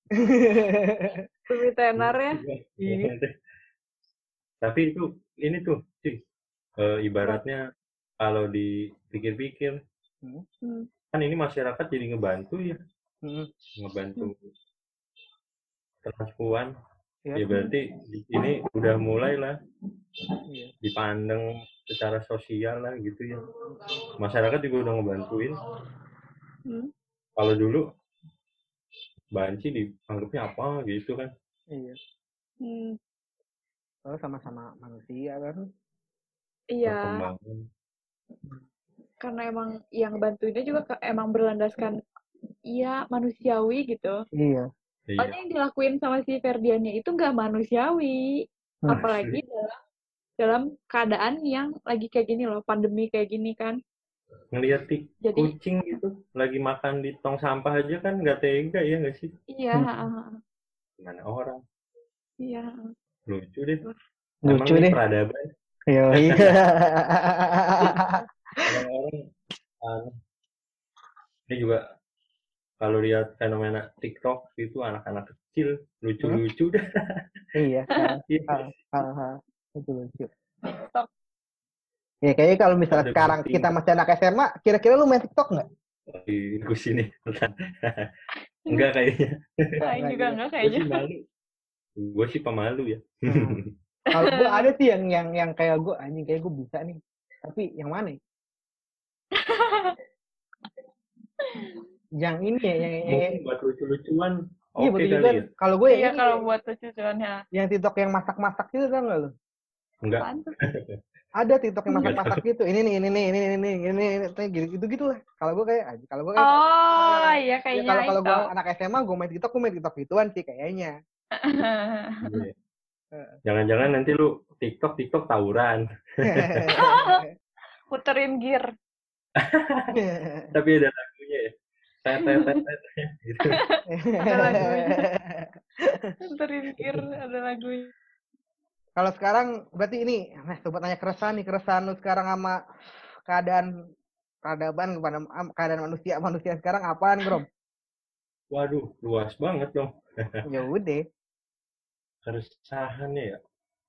Demi tenar ya. Iya. Tapi itu ini tuh sih eh, ibaratnya kalau dipikir-pikir Hmm. kan ini masyarakat jadi ngebantu ya Hmm. ngebantu transpuan Ya. ya berarti di sini udah mulai lah Iya. dipandang secara sosial lah gitu ya masyarakat juga udah ngebantuin Hmm. kalau dulu banci dianggapnya apa gitu kan Iya. Hmm. Soalnya sama-sama manusia kan Iya, perkembangan. karena emang yang bantuinnya juga ke- emang berlandaskan iya manusiawi gitu. Iya. Iya. Soalnya yang dilakuin sama si Ferdiannya itu nggak manusiawi, Hmm. apalagi dalam dalam keadaan yang lagi kayak gini loh, pandemi kayak gini kan. Ngeliat tik Jadi kucing gitu lagi makan di tong sampah aja kan nggak tega ya nggak sih? iya, Hmm. ha, ha, ha. Gimana orang? Iya. Lucu deh. Lucu Emang nih deh. peradaban Iya. orang-orang aneh. Ini juga kalau lihat fenomena TikTok itu anak-anak kecil lucu-lucu dah. Iya. Iya. Ah, ah, ah. Itu lucu. TikTok. Ya kayaknya kalau misalnya Ada sekarang gunting. kita masih anak S M A, kira-kira lu main TikTok nggak? Di gue sini. Enggak kayaknya. Saya Nggak juga juga. enggak Gue kayaknya. sih malu. Gue sih pemalu ya. Hmm. Kalau gue ada sih yang yang yang kayak gue anjing kayak gue bisa nih. Tapi yang mana? ya? Yang ini ya, yang, yang, Mungkin yang buat lucu-lucuan. iya Oke betul kali juga. ya. Kalau gue yang Iya, ini, kalau buat lucu-lucuannya. yang TikTok yang masak-masak gitu tau nggak lu? Enggak. Apaan tuh? Ada TikTok yang Nggak masak-masak gitu. Ini nih, ini nih, ini ini ini ini, ini, ini gitu gitu gitu lah. Kalau gue kayak, anjing, kalau gue kayak, Oh, iya ya kayaknya kalau kalau itu. gue anak S M A, gue main TikTok, gue main TikTok gituan sih kayaknya. Iya. Jangan-jangan nanti lu TikTok TikTok tawuran. Puterin gear. Tapi ada lagunya ya. Tet tet tet tet gitu. Ada lagunya. Puterin gear, ada lagunya. Kalau sekarang berarti ini, nah coba tanya keresahan nih, keresahan lu sekarang sama keadaan peradaban kepada keadaan manusia manusia sekarang apaan, Bro? Waduh, luas banget dong. Ya udah. Keresahannya ya.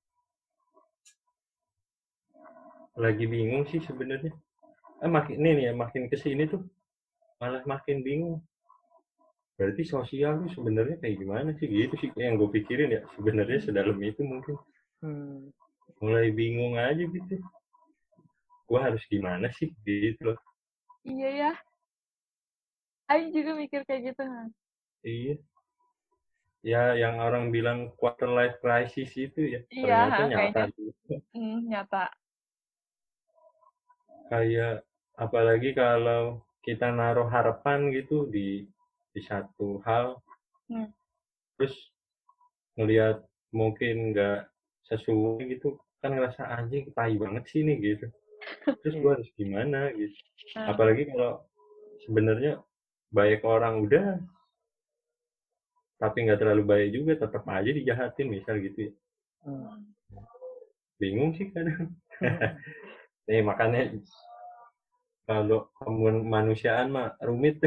Lagi bingung sih sebenarnya. Eh makin ini nih ya, makin kesini tuh malah makin bingung. Berarti sosial tuh sebenarnya kayak gimana sih gitu sih yang gue pikirin ya sebenarnya sedalam itu mungkin. Hmm. Mulai bingung aja gitu. Gue harus gimana sih gitu loh. Iya ya. Aing juga mikir kayak gitu. Han. Iya. Ya yang orang bilang quarter life crisis itu ya Iya, ternyata ha, nyata kayaknya. juga. Hmm, nyata. Kayak apalagi kalau kita naruh harapan gitu di di satu hal, Hmm. terus ngelihat mungkin nggak sesuai gitu kan ngerasa anjing tai banget sih nih gitu. Terus gue harus gimana gitu. Hmm. Apalagi kalau sebenarnya baik orang udah tapi nggak terlalu baik juga tetap aja dijahatin misal gitu ya. Hmm. Bingung sih kadang. Nih makanya kalau kemanusiaan mah rumit.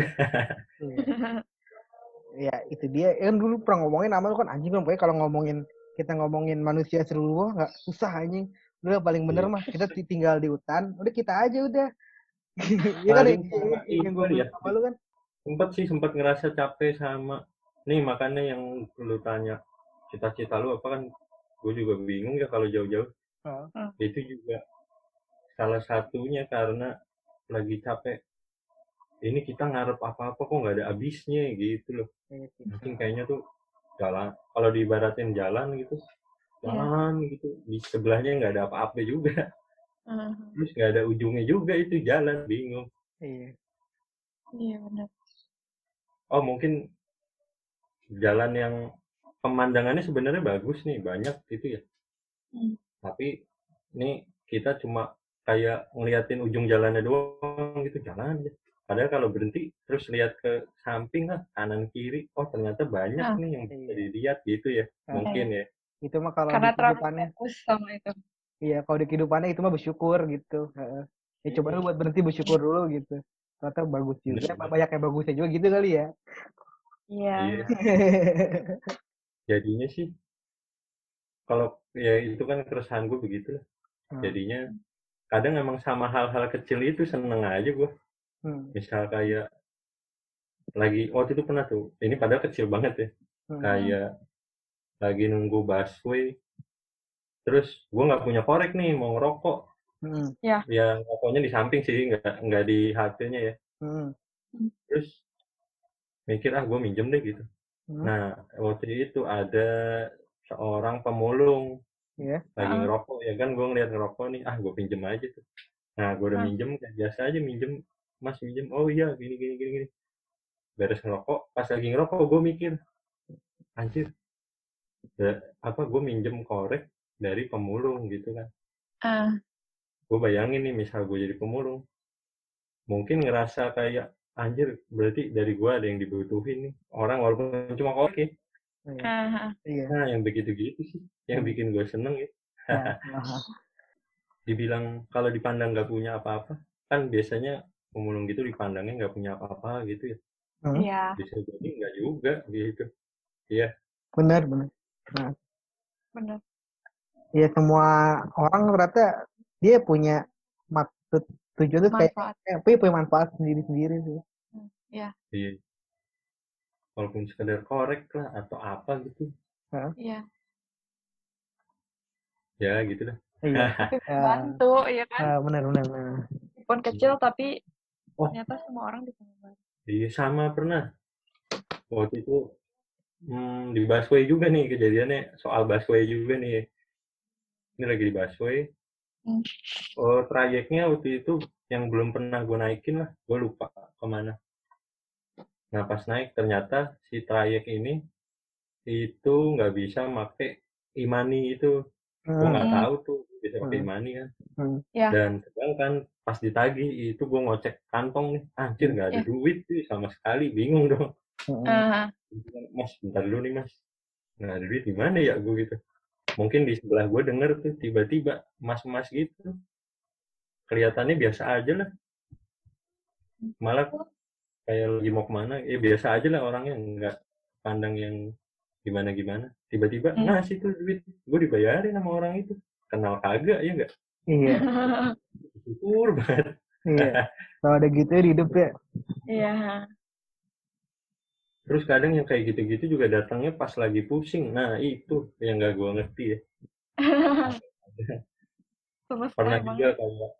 Ya itu dia. Kan dulu pernah ngomongin nama lu kan anjing kan, pokoknya kalau ngomongin kita ngomongin manusia seluruh nggak susah anjing. Udah paling bener Iya. mah kita ti- tinggal di hutan, udah kita aja udah. Ya kan Paling yang, sama yang gue itu ya. bilang sama lu kan. Sempat sih sempat ngerasa capek sama nih makanya yang lu tanya cita-cita lu apa kan gue juga bingung ya kalau jauh-jauh. Oh. Itu juga salah satunya karena lagi capek ini kita ngarep apa-apa kok nggak ada habisnya gitu loh. Mungkin kayaknya tuh jalan kalau diibaratin jalan gitu jalan gitu di sebelahnya nggak ada apa-apa juga. Hmm. Terus nggak ada ujungnya juga itu jalan bingung. Iya. Iya benar. Oh mungkin jalan yang pemandangannya sebenarnya bagus nih banyak gitu ya. Hmm. Tapi ini kita cuma kayak ngeliatin ujung jalannya doang gitu jalan aja. Padahal kalau berhenti terus lihat ke samping lah kanan kiri oh ternyata banyak Ah. nih yang bisa Iya. dilihat gitu ya mungkin ya. Itu mah kalau Karena di terlalu kehidupannya, fokus sama itu. iya kalau di kehidupannya itu mah bersyukur gitu. Heeh. Ya coba lu buat berhenti bersyukur dulu gitu. Ternyata bagus juga, Bener. banyak yang bagusnya juga gitu kali ya. Iya. Iya. Jadinya sih kalau ya itu kan keresahan gue begitu lah. Hmm. Jadinya kadang emang sama hal-hal kecil itu seneng aja gue. Hmm. Misal kayak lagi waktu itu pernah tuh ini padahal kecil banget ya. Hmm. Kayak lagi nunggu busway terus gue nggak punya korek nih mau ngerokok. Hmm. Ya. Ya rokoknya di samping sih nggak nggak di haltenya ya. Hmm. Terus mikir ah gue minjem deh gitu. Hmm. Nah waktu itu ada seorang pemulung Iya. lagi Heeh. ngerokok ya kan, gue ngeliat ngerokok nih, ah gue pinjem aja tuh. Nah gue udah Hah. minjem kayak biasa aja, minjem mas minjem, oh iya gini gini gini gini. Beres ngerokok, pas lagi ngerokok gue mikir, anjir, ya, apa gue minjem korek dari pemulung gitu kan. Ah, Gue bayangin nih misal gue jadi pemulung, mungkin ngerasa kayak anjir berarti dari gue ada yang dibutuhin nih orang walaupun cuma korek ya. Iya. ah, Iya. Nah yang begitu-gitu sih yang Hmm. bikin gue seneng ya. Nah, nah. Dibilang kalau dipandang nggak punya apa-apa, kan biasanya pemulung gitu dipandangnya nggak punya apa-apa gitu ya. Hmm. iya, Bisa jadi nggak juga gitu. Iya. Benar, benar. Nah, benar. ya semua orang ternyata dia punya maksud tujuan tuh kayak Manfaat. eh, tapi punya manfaat sendiri-sendiri sih. Hmm, Iya, Iya. Walaupun sekedar korek lah atau apa gitu, iya. ya gitu dah. Iya. Tapi Ya, bantu, ya kan? ah, benar, benar, benar. Meskipun kecil, tapi Oh ternyata semua orang bisa membantu. iya sama pernah waktu itu hmm, di busway juga nih kejadiannya soal busway juga nih. Ini lagi di busway. Hmm. Oh, trayeknya waktu itu yang belum pernah gue naikin lah, gue lupa kemana. Nah pas naik ternyata si trayek ini itu nggak bisa pakai e-money itu. Gue nggak Hmm. Hmm. tahu tuh bisa pakai Hmm. e-money kan. Hmm. Ya, Dan sedangkan pas ditagih itu gue ngecek kantong nih, anjir nggak ada Ya. duit sih sama sekali, bingung dong. Hmm. ah, Mas bentar dulu nih mas, nggak ada duit di mana ya gue gitu. Mungkin di sebelah gue denger tuh tiba-tiba mas-mas gitu, kelihatannya biasa aja lah, malah kayak lagi mau kemana, ya biasa aja lah orangnya, nggak pandang yang gimana-gimana. Tiba-tiba Hmm. ngasih tuh duit, gue dibayarin sama orang itu, kenal kagak ya nggak? Iya. Syukur banget. Iya. Kalau ada gitu ya di hidup ya. Iya. Terus kadang yang kayak gitu-gitu juga datangnya pas lagi pusing, nah itu yang nggak gue ngerti ya. Semesta Pernah emang. juga kayak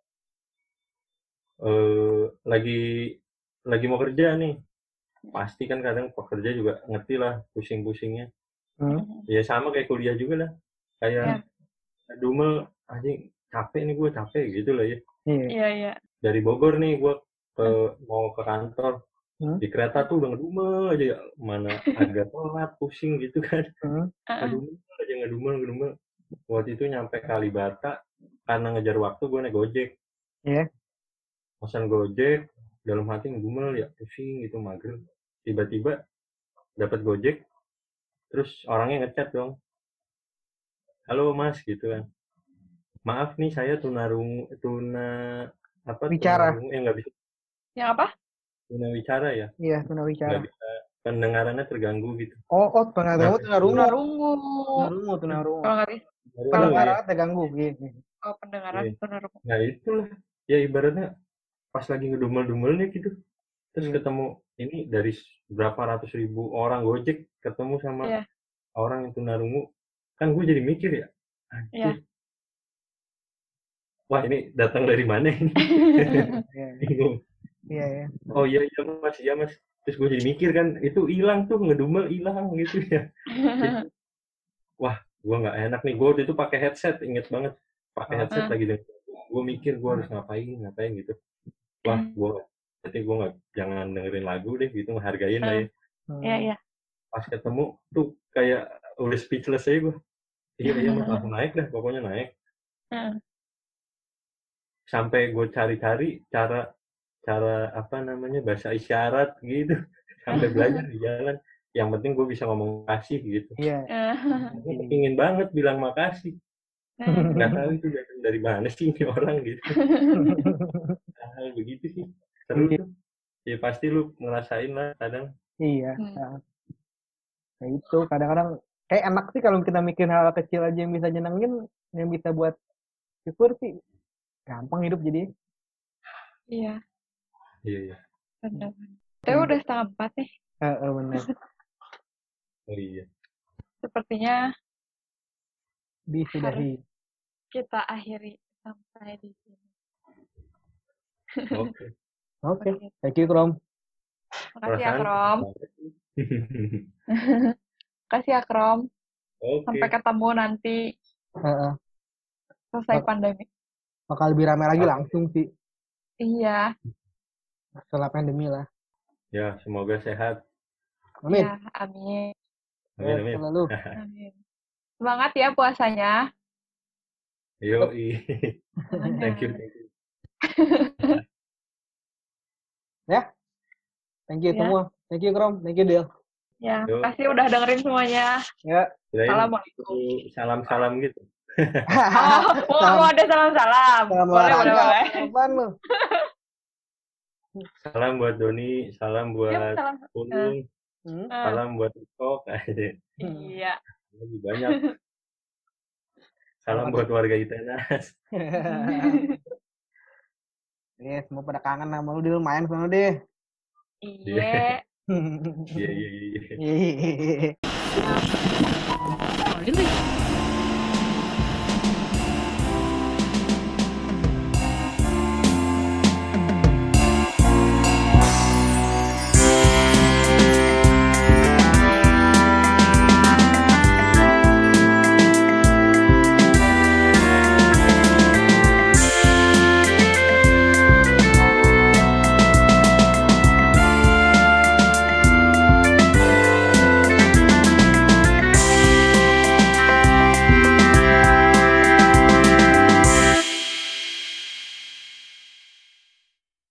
eh, lagi lagi mau kerja nih, pasti kan kadang pekerja juga ngerti lah pusing-pusingnya. Hmm. Ya sama kayak kuliah juga lah, kayak dumel anjing capek nih gue capek gitu lah ya. Iya. Iya, iya. Dari Bogor nih gue ke mau ke kantor, Hmm. di kereta tuh udah ngedumel aja, mana agak telat pusing gitu kan. Hmm. Ah, Ngedumel aja ngedumel ngedumel. Waktu itu nyampe Kalibata karena ngejar waktu gue naik Gojek. Iya. Pesan Gojek dalam hati ngedumel ya pusing gitu mager. Tiba-tiba dapat Gojek, terus orangnya ngechat dong, halo mas gitu kan, maaf nih saya tunarungu tuna apa Bicara. tunarungu eh nggak bisa Yang apa? tunawicara ya, Iya, tunawicara. nggak bisa, pendengarannya terganggu gitu. Oh, oh, pendengaranmu Nah, tunarungu. Tunarungu. Tunarungu, tunarungu. Kalau nggak bisa. Tunarungu ya. Pendengarannya terganggu gitu. Oh, pendengaran Iya. tunarungu. Nah itulah ya ibaratnya pas lagi ngedumel-dumelnya gitu, terus Iya. ketemu ini dari berapa ratus ribu orang Gojek ketemu sama Iya. orang yang tunarungu, kan gue jadi mikir ya, Iya. anjir, wah ini datang dari mana ini? Iya, Bingung. iya, iya. Oh iya iya mas, iya mas. Terus gue jadi mikir kan, itu hilang tuh ngedumel hilang gitu ya. Itu, wah gue nggak enak nih. Gue waktu itu pakai headset, inget banget. Pakai headset Ah. lagi dan gue mikir gue harus ngapain ngapain gitu. Wah gue jadi gue nggak jangan dengerin lagu deh gitu, ngehargain lah ya. Hmm. Iya, iya. Pas ketemu tuh kayak udah speechless aja gue. Iya iya mas, langsung naik dah, pokoknya naik. Ah. Sampai gue cari-cari cara cara apa namanya bahasa isyarat gitu, sampai belajar di jalan. Yang penting gue bisa ngomong kasih gitu. Iya. Gue ingin banget bilang makasih, nggak tahu itu dari, dari mana sih ini orang gitu. Hal begitu sih seru tuh ya, pasti lu ngerasain lah kadang. Iya. Hmm. Nah, nah, itu kadang-kadang kayak enak sih kalau kita mikir hal kecil aja yang bisa nyenengin, yang bisa buat syukur sih. Gampang hidup jadi. Iya, Iya iya. benar. Tapi udah setengah empat nih. Eh, eh, benar. Oh iya. Sepertinya Disudahi. kita akhiri sampai di sini. Oke. Oke. Thank you, Krom. Makasih ya, Perasaan. Krom. Makasih ya, Krom. Oke. Sampai ketemu nanti Heeh. selesai Bak- pandemi. bakal lebih rame lagi langsung sih Iya, setelah pandemi lah. Ya, semoga sehat. Amin. ya, amin. Amin, Ya, amin. selalu. Amin. Semangat ya puasanya. Yo, thank you, thank you. Ya. Thank you Ya. semua. Thank you Krom. Thank you Del. Ya, Yo. makasih udah dengerin semuanya. Ya. Kirain Assalamualaikum. salam-salam gitu. Oh, mau, mau ada salam-salam. Salam Boleh, boleh, olahraga. boleh. Apaan lu? Salam buat Doni, salam buat Yuk, salam. Ulung, Hmm? Eh, salam buat Iko. iya. Lebih banyak. Salam buat warga Itenas. Eh, semua pada kangen sama lu, Del. Main sama lu deh. Iya. Iya, iya, iya. Iya. Really?